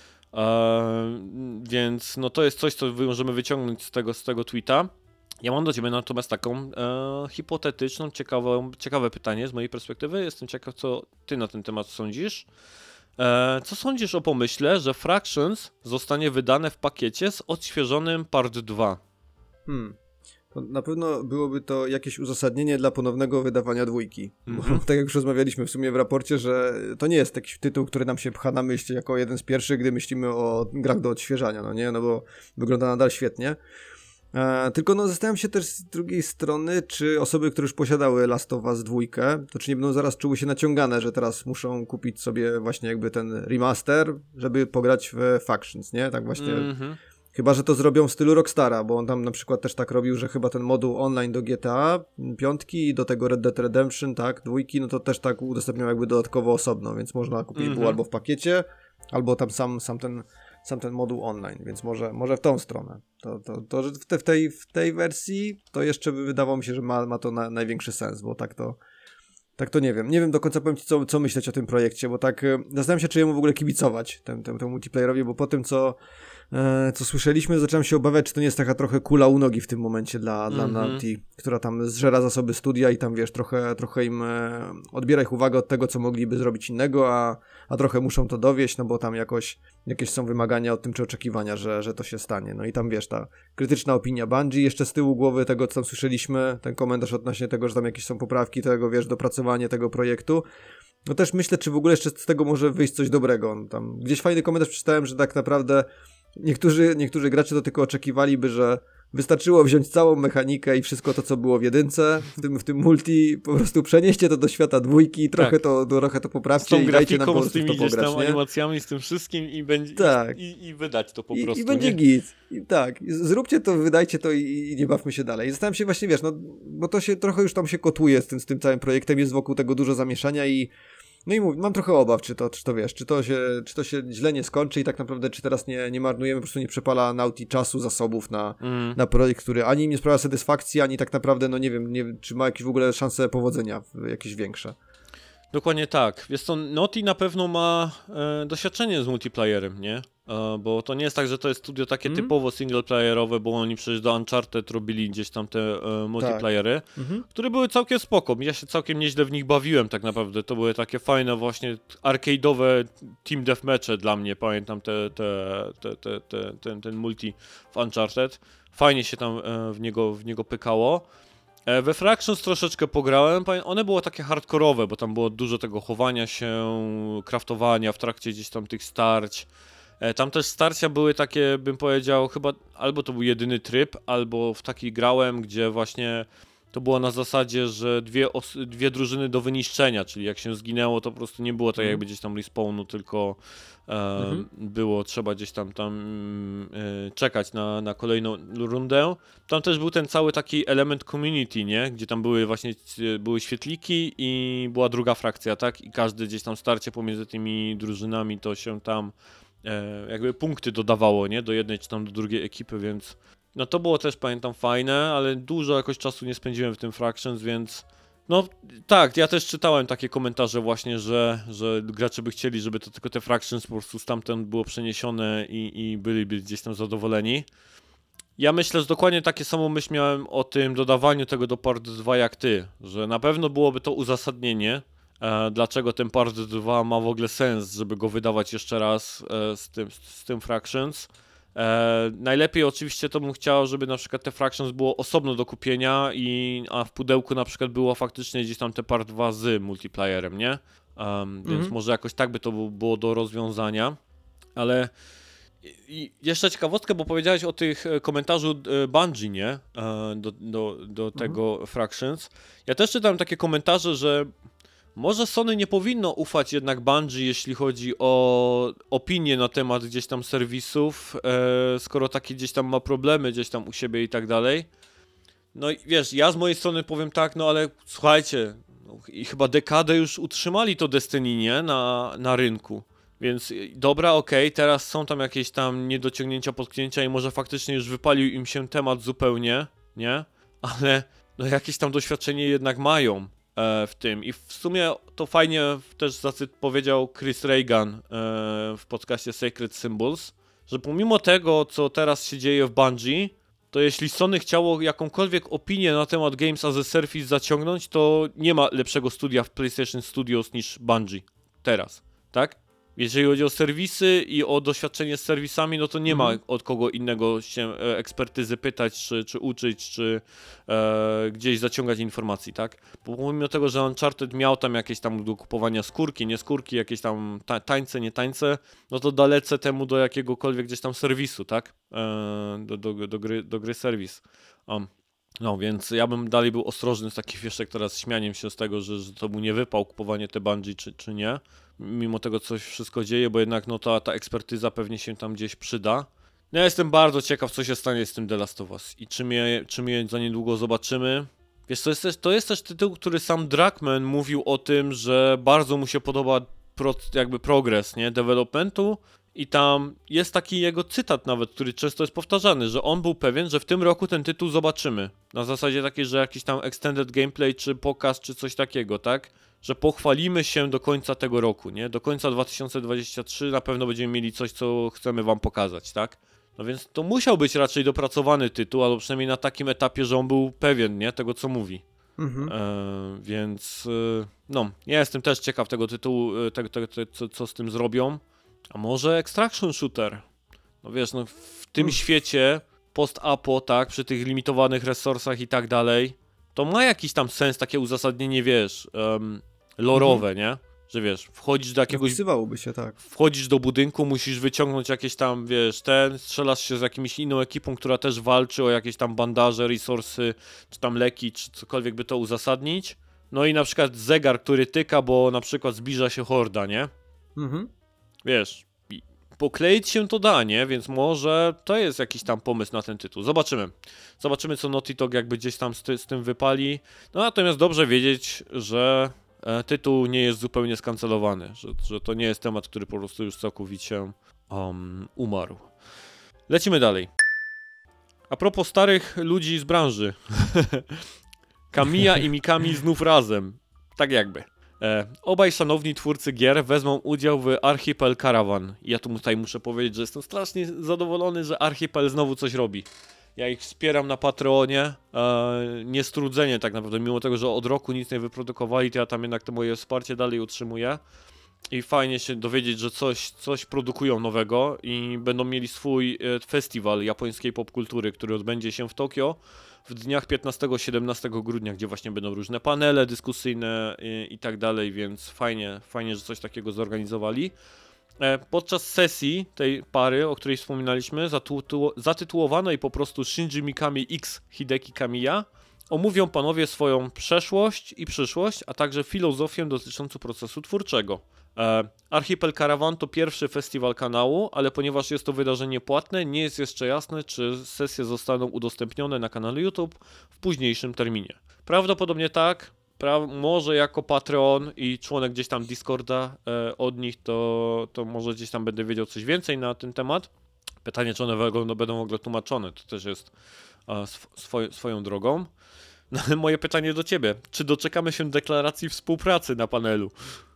Więc no to jest coś, co możemy wyciągnąć z tego tweeta. Ja mam do ciebie natomiast taką hipotetyczną, ciekawe pytanie z mojej perspektywy. Jestem ciekaw, co ty na ten temat sądzisz. Co sądzisz o pomyśle, że Fractions zostanie wydane w pakiecie z odświeżonym Part 2? To na pewno byłoby to jakieś uzasadnienie dla ponownego wydawania dwójki. Bo, tak jak już rozmawialiśmy w sumie w raporcie, że to nie jest jakiś tytuł, który nam się pcha na myśl jako jeden z pierwszych, gdy myślimy o grach do odświeżania, no nie? No bo wygląda nadal świetnie. Tylko no zastanawiam się też z drugiej strony, czy osoby, które już posiadały Last of Us 2, to czy nie będą zaraz czuły się naciągane, że teraz muszą kupić sobie właśnie jakby ten remaster, żeby pograć w Factions, nie? Tak właśnie Chyba, że to zrobią w stylu Rockstara, bo on tam na przykład też tak robił, że chyba ten moduł online do GTA 5 i do tego Red Dead Redemption, tak, 2, no to też tak udostępniał jakby dodatkowo osobno, więc można kupić było albo w pakiecie, albo tam sam ten moduł online, więc może w tą stronę. To że w tej wersji to jeszcze wydawało mi się, że ma to największy sens, bo tak to nie wiem. Nie wiem do końca powiem ci, co myśleć o tym projekcie, bo tak zastanawiam się, czy jemu w ogóle kibicować, temu multiplayerowi, bo po tym, co słyszeliśmy, zacząłem się obawiać, czy to nie jest taka trochę kula u nogi w tym momencie dla Naughty, która tam zżera zasoby studia i tam, wiesz, trochę im odbiera ich uwagę od tego, co mogliby zrobić innego, a trochę muszą to dowieść, no bo tam jakieś są wymagania od tym, czy oczekiwania, że to się stanie. No i tam, wiesz, ta krytyczna opinia Bungie, jeszcze z tyłu głowy tego, co tam słyszeliśmy, ten komentarz odnośnie tego, że tam jakieś są poprawki tego, wiesz, dopracowanie tego projektu. No też myślę, czy w ogóle jeszcze z tego może wyjść coś dobrego. No tam gdzieś fajny komentarz przeczytałem, że tak naprawdę niektórzy gracze to tylko oczekiwaliby, że wystarczyło wziąć całą mechanikę i wszystko to, co było w jedynce, w tym multi, po prostu przenieście to do świata dwójki, trochę to poprawcie i dajcie nam po prostu z tymi to pograć, tam nie? animacjami, z tym wszystkim i będzie Tak. i wydać to po prostu. I będzie git. Tak. Zróbcie to, wydajcie to i nie bawmy się dalej. Zastanawiam się właśnie, wiesz, no, bo to się trochę już tam się kotuje z tym całym projektem, jest wokół tego dużo zamieszania i no i mówię, mam trochę obaw, czy to wiesz, czy to się źle nie skończy i tak naprawdę, czy teraz nie marnujemy, po prostu nie przepala Naughty czasu, zasobów na projekt, który ani nie sprawia satysfakcji, ani tak naprawdę, no nie wiem, czy ma jakieś w ogóle szanse powodzenia, jakieś większe. Dokładnie tak. Wiesz co, Naughty na pewno ma doświadczenie z multiplayerem, nie? Bo to nie jest tak, że to jest studio takie typowo singleplayerowe, bo oni przecież do Uncharted robili gdzieś tam te multiplayery, które były całkiem spoko. Ja się całkiem nieźle w nich bawiłem tak naprawdę. To były takie fajne właśnie arcade'owe team deathmatche dla mnie. Pamiętam ten multi w Uncharted. Fajnie się tam w niego pykało. We Fractions troszeczkę pograłem, one były takie hardkorowe, bo tam było dużo tego chowania się, craftowania w trakcie gdzieś tam tych starć. Tam też starcia były takie, bym powiedział, chyba albo to był jedyny tryb, albo w taki grałem, gdzie właśnie to było na zasadzie, że dwie drużyny do wyniszczenia, czyli jak się zginęło, to po prostu nie było tak jakby gdzieś tam respawnu, tylko było trzeba gdzieś tam czekać na kolejną rundę. Tam też był ten cały taki element community, nie? Gdzie tam były świetliki i była druga frakcja, tak? I każde gdzieś tam starcie pomiędzy tymi drużynami to się tam jakby punkty dodawało, nie? Do jednej czy tam do drugiej ekipy, więc no to było też, pamiętam, fajne, ale dużo jakoś czasu nie spędziłem w tym Fractions, więc no tak, ja też czytałem takie komentarze właśnie, że gracze by chcieli, żeby to tylko te Fractions po prostu stamtąd było przeniesione i byliby gdzieś tam zadowoleni. Ja myślę, że dokładnie takie samo myśl miałem o tym dodawaniu tego do Part 2 jak ty, że na pewno byłoby to uzasadnienie, dlaczego ten Part 2 ma w ogóle sens, żeby go wydawać jeszcze raz z tym Fractions. Najlepiej oczywiście to bym chciał, żeby na przykład te Fractions było osobno do kupienia, a w pudełku na przykład było faktycznie gdzieś tam te Part 2 z multiplayerem, nie? Więc może jakoś tak by to było do rozwiązania, ale i jeszcze ciekawostkę, bo powiedziałeś o tych komentarzu Bungie, nie? Do tego Fractions. Ja też czytałem takie komentarze, że może Sony nie powinno ufać jednak Bungie, jeśli chodzi o opinie na temat gdzieś tam serwisów, skoro takie gdzieś tam ma problemy gdzieś tam u siebie i tak dalej. No i wiesz, ja z mojej strony powiem tak, no ale słuchajcie, no, i chyba dekadę już utrzymali to Destiny, nie? Na rynku. Więc dobra, okej, teraz są tam jakieś tam niedociągnięcia, potknięcia i może faktycznie już wypalił im się temat zupełnie, nie? Ale no jakieś tam doświadczenie jednak mają w tym. I w sumie to fajnie też powiedział Chris Reagan w podcaście Sacred Symbols, że pomimo tego, co teraz się dzieje w Bungie, to jeśli Sony chciało jakąkolwiek opinię na temat Games as a Service zaciągnąć, to nie ma lepszego studia w PlayStation Studios niż Bungie teraz, tak? Jeżeli chodzi o serwisy i o doświadczenie z serwisami, no to nie ma od kogo innego się ekspertyzy pytać, czy uczyć, czy gdzieś zaciągać informacji, tak? Bo pomimo tego, że Uncharted miał tam jakieś tam do kupowania skórki, nie skórki, jakieś tam tańce, nie tańce, no to dalece temu do jakiegokolwiek gdzieś tam serwisu, tak? Do gry serwis. No więc ja bym dalej był ostrożny z takich wieszek teraz śmianiem się z tego, że to mu nie wypał kupowanie te Bungie czy nie. Mimo tego coś wszystko dzieje, bo jednak no ta ekspertyza pewnie się tam gdzieś przyda. No ja jestem bardzo ciekaw, co się stanie z tym The Last of Us i czy mnie za niedługo zobaczymy. Wiesz, to jest też tytuł, który sam Druckmann mówił o tym, że bardzo mu się podoba jakby progres, nie, developmentu i tam jest taki jego cytat nawet, który często jest powtarzany, że on był pewien, że w tym roku ten tytuł zobaczymy. Na zasadzie takiej, że jakiś tam extended gameplay, czy pokaz, czy coś takiego, tak? Że pochwalimy się do końca tego roku, nie? Do końca 2023 na pewno będziemy mieli coś, co chcemy wam pokazać, tak? No więc to musiał być raczej dopracowany tytuł, albo przynajmniej na takim etapie, że on był pewien, nie? Tego, co mówi. Więc no, ja jestem też ciekaw tego tytułu, co z tym zrobią. A może Extraction Shooter? No wiesz, no w tym świecie post-apo, tak, przy tych limitowanych resursach i tak dalej, to ma jakiś tam sens, takie uzasadnienie, wiesz, lorowe, nie? Że wiesz, wchodzisz do jakiegoś... Wpisywałoby się, tak. Wchodzisz do budynku, musisz wyciągnąć jakieś tam, wiesz, strzelasz się z jakimś inną ekipą, która też walczy o jakieś tam bandaże, resursy, czy tam leki, czy cokolwiek by to uzasadnić. No i na przykład zegar, który tyka, bo na przykład zbliża się horda, nie? Wiesz, pokleić się to da, nie? Więc może to jest jakiś tam pomysł na ten tytuł. Zobaczymy. Zobaczymy, co Naughty Dog jakby gdzieś tam z tym wypali. No natomiast dobrze wiedzieć, że tytuł nie jest zupełnie skancelowany, że to nie jest temat, który po prostu już całkowicie umarł. Lecimy dalej. A propos starych ludzi z branży. Kamiya i Mikami znów razem. Tak jakby. Obaj szanowni twórcy gier wezmą udział w Archipel Caravan. Ja tu tutaj muszę powiedzieć, że jestem strasznie zadowolony, że Archipel znowu coś robi. Ja ich wspieram na Patreonie, niestrudzenie tak naprawdę, mimo tego, że od roku nic nie wyprodukowali, to ja tam jednak to moje wsparcie dalej utrzymuję. I fajnie się dowiedzieć, że coś produkują nowego i będą mieli swój festiwal japońskiej popkultury, który odbędzie się w Tokio w dniach 15-17 grudnia, gdzie właśnie będą różne panele dyskusyjne i tak dalej, więc fajnie, że coś takiego zorganizowali. Podczas sesji tej pary, o której wspominaliśmy, zatytułowanej po prostu Shinji Mikami X Hideki Kamiya, omówią panowie swoją przeszłość i przyszłość, a także filozofię dotyczącą procesu twórczego. Archipel Caravan to pierwszy festiwal kanału, ale ponieważ jest to wydarzenie płatne, nie jest jeszcze jasne, czy sesje zostaną udostępnione na kanale YouTube w późniejszym terminie. Prawdopodobnie tak. Może jako Patreon i członek gdzieś tam Discorda od nich, to może gdzieś tam będę wiedział coś więcej na ten temat. Pytanie, czy one będą w ogóle tłumaczone, to też jest swoją drogą. No, ale moje pytanie do ciebie, czy doczekamy się deklaracji współpracy na panelu?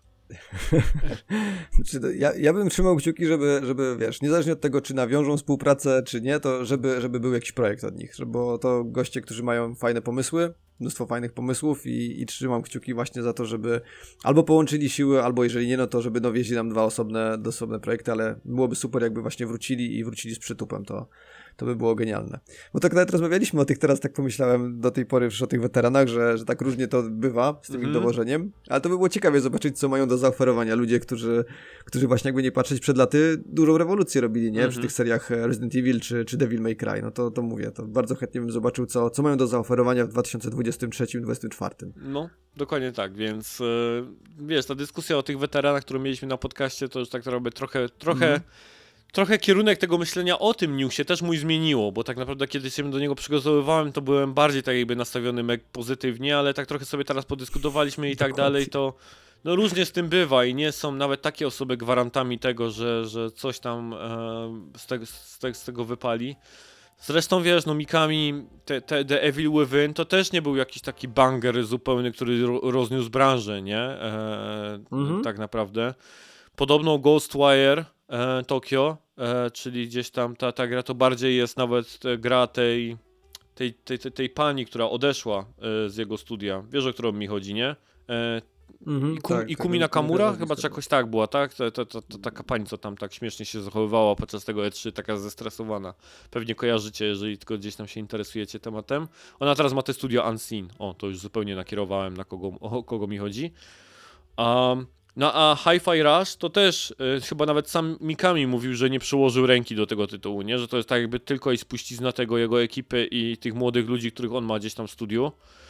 Ja bym trzymał kciuki, żeby wiesz, niezależnie od tego, czy nawiążą współpracę, czy nie, to żeby był jakiś projekt od nich, bo to goście, którzy mają fajne pomysły, mnóstwo fajnych pomysłów i trzymam kciuki właśnie za to, żeby albo połączyli siły, albo jeżeli nie, no to żeby wieźli nam dwa osobne projekty, ale byłoby super, jakby właśnie wrócili z przytupem, to by było genialne. Bo tak nawet rozmawialiśmy o tych, teraz tak pomyślałem do tej pory już o tych weteranach, że tak różnie to bywa z tym ich dowożeniem, ale to by było ciekawie zobaczyć, co mają do zaoferowania ludzie, którzy właśnie jakby nie patrzeć przed laty, dużą rewolucję robili, nie? Przy tych seriach Resident Evil czy Devil May Cry, no to mówię, to bardzo chętnie bym zobaczył, co mają do zaoferowania w 2023-2024. No, dokładnie tak, więc wiesz, ta dyskusja o tych weteranach, którą mieliśmy na podcaście, to już tak robię trochę kierunek tego myślenia o tym newsie też mój zmieniło, bo tak naprawdę kiedy się do niego przygotowywałem, to byłem bardziej tak jakby nastawiony pozytywnie, ale tak trochę sobie teraz podyskutowaliśmy i tak dalej, to no różnie z tym bywa i nie są nawet takie osoby gwarantami tego, że coś tam z tego wypali. Zresztą wiesz, no Mikami, The Evil Within to też nie był jakiś taki banger zupełny, który rozniósł branżę, nie? Tak naprawdę. Podobno Ghostwire Tokyo, czyli gdzieś tam ta gra to bardziej jest nawet gra tej pani, która odeszła z jego studia. Wiesz, o którą mi chodzi, nie? Ikumi Nakamura? Chyba czy jakoś tak była, tak? Taka pani, co tam tak śmiesznie się zachowywała podczas tego E3, taka zestresowana. Pewnie kojarzycie, jeżeli tylko gdzieś tam się interesujecie tematem. Ona teraz ma te studio Unseen. O, to już zupełnie nakierowałem, o kogo mi chodzi. No a Hi-Fi Rush to też chyba nawet sam Mikami mówił, że nie przyłożył ręki do tego tytułu, nie? Że to jest tak jakby tylko i spuścizna jego ekipy i tych młodych ludzi, których on ma gdzieś tam w studiu.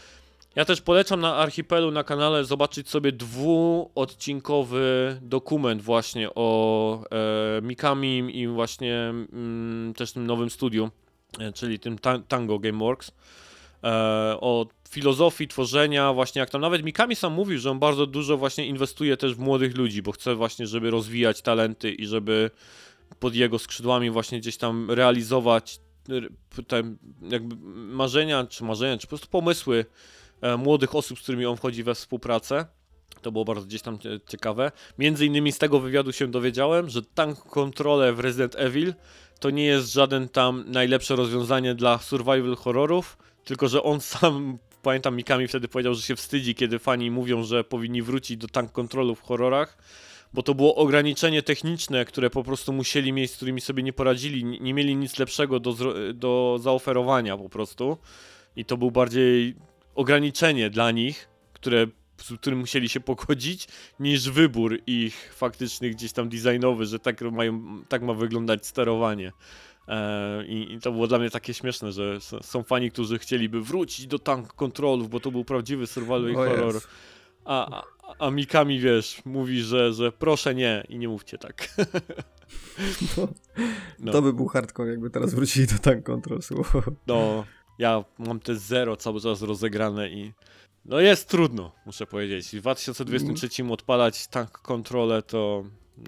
Ja też polecam na Archipelu na kanale zobaczyć sobie 2-odcinkowy dokument właśnie o Mikamim i właśnie też tym nowym studiu, czyli tym Tango Gameworks. O filozofii tworzenia, właśnie jak tam nawet Mikami sam mówił, że on bardzo dużo właśnie inwestuje też w młodych ludzi, bo chce właśnie, żeby rozwijać talenty i żeby pod jego skrzydłami właśnie gdzieś tam realizować te jakby marzenia, czy po prostu pomysły młodych osób, z którymi on wchodzi we współpracę. To było bardzo gdzieś tam ciekawe. Między innymi z tego wywiadu się dowiedziałem, że tank control w Resident Evil to nie jest żaden tam najlepsze rozwiązanie dla survival horrorów, tylko że on sam, pamiętam Mikami wtedy powiedział, że się wstydzi, kiedy fani mówią, że powinni wrócić do tank controlu w horrorach, bo to było ograniczenie techniczne, które po prostu musieli mieć, z którymi sobie nie poradzili, nie mieli nic lepszego do zaoferowania po prostu i to był bardziej ograniczenie dla nich, z którym musieli się pogodzić, niż wybór ich faktycznych gdzieś tam designowy, że tak ma wyglądać sterowanie. I to było dla mnie takie śmieszne, że są fani, którzy chcieliby wrócić do tank kontrolów, bo to był prawdziwy survival horror. A Mikami, wiesz, mówi, że proszę nie i nie mówcie tak. No. To by był hardcore, jakby teraz wrócili do tank control. No, ja mam te 0 cały czas rozegrane i no jest trudno, muszę powiedzieć. W 2023 odpalać tank kontrolę to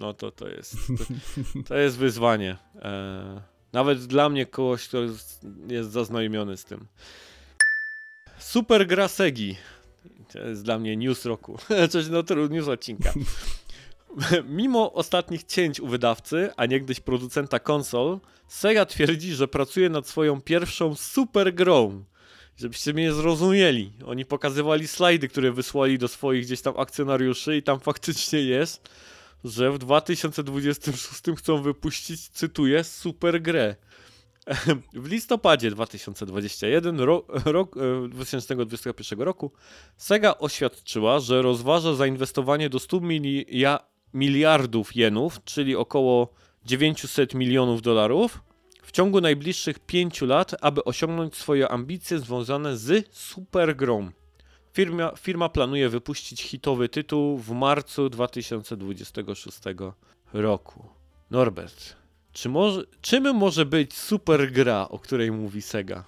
jest wyzwanie. Nawet dla mnie kogoś, kto jest zaznajomiony z tym. Super gra Segi. To jest dla mnie news roku. News odcinka. Mimo ostatnich cięć u wydawcy, a niegdyś producenta konsol, Sega twierdzi, że pracuje nad swoją pierwszą super grą. Żebyście mnie zrozumieli. Oni pokazywali slajdy, które wysłali do swoich gdzieś tam akcjonariuszy i tam faktycznie jest, że w 2026 chcą wypuścić, cytuję, super grę. W listopadzie 2021 roku Sega oświadczyła, że rozważa zainwestowanie do 100 miliardów jenów, czyli około 900 milionów dolarów, w ciągu najbliższych 5 lat, aby osiągnąć swoje ambicje związane z supergrą. Firma planuje wypuścić hitowy tytuł w marcu 2026 roku. Norbert, czym może być super gra, o której mówi Sega?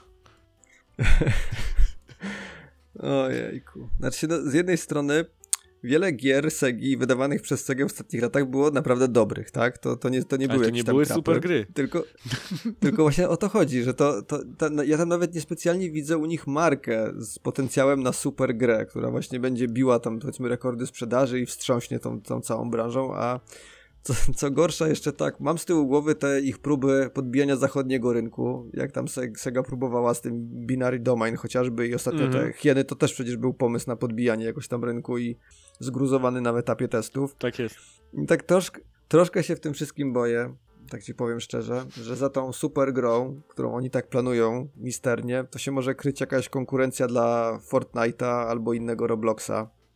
Ojejku. Znaczy, z jednej strony wiele gier Segi wydawanych przez Segę w ostatnich latach było naprawdę dobrych, tak? To nie były jakieś tam krapy, super gry. Tylko właśnie o to chodzi, że ja tam nawet niespecjalnie widzę u nich markę z potencjałem na super grę, która właśnie będzie biła tam, powiedzmy, rekordy sprzedaży i wstrząśnie tą całą branżą, a co gorsza jeszcze tak, mam z tyłu głowy te ich próby podbijania zachodniego rynku, jak tam Sega próbowała z tym Binary Domain chociażby i ostatnio te Hieny, to też przecież był pomysł na podbijanie jakoś tam rynku i zgruzowany na etapie testów. Tak jest. I tak troszkę się w tym wszystkim boję, tak ci powiem szczerze, że za tą super grą, którą oni tak planują misternie, to się może kryć jakaś konkurencja dla Fortnite'a albo innego Robloxa.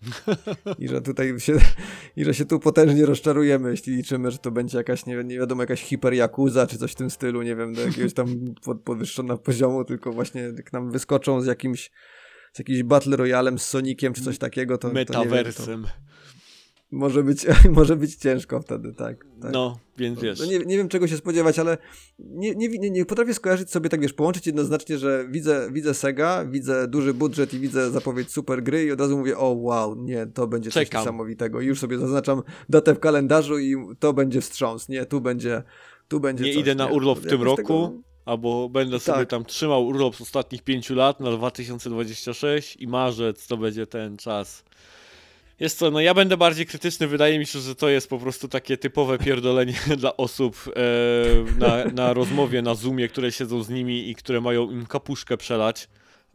I że tutaj się tu potężnie rozczarujemy, jeśli liczymy, że to będzie jakaś, nie wiadomo, jakaś hiper Yakuza, czy coś w tym stylu, nie wiem, do jakiegoś tam podwyższonego poziomu, tylko właśnie jak nam wyskoczą z jakimś Battle Royalem z Soniciem, czy coś takiego, to metaversem. To nie wiem, może być ciężko wtedy, tak. No, więc wiesz. Nie wiem, czego się spodziewać, ale nie potrafię skojarzyć sobie, tak wiesz, połączyć jednoznacznie, że widzę Sega, widzę duży budżet i widzę zapowiedź super gry i od razu mówię, o wow, nie, to będzie coś niesamowitego. I już sobie zaznaczam datę w kalendarzu i to będzie wstrząs, nie, tu będzie nie coś, idę na urlop w tym roku, tego... albo będę sobie tam trzymał urlop z ostatnich 5 lat na 2026 i marzec to będzie ten czas. Jest co, no ja będę bardziej krytyczny, wydaje mi się, że to jest po prostu takie typowe pierdolenie dla osób na rozmowie, na Zoomie, które siedzą z nimi i które mają im kapuszkę przelać.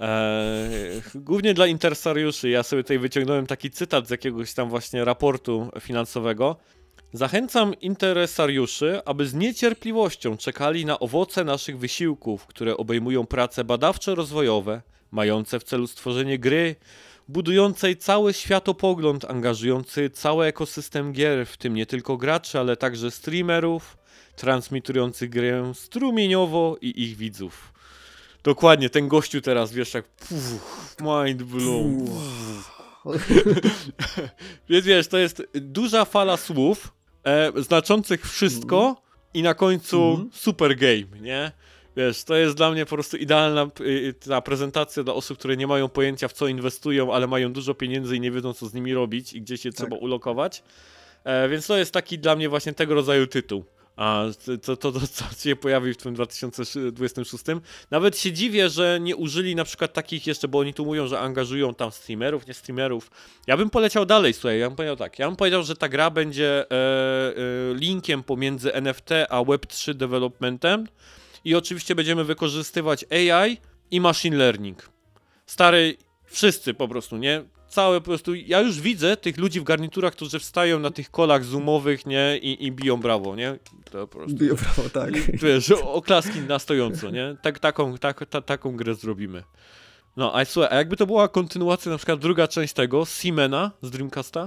Głównie dla interesariuszy. Ja sobie tutaj wyciągnąłem taki cytat z jakiegoś tam właśnie raportu finansowego. Zachęcam interesariuszy, aby z niecierpliwością czekali na owoce naszych wysiłków, które obejmują prace badawczo-rozwojowe, mające w celu stworzenie gry, budującej cały światopogląd, angażujący cały ekosystem gier, w tym nie tylko graczy, ale także streamerów, transmitujących grę strumieniowo i ich widzów. Dokładnie, ten gościu teraz, wiesz, jak mind blown. Więc wiesz, to jest duża fala słów, znaczących wszystko i na końcu super game, nie? Wiesz, to jest dla mnie po prostu idealna ta prezentacja dla osób, które nie mają pojęcia w co inwestują, ale mają dużo pieniędzy i nie wiedzą co z nimi robić i gdzieś je trzeba ulokować. Więc to jest taki dla mnie właśnie tego rodzaju tytuł. A to się pojawi w tym 2026. Nawet się dziwię, że nie użyli na przykład takich jeszcze, bo oni tu mówią, że angażują tam streamerów, nie streamerów. Ja bym poleciał dalej, słuchaj, ja bym powiedział tak. Ja bym powiedział, że ta gra będzie linkiem pomiędzy NFT a Web3 developmentem i oczywiście będziemy wykorzystywać AI i machine learning. Stary, wszyscy po prostu, nie? Całe po prostu, ja już widzę tych ludzi w garniturach, którzy wstają na tych kolach zoomowych, nie? I biją brawo, nie? To po prostu. Biją brawo, tak. I, wiesz, oklaski na stojąco, nie? Taką grę zrobimy. No, a słuchaj, a jakby to była kontynuacja, na przykład druga część tego, Simena z Dreamcasta?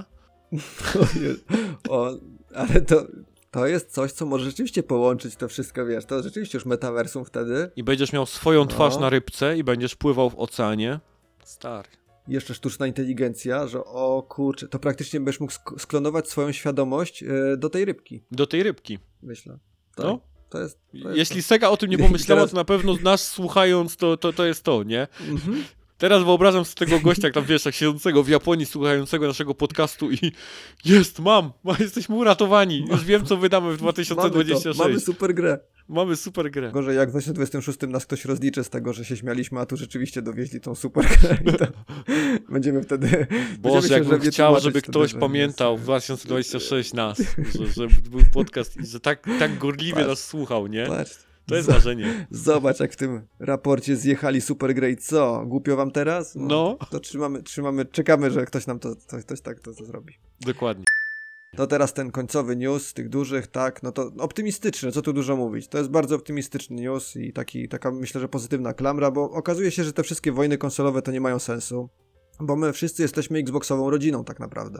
Ale to jest coś, co może rzeczywiście połączyć to wszystko, wiesz, to rzeczywiście już metaversum wtedy. I będziesz miał swoją twarz na rybce i będziesz pływał w oceanie. Stary. Jeszcze sztuczna inteligencja, że o kurczę, to praktycznie będziesz mógł sklonować swoją świadomość do tej rybki. Do tej rybki. Myślę. Tak. No. To jest Jeśli Sega o tym nie pomyślała, to na pewno nas słuchając, to jest to, nie? Teraz wyobrażam sobie tego gościa, jak tam wiesz, jak siedzącego w Japonii, słuchającego naszego podcastu i jesteśmy uratowani, już wiem co wydamy w 2026. Mamy super grę. Mamy super grę. Gorzej jak w 2026 nas ktoś rozliczy z tego, że się śmialiśmy, a tu rzeczywiście dowieźli tą super grę i to będziemy wtedy... Boże, jakbym chciał, żeby ktoś pamiętał w 2026 nas, że był podcast i że tak gorliwie nas słuchał, nie? Patrz. To jest marzenie. Zobacz, jak w tym raporcie zjechali super grę i co? Głupio wam teraz? No. To czekamy, że ktoś nam ktoś tak to zrobi. Dokładnie. No teraz ten końcowy news z tych dużych, tak, no to optymistyczny, co tu dużo mówić. To jest bardzo optymistyczny news i taka myślę, że pozytywna klamra, bo okazuje się, że te wszystkie wojny konsolowe to nie mają sensu, bo my wszyscy jesteśmy Xboxową rodziną tak naprawdę.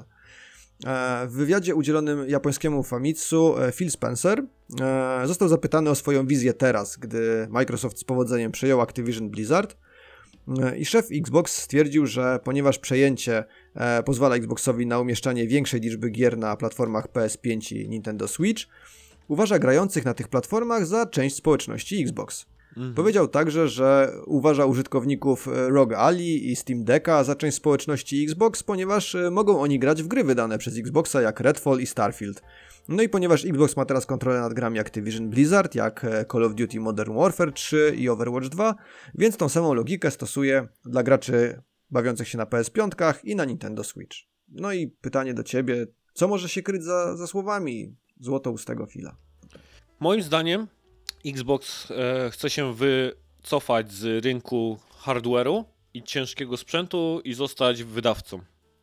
W wywiadzie udzielonym japońskiemu Famitsu Phil Spencer został zapytany o swoją wizję teraz, gdy Microsoft z powodzeniem przejął Activision Blizzard. I szef Xbox stwierdził, że ponieważ przejęcie pozwala Xboxowi na umieszczanie większej liczby gier na platformach PS5 i Nintendo Switch, uważa grających na tych platformach za część społeczności Xbox. Powiedział także, że uważa użytkowników ROG Ali i Steam Decka za część społeczności Xbox, ponieważ mogą oni grać w gry wydane przez Xboxa jak Redfall i Starfield. No i ponieważ Xbox ma teraz kontrolę nad grami Activision Blizzard, jak Call of Duty Modern Warfare 3 i Overwatch 2, więc tą samą logikę stosuje dla graczy bawiących się na PS5 i na Nintendo Switch. No i pytanie do ciebie, co może się kryć za słowami złotoustego Phila? Moim zdaniem Xbox chce się wycofać z rynku hardware'u i ciężkiego sprzętu i zostać wydawcą.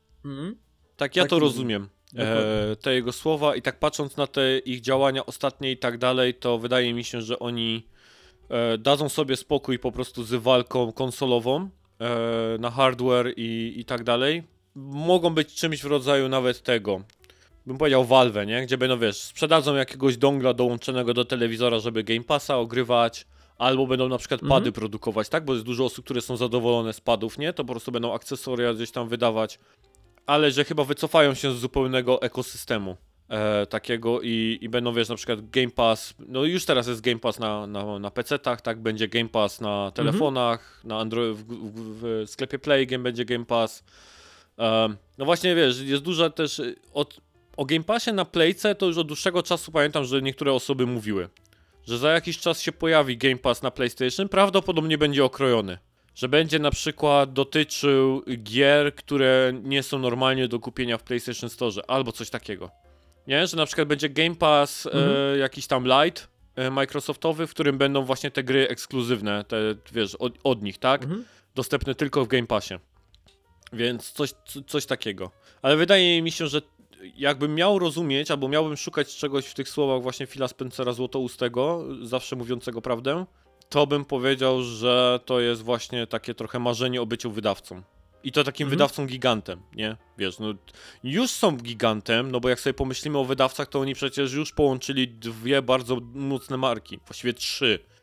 Tak ja to rozumiem. Te jego słowa i tak patrząc na te ich działania ostatnie i tak dalej, to wydaje mi się, że oni dadzą sobie spokój po prostu z walką konsolową na hardware i tak dalej. Mogą być czymś w rodzaju nawet tego, bym powiedział Valve, nie? Gdzie będą, wiesz, sprzedadzą jakiegoś dongla dołączonego do telewizora, żeby Game Passa ogrywać, albo będą na przykład pady produkować, tak? Bo jest dużo osób, które są zadowolone z padów, nie? To po prostu będą akcesoria gdzieś tam wydawać, ale że chyba wycofają się z zupełnego ekosystemu takiego i będą, wiesz, na przykład Game Pass, no już teraz jest Game Pass na PC-tach, tak? Będzie Game Pass na telefonach, na Android, w sklepie Play Game będzie Game Pass. No właśnie, wiesz, jest dużo też o Game Passie na Playce to już od dłuższego czasu pamiętam, że niektóre osoby mówiły, że za jakiś czas się pojawi Game Pass na PlayStation, prawdopodobnie będzie okrojony. Że będzie na przykład dotyczył gier, które nie są normalnie do kupienia w PlayStation Store, albo coś takiego. Nie? Że na przykład będzie Game Pass jakiś tam Lite Microsoftowy, w którym będą właśnie te gry ekskluzywne, te, wiesz, od nich, tak? Dostępne tylko w Game Passie. Więc coś takiego. Ale wydaje mi się, że jakbym miał rozumieć, albo miałbym szukać czegoś w tych słowach właśnie Phila Spencera złotoustego, zawsze mówiącego prawdę, to bym powiedział, że to jest właśnie takie trochę marzenie o byciu wydawcą. I to takim wydawcą gigantem, nie? Wiesz, no już są gigantem, no bo jak sobie pomyślimy o wydawcach, to oni przecież już połączyli dwie bardzo mocne marki, właściwie trzy.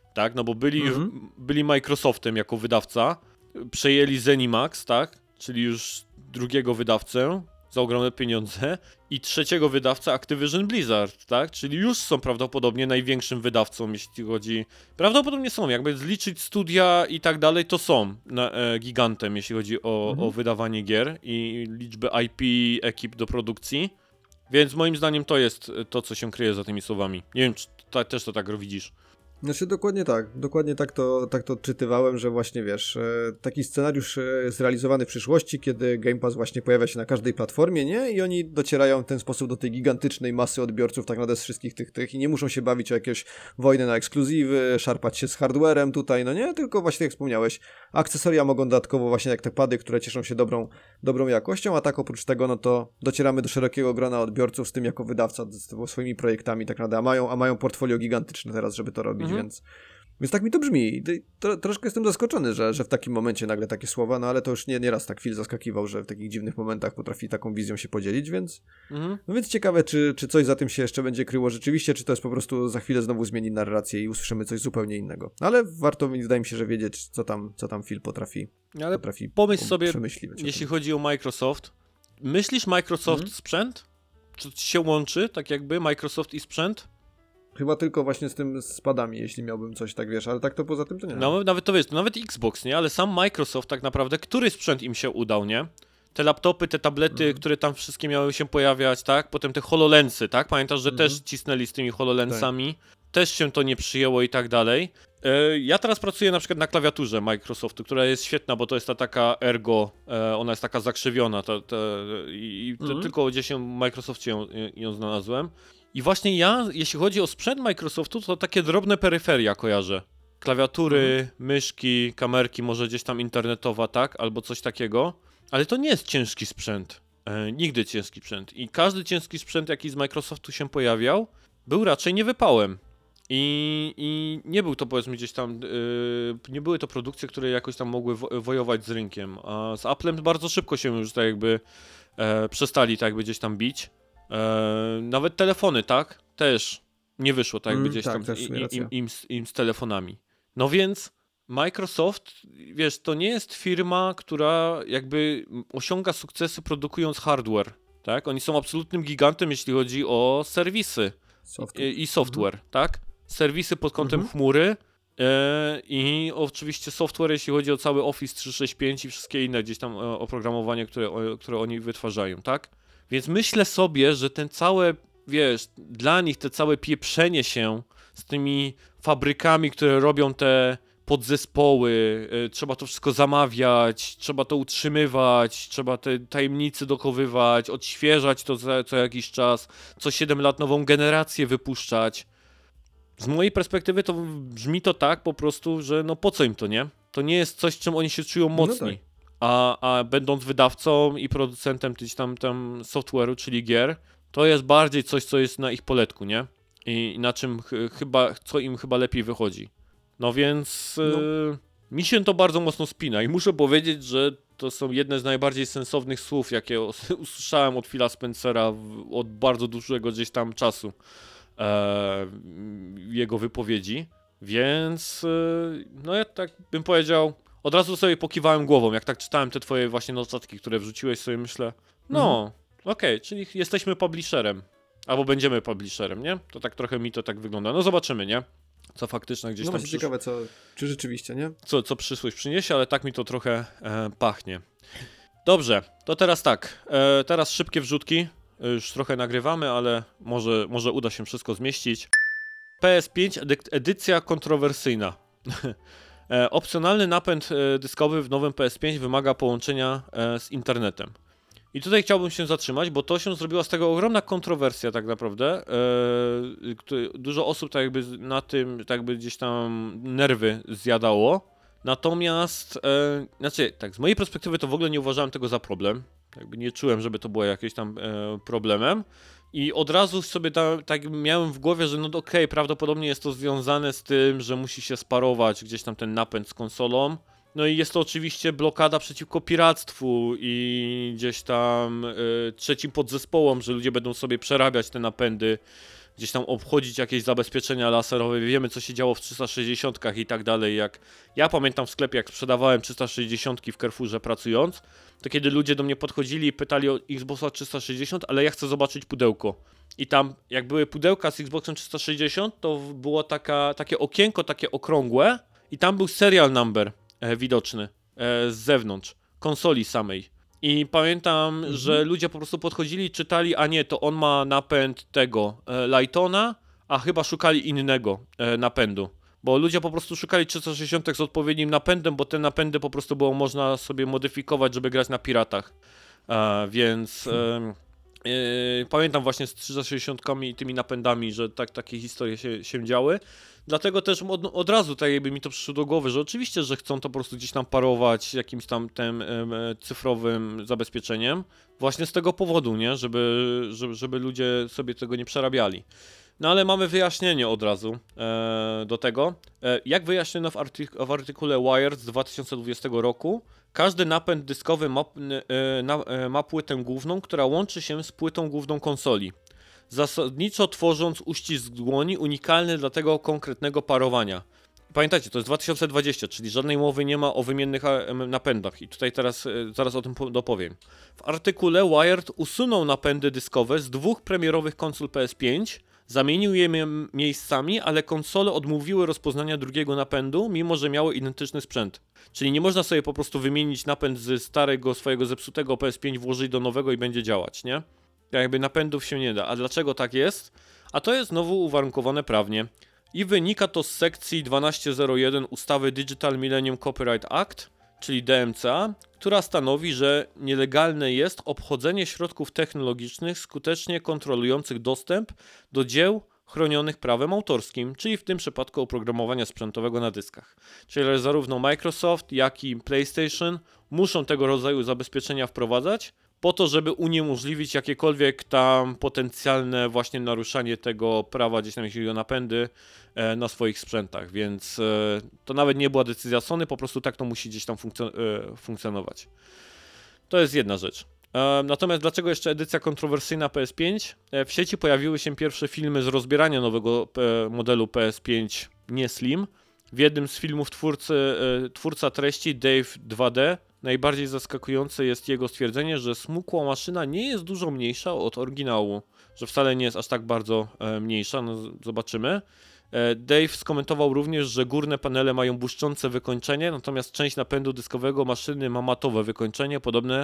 tak? No bo Mhm. byli Microsoftem jako wydawca, przejęli ZeniMax, tak? Czyli już drugiego wydawcę za ogromne pieniądze i trzeciego wydawcę Activision Blizzard, tak? Czyli już są prawdopodobnie największym wydawcą, jeśli chodzi... Prawdopodobnie są, jakby zliczyć studia i tak dalej, to są gigantem, jeśli chodzi o wydawanie gier i liczbę IP, ekip do produkcji. Więc moim zdaniem to jest to, co się kryje za tymi słowami. Nie wiem, czy też to tak widzisz. Znaczy dokładnie tak to odczytywałem, że właśnie wiesz, taki scenariusz zrealizowany w przyszłości, kiedy Game Pass właśnie pojawia się na każdej platformie, nie? I oni docierają w ten sposób do tej gigantycznej masy odbiorców tak naprawdę z wszystkich tych i nie muszą się bawić o jakieś wojny na ekskluzywy, szarpać się z hardwarem tutaj, no nie? Tylko właśnie jak wspomniałeś, akcesoria mogą dodatkowo właśnie jak te pady, które cieszą się dobrą jakością, a tak oprócz tego, no to docieramy do szerokiego grona odbiorców z tym jako wydawca, z swoimi projektami tak naprawdę, a mają portfolio gigantyczne teraz, żeby to robić. Więc tak mi to brzmi. Troszkę jestem zaskoczony, że w takim momencie nagle takie słowa, no ale to już nie raz tak Phil zaskakiwał, że w takich dziwnych momentach potrafi taką wizją się podzielić, więc no więc ciekawe, czy coś za tym się jeszcze będzie kryło rzeczywiście, czy to jest po prostu za chwilę znowu zmieni narrację i usłyszymy coś zupełnie innego. No ale warto, wydaje mi się, że wiedzieć, co tam Phil potrafi pomyśl sobie, przemyśliwać. jeśli chodzi o Microsoft. Myślisz Microsoft sprzęt? Czy się łączy, tak jakby, Microsoft i sprzęt? Chyba tylko właśnie z tym spadami, jeśli miałbym coś, tak wiesz, ale tak to poza tym to nie. No, nawet to wiesz, to nawet Xbox, nie? Ale sam Microsoft tak naprawdę, który sprzęt im się udał, nie? Te laptopy, te tablety, które tam wszystkie miały się pojawiać, tak? Potem te HoloLensy, tak? Pamiętasz, że też cisnęli z tymi HoloLensami? Też się to nie przyjęło i tak dalej. Ja teraz pracuję na przykład na klawiaturze Microsoftu, która jest świetna, bo to jest ta taka Ergo, ona jest taka zakrzywiona tylko gdzieś w Microsoftie ją znalazłem. I właśnie ja, jeśli chodzi o sprzęt Microsoftu, to takie drobne peryferia kojarzę. Klawiatury, myszki, kamerki, może gdzieś tam internetowa, tak? Albo coś takiego. Ale to nie jest ciężki sprzęt. Nigdy ciężki sprzęt. I każdy ciężki sprzęt, jaki z Microsoftu się pojawiał, był raczej niewypałem. I nie był to, powiedzmy, gdzieś tam, nie były to produkcje, które jakoś tam mogły wojować z rynkiem. A z Applem bardzo szybko się już tak jakby przestali tak jakby gdzieś tam bić. Nawet telefony, tak? Też nie wyszło tak jakby gdzieś tak, tam też im z telefonami. No więc Microsoft, wiesz, to nie jest firma, która jakby osiąga sukcesy produkując hardware, tak? Oni są absolutnym gigantem, jeśli chodzi o serwisy i software, tak? Serwisy pod kątem chmury i oczywiście software, jeśli chodzi o cały Office 365 i wszystkie inne gdzieś tam oprogramowanie, które oni wytwarzają, tak? Więc myślę sobie, że ten całe, wiesz, dla nich te całe pieprzenie się z tymi fabrykami, które robią te podzespoły, trzeba to wszystko zamawiać, trzeba to utrzymywać, trzeba te tajemnice dochowywać, odświeżać to co jakiś czas, co 7 lat nową generację wypuszczać. Z mojej perspektywy to brzmi to tak po prostu, że no po co im to, nie? To nie jest coś, czym oni się czują mocni. No tak. A będąc wydawcą i producentem gdzieś tam software'u, czyli gier, to jest bardziej coś, co jest na ich poletku, nie? I na czym co im chyba lepiej wychodzi. No więc mi się to bardzo mocno spina i muszę powiedzieć, że to są jedne z najbardziej sensownych słów, jakie usłyszałem od Phila Spencera od bardzo dużego gdzieś tam czasu jego wypowiedzi. Więc no ja tak bym powiedział, od razu sobie pokiwałem głową, jak tak czytałem te twoje właśnie notatki, które wrzuciłeś, sobie myślę, no, okej, czyli jesteśmy publisherem, albo będziemy publisherem, nie? To tak trochę mi to tak wygląda. No zobaczymy, nie? Co faktycznie gdzieś no tam właśnie ciekawe, czy rzeczywiście, nie? co przyszłość przyniesie, ale tak mi to trochę pachnie. Dobrze, to teraz tak, teraz szybkie wrzutki, już trochę nagrywamy, ale może uda się wszystko zmieścić. PS5 edycja kontrowersyjna. Opcjonalny napęd dyskowy w nowym PS5 wymaga połączenia z internetem. I tutaj chciałbym się zatrzymać, bo to się zrobiła z tego ogromna kontrowersja tak naprawdę. Dużo osób tak jakby na tym tak jakby gdzieś tam nerwy zjadało. Natomiast, tak z mojej perspektywy to w ogóle nie uważałem tego za problem. Jakby nie czułem, żeby to było jakimś tam problemem. I od razu sobie tak miałem w głowie, że no okej, prawdopodobnie jest to związane z tym, że musi się sparować gdzieś tam ten napęd z konsolą. No i jest to oczywiście blokada przeciwko piractwu i gdzieś tam trzecim podzespołom, że ludzie będą sobie przerabiać te napędy gdzieś tam obchodzić jakieś zabezpieczenia laserowe, wiemy co się działo w 360 i tak dalej. Jak ja pamiętam w sklepie, jak sprzedawałem 360 w Carrefourze pracując, to kiedy ludzie do mnie podchodzili i pytali o Xboxa 360, ale ja chcę zobaczyć pudełko. I tam, jak były pudełka z Xboxem 360, to było takie okienko, takie okrągłe i tam był serial number widoczny z zewnątrz, konsoli samej. I pamiętam, że ludzie po prostu podchodzili i czytali, a nie, to on ma napęd tego Lightona, a chyba szukali innego napędu. Bo ludzie po prostu szukali 360 z odpowiednim napędem, bo te napędy po prostu było można sobie modyfikować, żeby grać na piratach. Więc pamiętam właśnie z 360 i tymi napędami, że takie historie się działy. Dlatego też od razu tak jakby mi to przyszło do głowy, że oczywiście, że chcą to po prostu gdzieś tam parować jakimś tam tym cyfrowym zabezpieczeniem. Właśnie z tego powodu, nie? Żeby ludzie sobie tego nie przerabiali. No ale mamy wyjaśnienie od razu do tego. Jak wyjaśniono w artykule Wired z 2020 roku, każdy napęd dyskowy ma płytę główną, która łączy się z płytą główną konsoli, zasadniczo tworząc uścisk dłoni unikalny dla tego konkretnego parowania. Pamiętajcie, to jest 2020, czyli żadnej mowy nie ma o wymiennych napędach i tutaj teraz zaraz o tym dopowiem. W artykule Wired usunął napędy dyskowe z dwóch premierowych konsol PS5, zamienił je miejscami, ale konsole odmówiły rozpoznania drugiego napędu, mimo że miały identyczny sprzęt. Czyli nie można sobie po prostu wymienić napęd ze starego, swojego zepsutego PS5, włożyć do nowego i będzie działać, nie? Jakby napędów się nie da. A dlaczego tak jest? A to jest znowu uwarunkowane prawnie. I wynika to z sekcji 1201 ustawy Digital Millennium Copyright Act, czyli DMCA, która stanowi, że nielegalne jest obchodzenie środków technologicznych skutecznie kontrolujących dostęp do dzieł chronionych prawem autorskim, czyli w tym przypadku oprogramowania sprzętowego na dyskach. Czyli zarówno Microsoft, jak i PlayStation muszą tego rodzaju zabezpieczenia wprowadzać, po to, żeby uniemożliwić jakiekolwiek tam potencjalne właśnie naruszanie tego prawa gdzieś tam, jeśli chodzi o napędy na swoich sprzętach, więc to nawet nie była decyzja Sony, po prostu tak to musi gdzieś tam funkcjonować. To jest jedna rzecz. Natomiast dlaczego jeszcze edycja kontrowersyjna PS5? W sieci pojawiły się pierwsze filmy z rozbierania nowego modelu PS5 nie Slim. W jednym z filmów twórca treści Dave 2D najbardziej zaskakujące jest jego stwierdzenie, że smukła maszyna nie jest dużo mniejsza od oryginału, że wcale nie jest aż tak bardzo mniejsza, no zobaczymy. Dave skomentował również, że górne panele mają błyszczące wykończenie, natomiast część napędu dyskowego maszyny ma matowe wykończenie, podobne.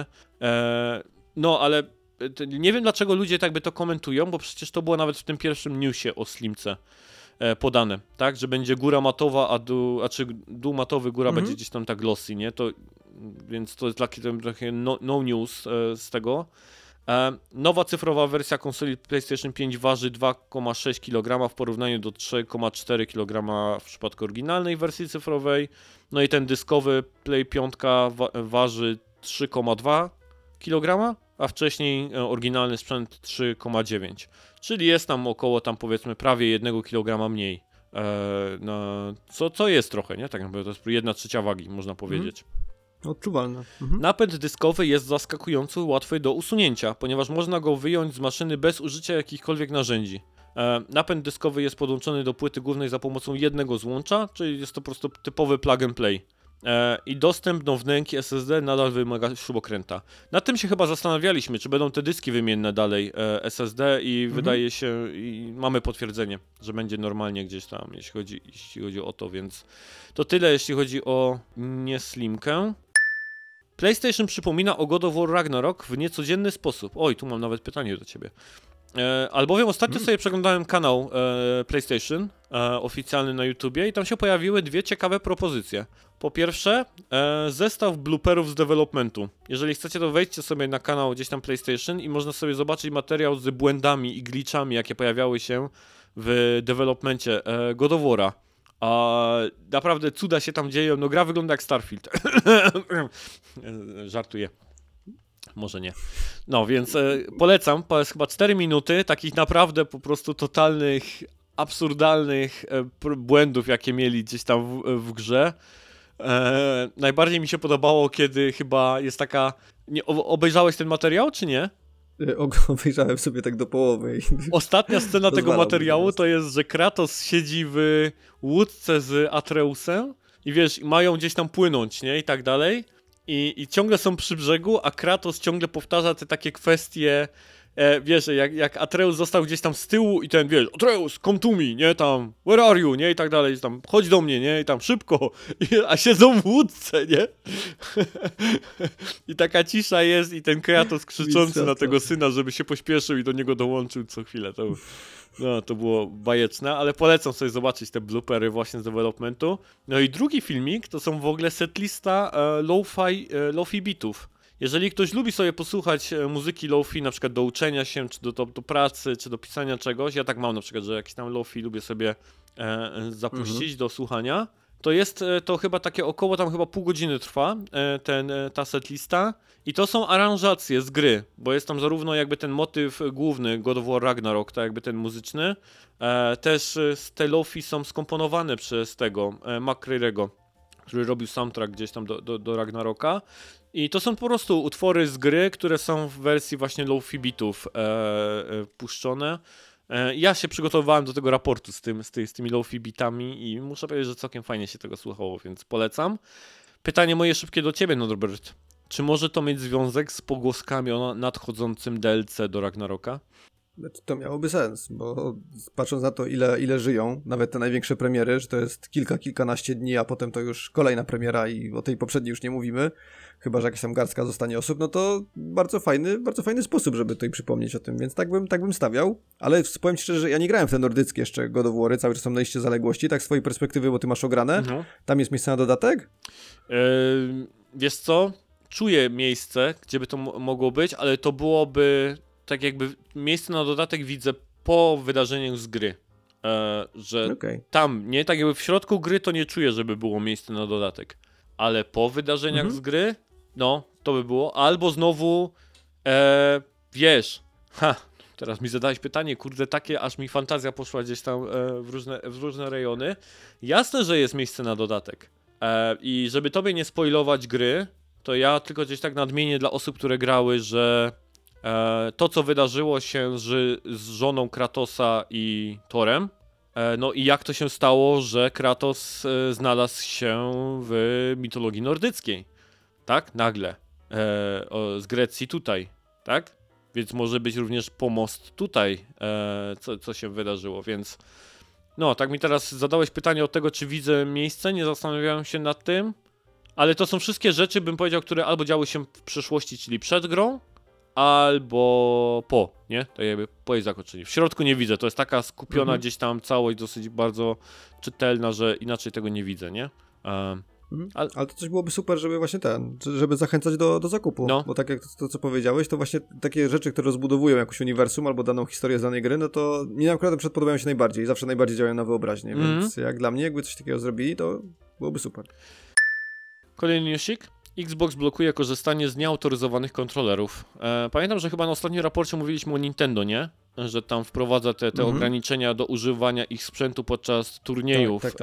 No ale nie wiem dlaczego ludzie tak by to komentują, bo przecież to było nawet w tym pierwszym newsie o Slimce podane, tak, że będzie góra matowa, a dół matowy, góra będzie gdzieś tam tak glossy, nie? Więc to jest takie no news z tego. Nowa cyfrowa wersja konsoli PlayStation 5 waży 2,6 kg w porównaniu do 3,4 kg w przypadku oryginalnej wersji cyfrowej. No i ten dyskowy Play 5 waży 3,2 kg, a wcześniej oryginalny sprzęt 3,9. Czyli jest tam około tam powiedzmy prawie 1 kg mniej. Co jest trochę, nie? Tak naprawdę to jest 1/3 wagi, można powiedzieć. Odczuwalne. Napęd dyskowy jest zaskakująco łatwy do usunięcia, ponieważ można go wyjąć z maszyny bez użycia jakichkolwiek narzędzi. Napęd dyskowy jest podłączony do płyty głównej za pomocą jednego złącza, czyli jest to po prostu typowy plug and play. I dostęp do wnęki SSD nadal wymaga śrubokręta. Nad tym się chyba zastanawialiśmy, czy będą te dyski wymienne dalej SSD i wydaje się, i mamy potwierdzenie, że będzie normalnie gdzieś tam, jeśli chodzi o to, więc to tyle, jeśli chodzi o nieslimkę. PlayStation przypomina o God of War Ragnarok w niecodzienny sposób. Oj, tu mam nawet pytanie do ciebie. Albowiem ostatnio sobie przeglądałem kanał PlayStation oficjalny na YouTubie i tam się pojawiły dwie ciekawe propozycje. Po pierwsze, zestaw blooperów z developmentu. Jeżeli chcecie, to wejdźcie sobie na kanał gdzieś tam PlayStation i można sobie zobaczyć materiał z błędami i glitchami, jakie pojawiały się w developmencie God of War'a. A naprawdę cuda się tam dzieją. No gra wygląda jak Starfield. Żartuję. Może nie. No więc polecam. To jest chyba 4 minuty takich naprawdę po prostu totalnych, absurdalnych błędów, jakie mieli gdzieś tam w grze. Najbardziej mi się podobało, kiedy chyba jest taka... Obejrzałeś ten materiał, czy nie? Obejrzałem sobie tak do połowy. Ostatnia scena tego Rozwalał materiału mnie to jest, że Kratos siedzi w łódce z Atreusem i wiesz, mają gdzieś tam płynąć, nie? I tak dalej. I ciągle są przy brzegu, a Kratos ciągle powtarza te takie kwestie, wiesz, jak Atreus został gdzieś tam z tyłu i ten, wiesz, Atreus, come to me, nie? Tam, where are you, nie? I tak dalej, tam, chodź do mnie, nie? I tam, szybko. A siedzą w łódce, nie? I taka cisza jest i ten Kratos krzyczący na tego syna, żeby się pośpieszył i do niego dołączył co chwilę. To było bajeczne, ale polecam sobie zobaczyć te bloopery właśnie z developmentu. No i drugi filmik to są w ogóle setlista lo-fi beatów. Jeżeli ktoś lubi sobie posłuchać muzyki lo-fi, na przykład do uczenia się, czy do pracy, czy do pisania czegoś, ja tak mam na przykład, że jakieś tam lo-fi lubię sobie zapuścić do słuchania, to jest to chyba takie około tam chyba pół godziny trwa ta setlista i to są aranżacje z gry, bo jest tam zarówno jakby ten motyw główny God of War Ragnarok, tak jakby ten muzyczny, też te lo-fi są skomponowane przez tego McCreary'ego, który robił soundtrack gdzieś tam do Ragnaroka. I to są po prostu utwory z gry, które są w wersji właśnie lo-fi beatów puszczone. Ja się przygotowywałem do tego raportu z tymi lo-fi beatami i muszę powiedzieć, że całkiem fajnie się tego słuchało, więc polecam. Pytanie moje szybkie do ciebie, Norbert. Czy może to mieć związek z pogłoskami o nadchodzącym DLC do Ragnaroka? To miałoby sens, bo patrząc na to, ile żyją, nawet te największe premiery, że to jest kilkanaście dni, a potem to już kolejna premiera i o tej poprzedniej już nie mówimy, chyba że jakaś tam garstka zostanie osób, no to bardzo fajny sposób, żeby tutaj przypomnieć o tym, więc tak bym stawiał, ale powiem ci szczerze, że ja nie grałem w te nordyckie jeszcze God of War, cały czas są na liście zaległości, tak z twojej perspektywy, bo ty masz ograne, tam jest miejsce na dodatek? Wiesz co, czuję miejsce, gdzie by to mogło być, ale to byłoby tak jakby miejsce na dodatek widzę po wydarzeniach z gry, że tam, nie, tak jakby w środku gry to nie czuję, żeby było miejsce na dodatek, ale po wydarzeniach z gry, no, to by było, albo znowu, wiesz, teraz mi zadałeś pytanie, kurde, takie, aż mi fantazja poszła gdzieś tam w różne rejony, jasne, że jest miejsce na dodatek i żeby tobie nie spoilować gry, to ja tylko gdzieś tak nadmienię dla osób, które grały, że to, co wydarzyło się z żoną Kratosa i Thorem, no i jak to się stało, że Kratos znalazł się w mitologii nordyckiej, tak? Nagle. Z Grecji tutaj, tak? Więc może być również pomost tutaj, co się wydarzyło, więc no, tak mi teraz zadałeś pytanie od tego, czy widzę miejsce, nie zastanawiałem się nad tym, ale to są wszystkie rzeczy, bym powiedział, które albo działy się w przeszłości, czyli przed grą, albo po, nie? Tak jakby po jej zakończeniu. W środku nie widzę, to jest taka skupiona gdzieś tam całość, dosyć bardzo czytelna, że inaczej tego nie widzę, nie? Ale to coś byłoby super, żeby właśnie żeby zachęcać do zakupu, no. Bo tak jak to, co powiedziałeś, to właśnie takie rzeczy, które rozbudowują jakieś uniwersum albo daną historię z danej gry, no to mnie akurat podobają się najbardziej, zawsze najbardziej działają na wyobraźnię, więc jak dla mnie, jakby coś takiego zrobili, to byłoby super. Kolejny newsik. Xbox blokuje korzystanie z nieautoryzowanych kontrolerów. Pamiętam, że chyba na ostatnim raporcie mówiliśmy o Nintendo, nie? Że tam wprowadza te ograniczenia do używania ich sprzętu podczas turniejów, tak.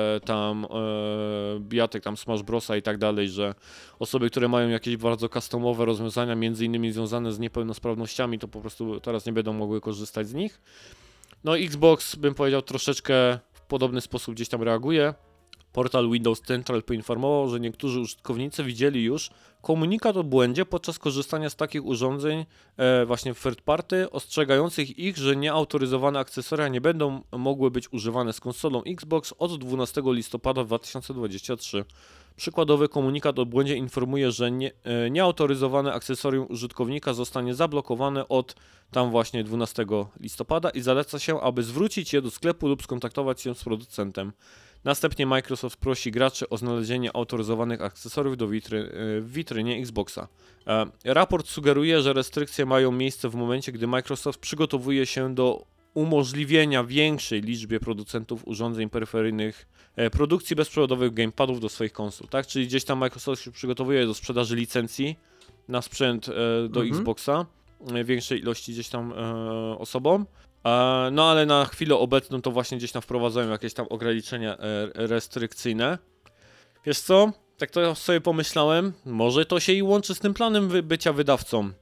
Bijatek, tam Smash Brosa i tak dalej, że osoby, które mają jakieś bardzo customowe rozwiązania, między innymi związane z niepełnosprawnościami, to po prostu teraz nie będą mogły korzystać z nich. No Xbox, bym powiedział, troszeczkę w podobny sposób gdzieś tam reaguje. Portal Windows Central poinformował, że niektórzy użytkownicy widzieli już komunikat o błędzie podczas korzystania z takich urządzeń właśnie third party, ostrzegających ich, że nieautoryzowane akcesoria nie będą mogły być używane z konsolą Xbox od 12 listopada 2023. Przykładowy komunikat o błędzie informuje, że nieautoryzowane akcesorium użytkownika zostanie zablokowane od tam właśnie 12 listopada i zaleca się, aby zwrócić je do sklepu lub skontaktować się z producentem. Następnie Microsoft prosi graczy o znalezienie autoryzowanych akcesoriów w witrynie Xboxa. Raport sugeruje, że restrykcje mają miejsce w momencie, gdy Microsoft przygotowuje się do umożliwienia większej liczbie producentów urządzeń peryferyjnych produkcji bezprzewodowych gamepadów do swoich konsol, tak? Czyli gdzieś tam Microsoft się przygotowuje do sprzedaży licencji na sprzęt do Xboxa, większej ilości gdzieś tam osobom. No ale na chwilę obecną to właśnie gdzieś tam wprowadzają jakieś tam ograniczenia restrykcyjne. Wiesz co? Tak to sobie pomyślałem, może to się i łączy z tym planem bycia wydawcą.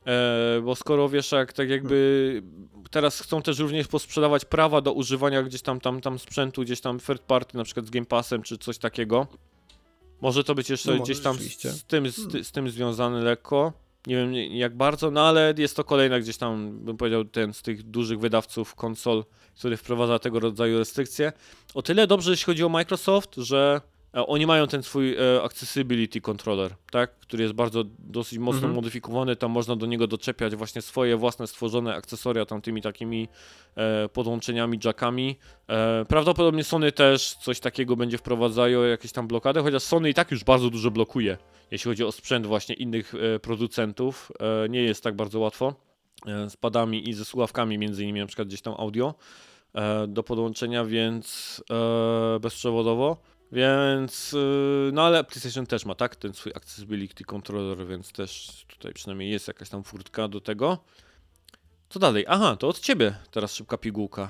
Bo skoro wiesz, jak tak jakby teraz chcą też również posprzedawać prawa do używania gdzieś tam sprzętu, gdzieś tam third party, na przykład z Game Passem czy coś takiego. Może to być jeszcze gdzieś tam z tym związane lekko. Nie wiem jak bardzo, no ale jest to kolejna gdzieś tam, bym powiedział, ten z tych dużych wydawców konsol, który wprowadza tego rodzaju restrykcje. O tyle dobrze, jeśli chodzi o Microsoft, że oni mają ten swój accessibility controller, tak, który jest dosyć mocno modyfikowany, tam można do niego doczepiać właśnie swoje własne stworzone akcesoria tam tymi takimi podłączeniami, jackami. Prawdopodobnie Sony też coś takiego będzie wprowadzają, jakieś tam blokady, chociaż Sony i tak już bardzo dużo blokuje, jeśli chodzi o sprzęt właśnie innych producentów. Nie jest tak bardzo łatwo z padami i ze słuchawkami między innymi, na przykład gdzieś tam audio do podłączenia, więc bezprzewodowo. Więc, no ale PlayStation też ma, tak, ten swój accessibility controller, więc też tutaj przynajmniej jest jakaś tam furtka do tego. Co dalej? Aha, to od ciebie teraz szybka pigułka.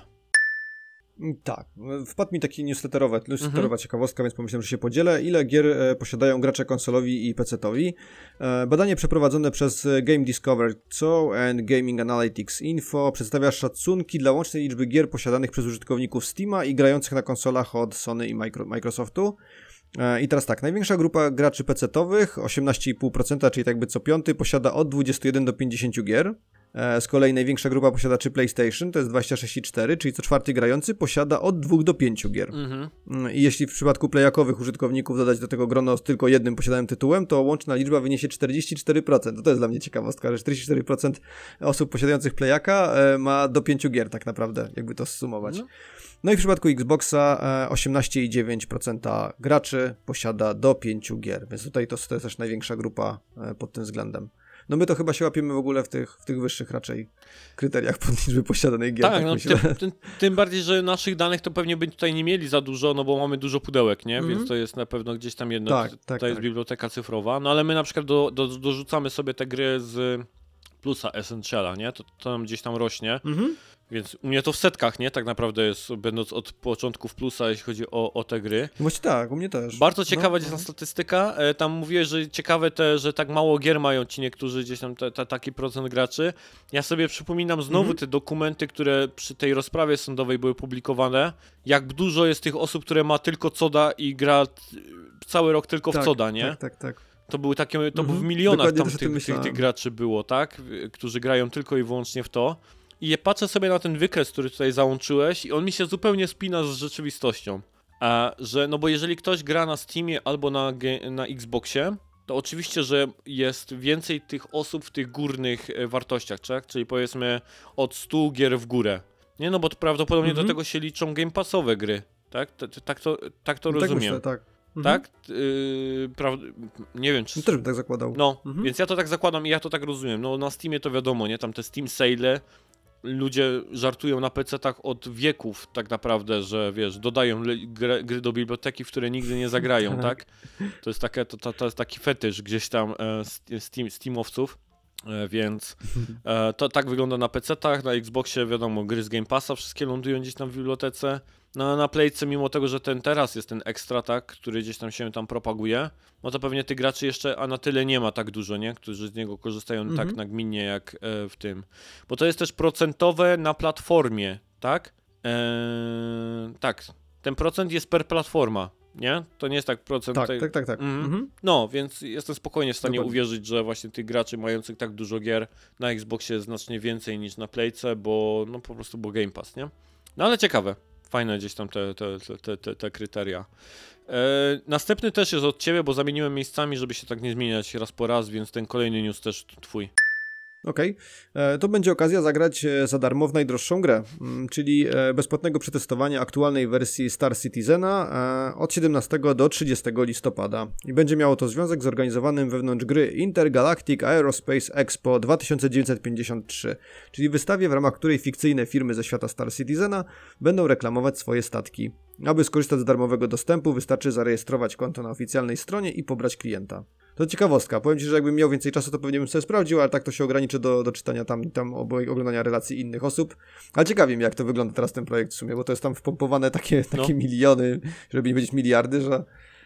Tak, wpadł mi taki newsletterowa ciekawostka, więc pomyślałem, że się podzielę. Ile gier posiadają gracze konsolowi i PC-towi? Badanie przeprowadzone przez Game Discovery Co and Gaming Analytics Info przedstawia szacunki dla łącznej liczby gier posiadanych przez użytkowników Steama i grających na konsolach od Sony i Microsoftu. I teraz tak, największa grupa graczy PC-towych, 18,5%, czyli tak jakby co piąty, posiada od 21 do 50 gier. Z kolei największa grupa posiadaczy PlayStation, to jest 26,4, czyli co czwarty grający posiada od 2 do 5 gier. I jeśli w przypadku playakowych użytkowników dodać do tego grono z tylko jednym posiadanym tytułem, to łączna liczba wyniesie 44%. To jest dla mnie ciekawostka, że 44% osób posiadających playaka ma do 5 gier tak naprawdę, jakby to zsumować. No i w przypadku Xboxa 18,9% graczy posiada do 5 gier, więc tutaj to jest też największa grupa pod tym względem. No my to chyba się łapiemy w ogóle w tych wyższych raczej kryteriach pod liczby posiadanych gier. Tak, no tym bardziej, że naszych danych to pewnie by tutaj nie mieli za dużo, no bo mamy dużo pudełek, nie? Więc to jest na pewno gdzieś tam jedno, to jest biblioteka cyfrowa, no ale my na przykład dorzucamy sobie te gry z Plusa Essentiala, nie? To nam gdzieś tam rośnie. Więc u mnie to w setkach, nie? Tak naprawdę jest, będąc od początków Plusa, jeśli chodzi o te gry. Właśnie tak, u mnie też. Bardzo ciekawa jest ta statystyka. Tam mówiłeś, że ciekawe że tak mało gier mają ci niektórzy gdzieś tam taki procent graczy. Ja sobie przypominam znowu te dokumenty, które przy tej rozprawie sądowej były publikowane. Jak dużo jest tych osób, które ma tylko coda i gra cały rok tylko w coda, nie? Tak. To były takie, to w milionach tam tych graczy było, tak? Którzy grają tylko i wyłącznie w to. I patrzę sobie na ten wykres, który tutaj załączyłeś i on mi się zupełnie spina z rzeczywistością. Że, no bo jeżeli ktoś gra na Steamie albo na Xboxie, to oczywiście, że jest więcej tych osób w tych górnych wartościach, tak? Czyli powiedzmy od 100 gier w górę. Nie, no bo to prawdopodobnie do tego się liczą Game Passowe gry, tak? Tak to rozumiem. Myślę, tak. Tak? Nie wiem, czy... Też bym tak zakładał. No, więc ja to tak zakładam i ja to tak rozumiem. No na Steamie to wiadomo, nie? Tam te Steam Sale, ludzie żartują na PC-tach od wieków tak naprawdę, że wiesz, dodają gry do biblioteki, w które nigdy nie zagrają, tak? To jest to jest taki fetysz gdzieś tam Steamowców. Więc to tak wygląda na PC-tach, na Xboxie wiadomo, gry z Game Passa wszystkie lądują gdzieś tam w bibliotece. No na Playce, mimo tego, że teraz jest ten ekstra, tak, który gdzieś tam się tam propaguje, no to pewnie tych graczy jeszcze, a na tyle nie ma tak dużo, nie, którzy z niego korzystają tak nagminnie jak w tym. Bo to jest też procentowe na platformie, tak? Tak, ten procent jest per platforma. Nie? To nie jest tak procent... Tak. No, więc jestem spokojnie w stanie uwierzyć, że właśnie tych graczy mających tak dużo gier na Xboxie jest znacznie więcej niż na Playce, bo no po prostu Game Pass, nie? No ale ciekawe. Fajne gdzieś tam te kryteria. Następny też jest od ciebie, bo zamieniłem miejscami, żeby się tak nie zmieniać raz po raz, więc ten kolejny news też twój. Okej, to będzie okazja zagrać za darmo w najdroższą grę, czyli bezpłatnego przetestowania aktualnej wersji Star Citizena od 17 do 30 listopada. I będzie miało to związek z zorganizowanym wewnątrz gry Intergalactic Aerospace Expo 2953, czyli wystawie, w ramach której fikcyjne firmy ze świata Star Citizena będą reklamować swoje statki. Aby skorzystać z darmowego dostępu, wystarczy zarejestrować konto na oficjalnej stronie i pobrać klienta. To ciekawostka. Powiem Ci, że jakbym miał więcej czasu, to pewnie bym sobie sprawdził, ale tak to się ograniczy do czytania tam oglądania relacji innych osób. Ale ciekawi mnie, jak to wygląda teraz ten projekt w sumie, bo to jest tam wpompowane takie miliony, żeby nie powiedzieć miliardy, że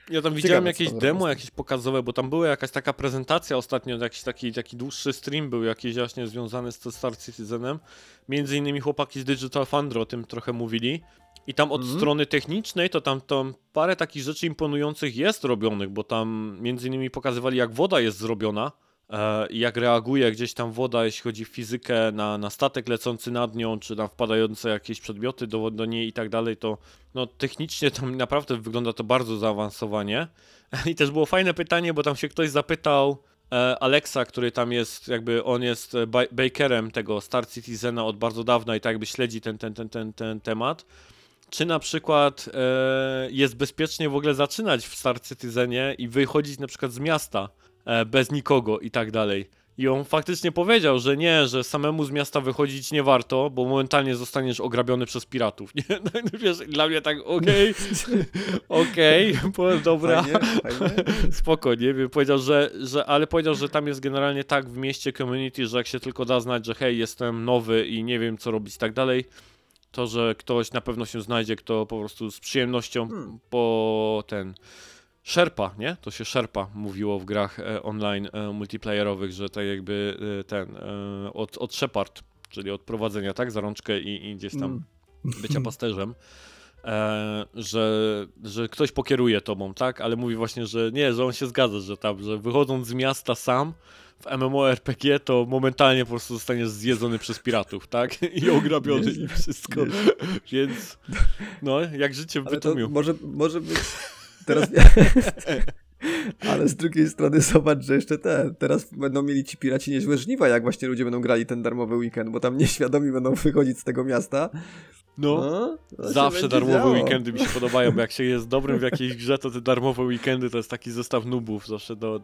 Ja tam widziałem jakieś demo, jakieś pokazowe, bo tam była jakaś taka prezentacja ostatnio, jakiś taki dłuższy stream był jakiś właśnie związany z Star Citizenem. Między innymi chłopaki z Digital Foundry o tym trochę mówili. I tam od strony technicznej to tam parę takich rzeczy imponujących jest robionych, bo tam między innymi pokazywali, jak woda jest zrobiona i jak reaguje gdzieś tam woda, jeśli chodzi o fizykę na statek lecący nad nią, czy tam wpadające jakieś przedmioty do niej i tak dalej, to no technicznie tam naprawdę wygląda to bardzo zaawansowanie. I też było fajne pytanie, bo tam się ktoś zapytał Alexa, który tam jest, jakby on jest bakerem tego Star Citizena od bardzo dawna i tak jakby śledzi ten temat. Czy na przykład jest bezpiecznie w ogóle zaczynać w Star Citizenie i wychodzić na przykład z miasta bez nikogo i tak dalej. I on faktycznie powiedział, że nie, że samemu z miasta wychodzić nie warto, bo momentalnie zostaniesz ograbiony przez piratów. Nie? No, wiesz, dla mnie tak okej, dobra, Fajnie. spoko, nie wiem, powiedział, ale powiedział, że tam jest generalnie tak w mieście community, że jak się tylko da znać, że hej, jestem nowy i nie wiem co robić i tak dalej, to, że ktoś na pewno się znajdzie, kto po prostu z przyjemnością Sherpa, nie? To się Sherpa mówiło w grach online multiplayerowych, że tak jakby od Shepard, czyli od prowadzenia, tak? Za rączkę i gdzieś tam bycia pasterzem, że ktoś pokieruje tobą, tak? Ale mówi właśnie, że nie, że on się zgadza, że wychodząc z miasta sam w MMORPG, to momentalnie po prostu zostaniesz zjedzony przez piratów, tak? I ograbiony i wszystko. Więc no, jak życie w Bytomiu. Może być teraz... Ale z drugiej strony zobacz, że jeszcze teraz będą mieli ci piraci niezłe żniwa, jak właśnie ludzie będą grali ten darmowy weekend, bo tam nieświadomi będą wychodzić z tego miasta. No zawsze darmowe weekendy mi się podobają, bo jak się jest dobrym w jakiejś grze, to te darmowe weekendy to jest taki zestaw nubów zawsze do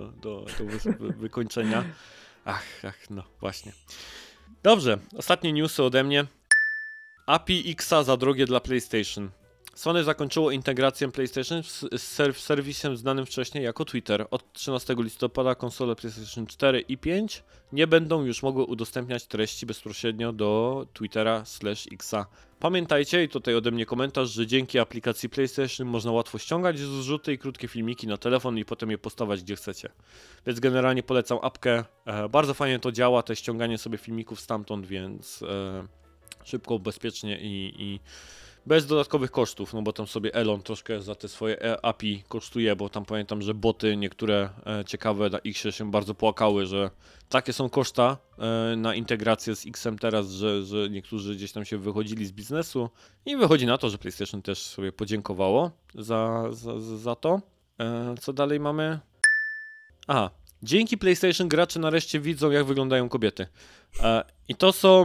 wykończenia. Ach, no właśnie. Dobrze, ostatnie newsy ode mnie. API Xa za drogie dla PlayStation. Sony zakończyło integrację PlayStation z serwisem znanym wcześniej jako Twitter. Od 13 listopada konsole PlayStation 4 i 5 nie będą już mogły udostępniać treści bezpośrednio do Twittera/Xa. Pamiętajcie, i tutaj ode mnie komentarz, że dzięki aplikacji PlayStation można łatwo ściągać zrzuty i krótkie filmiki na telefon i potem je postawać gdzie chcecie. Więc generalnie polecam apkę. Bardzo fajnie to działa, to ściąganie sobie filmików stamtąd, więc szybko, bezpiecznie i bez dodatkowych kosztów, no bo tam sobie Elon troszkę za te swoje API kosztuje, bo tam pamiętam, że boty niektóre ciekawe na Xie się bardzo płakały, że takie są koszta na integrację z Xem teraz, że niektórzy gdzieś tam się wychodzili z biznesu i wychodzi na to, że PlayStation też sobie podziękowało za to. Co dalej mamy? Aha, dzięki PlayStation gracze nareszcie widzą, jak wyglądają kobiety. I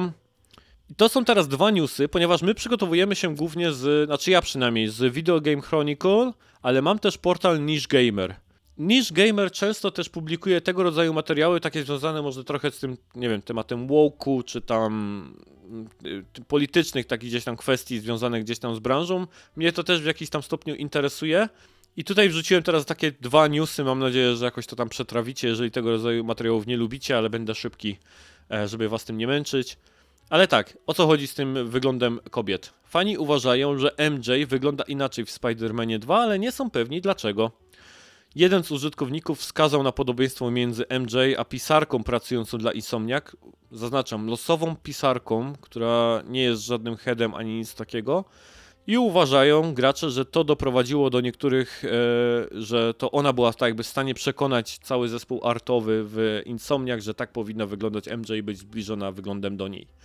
to są teraz dwa newsy, ponieważ my przygotowujemy się głównie znaczy ja przynajmniej, z Video Game Chronicle, ale mam też portal Niche Gamer. Niche Gamer często też publikuje tego rodzaju materiały, takie związane może trochę z tym, nie wiem, tematem woke'u, czy tam politycznych takich gdzieś tam kwestii związanych gdzieś tam z branżą. Mnie to też w jakiś tam stopniu interesuje. I tutaj wrzuciłem teraz takie dwa newsy, mam nadzieję, że jakoś to tam przetrawicie, jeżeli tego rodzaju materiałów nie lubicie, ale będę szybki, żeby was tym nie męczyć. Ale tak, o co chodzi z tym wyglądem kobiet? Fani uważają, że MJ wygląda inaczej w Spider-Manie 2, ale nie są pewni dlaczego. Jeden z użytkowników wskazał na podobieństwo między MJ a pisarką pracującą dla Insomniac. Zaznaczam, losową pisarką, która nie jest żadnym headem ani nic takiego. I uważają gracze, że to doprowadziło do niektórych, że to ona była tak jakby w stanie przekonać cały zespół artowy w Insomniac, że tak powinna wyglądać MJ i być zbliżona wyglądem do niej.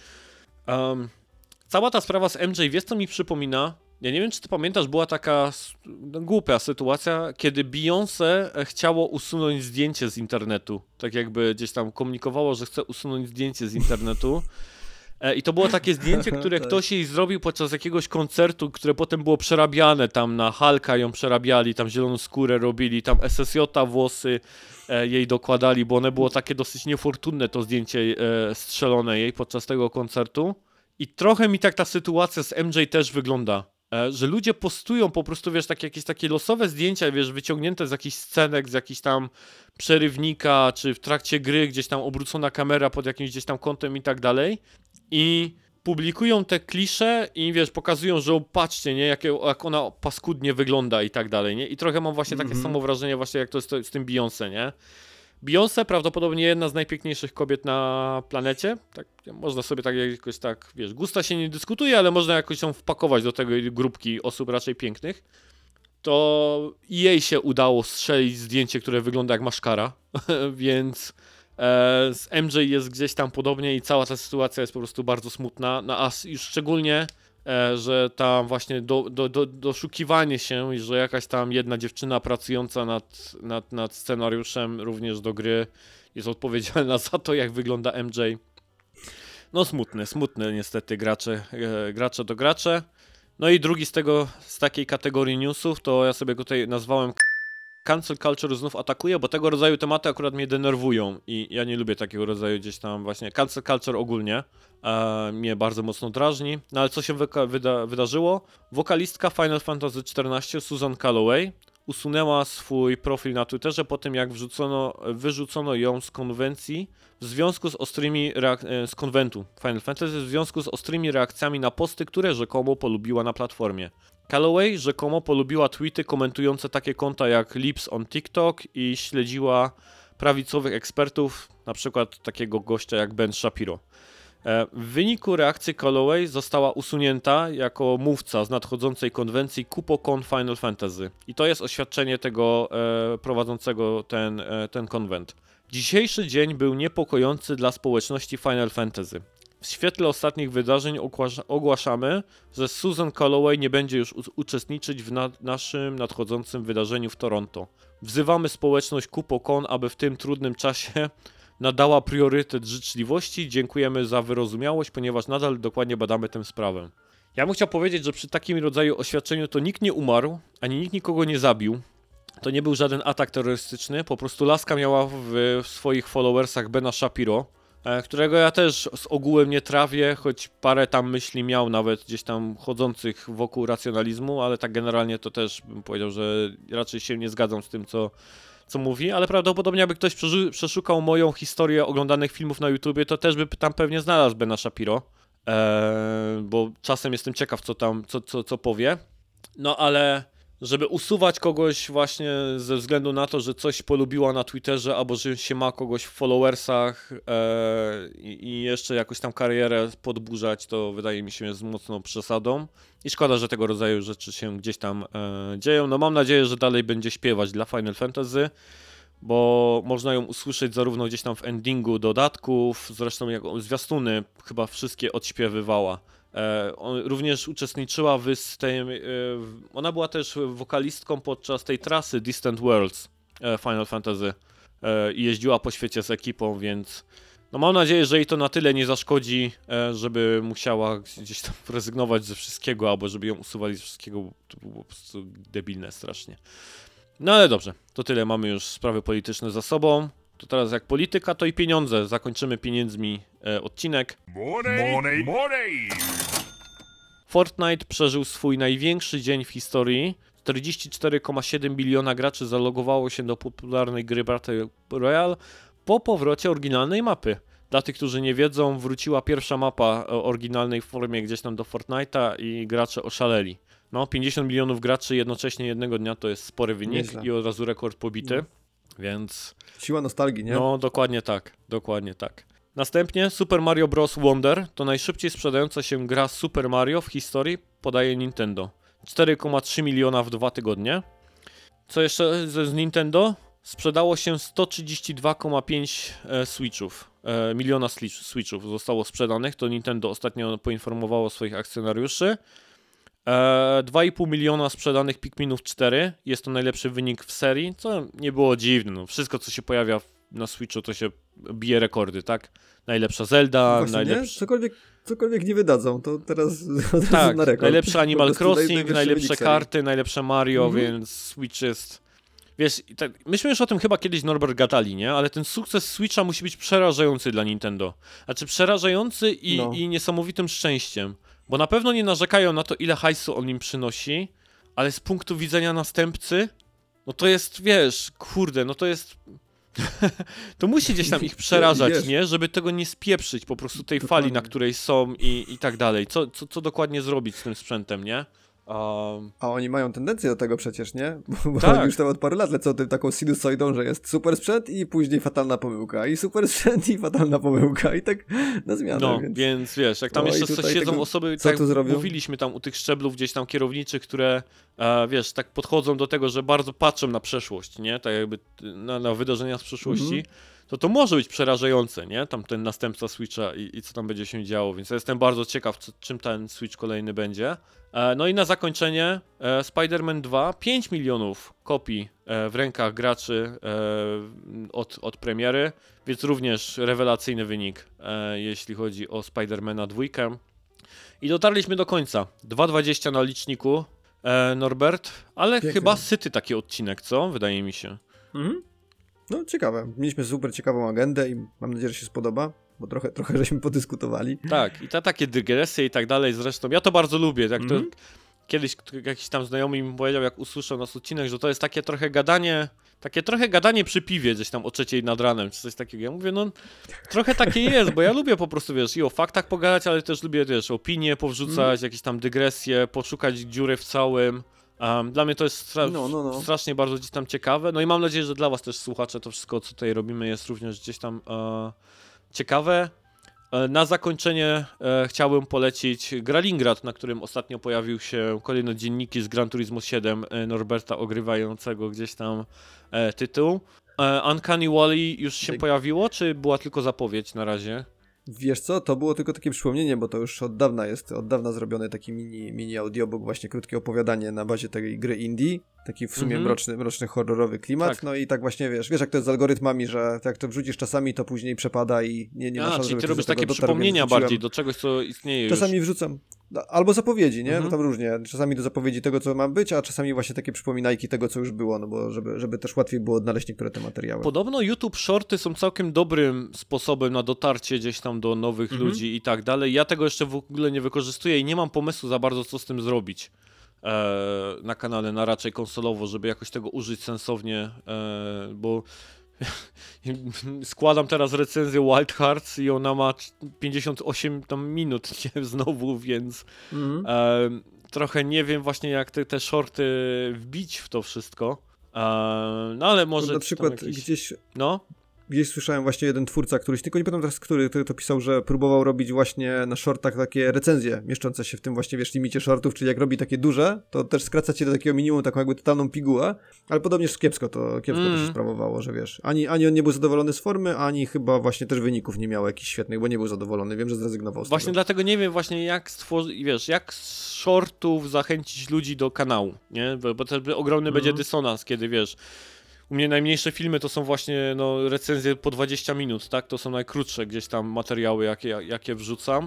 Cała ta sprawa z MJ, wiesz co mi przypomina? Ja nie wiem, czy ty pamiętasz, była taka głupia sytuacja, kiedy Beyoncé chciało usunąć zdjęcie z internetu. Tak jakby gdzieś tam komunikowało, że chce usunąć zdjęcie z internetu. I to było takie zdjęcie, które ktoś jej zrobił podczas jakiegoś koncertu, które potem było przerabiane, tam na Hulka ją przerabiali, tam zieloną skórę robili, tam SSJ włosy jej dokładali, bo one było takie dosyć niefortunne, to zdjęcie strzelone jej podczas tego koncertu. I trochę mi tak ta sytuacja z MJ też wygląda, że ludzie postują po prostu, wiesz, jakieś takie losowe zdjęcia, wiesz, wyciągnięte z jakichś scenek, z jakichś tam przerywnika, czy w trakcie gry gdzieś tam obrócona kamera pod jakimś gdzieś tam kątem i tak dalej. I publikują te klisze i wiesz, pokazują, że patrzcie, nie, jak ona paskudnie wygląda i tak dalej, nie? I trochę mam właśnie takie samo wrażenie właśnie jak to jest z tym Beyoncé, nie? Beyoncé prawdopodobnie jedna z najpiękniejszych kobiet na planecie. Tak, można sobie tak jakoś tak, wiesz, gusta się nie dyskutuje, ale można jakoś ją wpakować do tej grupki osób raczej pięknych. To jej się udało strzelić zdjęcie, które wygląda jak maszkara, więc z MJ jest gdzieś tam podobnie i cała ta sytuacja jest po prostu bardzo smutna, no a już szczególnie, że tam właśnie doszukiwanie się i że jakaś tam jedna dziewczyna pracująca nad scenariuszem również do gry jest odpowiedzialna za to, jak wygląda MJ. No smutne niestety gracze to gracze. No i drugi z takiej kategorii newsów, to ja sobie go tutaj nazwałem Cancel Culture znów atakuje, bo tego rodzaju tematy akurat mnie denerwują i ja nie lubię takiego rodzaju gdzieś tam właśnie Cancel Culture ogólnie. Mnie bardzo mocno drażni. No ale co się wydarzyło? Wokalistka Final Fantasy XIV Susan Calloway usunęła swój profil na Twitterze po tym, jak wyrzucono ją z konwencji w związku z z konwentu Final Fantasy w związku z ostrymi reakcjami na posty, które rzekomo polubiła na platformie. Calloway rzekomo polubiła tweety komentujące takie konta jak Lips on TikTok i śledziła prawicowych ekspertów, na przykład takiego gościa jak Ben Shapiro. W wyniku reakcji Calloway została usunięta jako mówca z nadchodzącej konwencji KupoCon Final Fantasy. I to jest oświadczenie tego prowadzącego ten konwent. Dzisiejszy dzień był niepokojący dla społeczności Final Fantasy. W świetle ostatnich wydarzeń ogłaszamy, że Susan Calloway nie będzie już uczestniczyć w naszym nadchodzącym wydarzeniu w Toronto. Wzywamy społeczność KupoCon, aby w tym trudnym czasie nadała priorytet życzliwości. Dziękujemy za wyrozumiałość, ponieważ nadal dokładnie badamy tę sprawę. Ja bym chciał powiedzieć, że przy takim rodzaju oświadczeniu to nikt nie umarł, ani nikt nikogo nie zabił. To nie był żaden atak terrorystyczny, po prostu laska miała w swoich followersach Bena Shapiro, którego ja też z ogółem nie trawię, choć parę tam myśli miał nawet gdzieś tam chodzących wokół racjonalizmu, ale tak generalnie to też bym powiedział, że raczej się nie zgadzam z tym, co mówi, ale prawdopodobnie jakby ktoś przeszukał moją historię oglądanych filmów na YouTubie, to też by tam pewnie znalazł Bena Shapiro, bo czasem jestem ciekaw, co powie. No ale żeby usuwać kogoś właśnie ze względu na to, że coś polubiła na Twitterze, albo że się ma kogoś w followersach i jeszcze jakąś tam karierę podburzać, to wydaje mi się jest mocną przesadą. I szkoda, że tego rodzaju rzeczy się gdzieś tam dzieją. No mam nadzieję, że dalej będzie śpiewać dla Final Fantasy, bo można ją usłyszeć zarówno gdzieś tam w endingu dodatków, zresztą jak zwiastuny chyba wszystkie odśpiewywała. Również uczestniczyła ona była też wokalistką podczas tej trasy Distant Worlds Final Fantasy i jeździła po świecie z ekipą, więc no mam nadzieję, że jej to na tyle nie zaszkodzi, żeby musiała gdzieś tam rezygnować ze wszystkiego, albo żeby ją usuwali ze wszystkiego, bo to było po prostu debilne strasznie. No ale dobrze, to tyle, mamy już sprawy polityczne za sobą. To teraz jak polityka, to i pieniądze. Zakończymy pieniędzmi odcinek. Money. Fortnite przeżył swój największy dzień w historii. 44,7 miliona graczy zalogowało się do popularnej gry Battle Royale po powrocie oryginalnej mapy. Dla tych, którzy nie wiedzą, wróciła pierwsza mapa o oryginalnej formie gdzieś tam do Fortnite'a i gracze oszaleli. No, 50 milionów graczy jednocześnie jednego dnia to jest spory wynik. Nieźle. I od razu rekord pobity, no. Więc... Siła nostalgii, nie? No, dokładnie tak. Następnie Super Mario Bros. Wonder to najszybciej sprzedająca się gra Super Mario w historii, podaje Nintendo. 4,3 miliona w 2 tygodnie. Co jeszcze z Nintendo? Sprzedało się 132,5 Switchów. Miliona Switchów zostało sprzedanych. To Nintendo ostatnio poinformowało swoich akcjonariuszy. 2,5 miliona sprzedanych Pikminów 4. Jest to najlepszy wynik w serii, co nie było dziwne. No, wszystko, co się pojawia na Switchu, to się bije rekordy, tak? Najlepsza Zelda, właśnie najlepsza... Cokolwiek nie wydadzą, to teraz od tak, razu na rekord. Najlepszy Animal Crossing, najlepsze karty, najlepsze Mario, więc Switch jest... Wiesz, tak, myśmy już o tym chyba kiedyś, Norbert, gadali, nie? Ale ten sukces Switcha musi być przerażający dla Nintendo. Znaczy przerażający i niesamowitym szczęściem. Bo na pewno nie narzekają na to, ile hajsu on im przynosi, ale z punktu widzenia następcy, no to jest, wiesz, kurde, no to jest To musi gdzieś tam ich przerażać, Wiesz. nie? Żeby tego nie spieprzyć, po prostu tej Dokładnie. fali, na której są i tak dalej. Co dokładnie zrobić z tym sprzętem, nie? A oni mają tendencję do tego przecież, nie? Bo Tak. oni już tam od paru lat lecą tym taką sinusoidą, że jest super sprzęt i później fatalna pomyłka. I super sprzęt i fatalna pomyłka. I tak na zmianę, No, więc... więc wiesz, jak tam No i jeszcze tutaj siedzą tego- osoby, co tak tu zrobią? mówiliśmy tam u tych szczeblów gdzieś tam kierowniczych, które, wiesz, tak podchodzą do tego, że bardzo patrzą na przeszłość, nie? Tak jakby na wydarzenia z przeszłości, to może być przerażające, nie? Tam ten następca Switcha i co tam będzie się działo, więc ja jestem bardzo ciekaw, czym ten Switch kolejny będzie. No i na zakończenie Spider-Man 2, 5 milionów kopii w rękach graczy od premiery, więc również rewelacyjny wynik, jeśli chodzi o Spider-Mana 2. I dotarliśmy do końca. 2,20 na liczniku, Norbert, ale Pięknie. chyba syty taki odcinek, co? Wydaje mi się. No, ciekawe. Mieliśmy super ciekawą agendę i mam nadzieję, że się spodoba, bo trochę żeśmy podyskutowali. Tak, i takie dygresje i tak dalej, zresztą ja to bardzo lubię, jak to kiedyś jakiś tam znajomy mi powiedział, jak usłyszał nasz odcinek, że to jest takie trochę gadanie przy piwie gdzieś tam o 3:00 nad ranem, czy coś takiego. Ja mówię, no trochę takie jest, bo ja lubię po prostu, wiesz, i o faktach pogadać, ale też lubię, wiesz, opinie powrzucać, jakieś tam dygresje, poszukać dziury w całym. Dla mnie to jest strasznie bardzo gdzieś tam ciekawe, no i mam nadzieję, że dla was też, słuchacze, to wszystko, co tutaj robimy, jest również gdzieś tam ciekawe. Na zakończenie chciałbym polecić Gralingrad, na którym ostatnio pojawił się kolejne dzienniki z Gran Turismo 7 Norberta ogrywającego gdzieś tam tytuł. Uncanny Valley już się pojawiło, czy była tylko zapowiedź na razie? Wiesz co, to było tylko takie przypomnienie, bo to już od dawna zrobiony taki mini audiobook, właśnie krótkie opowiadanie na bazie tej gry indie, taki w sumie mroczny horrorowy klimat, Tak. No i tak właśnie wiesz jak to jest z algorytmami, że jak to wrzucisz czasami, to później przepada i nie ma szans, czyli żeby ty ktoś robisz do tego takie dotarł, przypomnienia więc wrzuciłem. bardziej do czegoś, co istnieje Czasami już. wrzucam, albo zapowiedzi, nie? Bo tam różnie, czasami do zapowiedzi tego, co ma być, a czasami właśnie takie przypominajki tego, co już było, no bo żeby też łatwiej było odnaleźć niektóre te materiały. Podobno YouTube Shorty są całkiem dobrym sposobem na dotarcie gdzieś tam do nowych ludzi i tak dalej. Ja tego jeszcze w ogóle nie wykorzystuję i nie mam pomysłu za bardzo, co z tym zrobić na kanale, na raczej konsolowo, żeby jakoś tego użyć sensownie, bo składam teraz recenzję Wild Hearts i ona ma 58 tam minut, nie, znowu, więc trochę nie wiem właśnie, jak te shorty wbić w to wszystko. No ale może na przykład jakiś... Gdzieś słyszałem właśnie jeden twórca, któryś, tylko nie pamiętam teraz, który to pisał, że próbował robić właśnie na shortach takie recenzje mieszczące się w tym właśnie, wiesz, limicie shortów, czyli jak robi takie duże, to też skraca cię do takiego minimum, taką jakby totalną pigułę, ale podobnież kiepsko to się sprawowało, że wiesz, ani on nie był zadowolony z formy, ani chyba właśnie też wyników nie miał jakichś świetnych, bo nie był zadowolony, wiem, że zrezygnował z Właśnie tego. dlatego nie wiem właśnie jak stworzyć, wiesz, jak z shortów zachęcić ludzi do kanału, nie? Bo też ogromny będzie dysonans, kiedy wiesz, u mnie najmniejsze filmy to są właśnie recenzje po 20 minut, tak? To są najkrótsze gdzieś tam materiały, jakie wrzucam.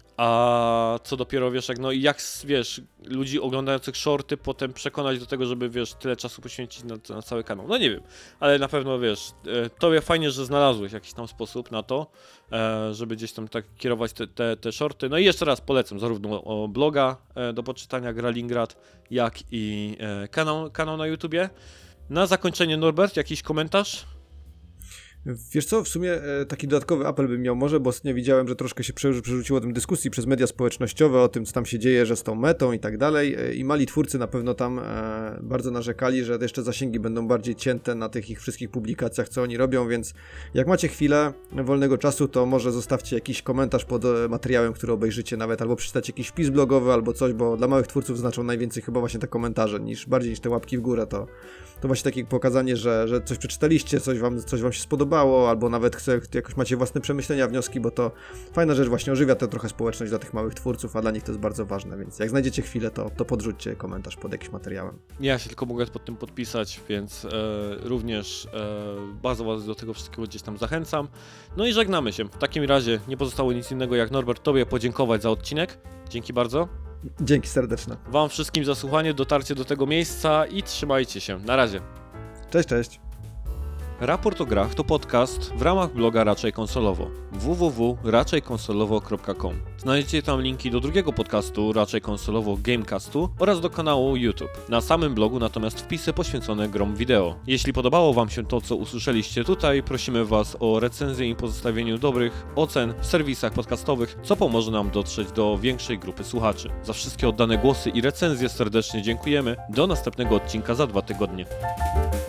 A co dopiero, wiesz, wiesz, ludzi oglądających shorty potem przekonać do tego, żeby, wiesz, tyle czasu poświęcić na cały kanał. No nie wiem, ale na pewno, wiesz, tobie fajnie, że znalazłeś jakiś tam sposób na to, żeby gdzieś tam tak kierować te shorty. No i jeszcze raz polecam zarówno bloga do poczytania Gralingrad, jak i kanał na YouTubie. Na zakończenie, Norbert, jakiś komentarz? Wiesz co, w sumie taki dodatkowy apel bym miał może, bo ostatnio widziałem, że troszkę się przerzuciło tym dyskusji przez media społecznościowe o tym, co tam się dzieje, że z tą metą i tak dalej i mali twórcy na pewno tam bardzo narzekali, że jeszcze zasięgi będą bardziej cięte na tych ich wszystkich publikacjach, co oni robią, więc jak macie chwilę wolnego czasu, to może zostawcie jakiś komentarz pod materiałem, który obejrzycie nawet, albo przeczytacie jakiś wpis blogowy albo coś, bo dla małych twórców znaczą najwięcej chyba właśnie te komentarze, bardziej niż te łapki w górę, to właśnie takie pokazanie, że coś przeczytaliście, coś wam się spodobało, albo nawet jakoś macie własne przemyślenia, wnioski, bo to fajna rzecz, właśnie ożywia to trochę społeczność dla tych małych twórców, a dla nich to jest bardzo ważne, więc jak znajdziecie chwilę, to podrzućcie komentarz pod jakimś materiałem. Ja się tylko mogę pod tym podpisać, więc również bardzo was do tego wszystkiego gdzieś tam zachęcam. No i żegnamy się. W takim razie nie pozostało nic innego jak, Norbert, tobie podziękować za odcinek. Dzięki bardzo. Dzięki serdeczne. Wam wszystkim za słuchanie, dotarcie do tego miejsca i trzymajcie się. Na razie. Cześć, cześć. Raport o grach to podcast w ramach bloga Raczej Konsolowo www.raczejkonsolowo.com. Znajdziecie tam linki do drugiego podcastu Raczej Konsolowo Gamecastu oraz do kanału YouTube. Na samym blogu natomiast wpisy poświęcone grom wideo. Jeśli podobało Wam się to, co usłyszeliście tutaj, prosimy Was o recenzję i pozostawieniu dobrych ocen w serwisach podcastowych, co pomoże nam dotrzeć do większej grupy słuchaczy. Za wszystkie oddane głosy i recenzje serdecznie dziękujemy. Do następnego odcinka za 2 tygodnie.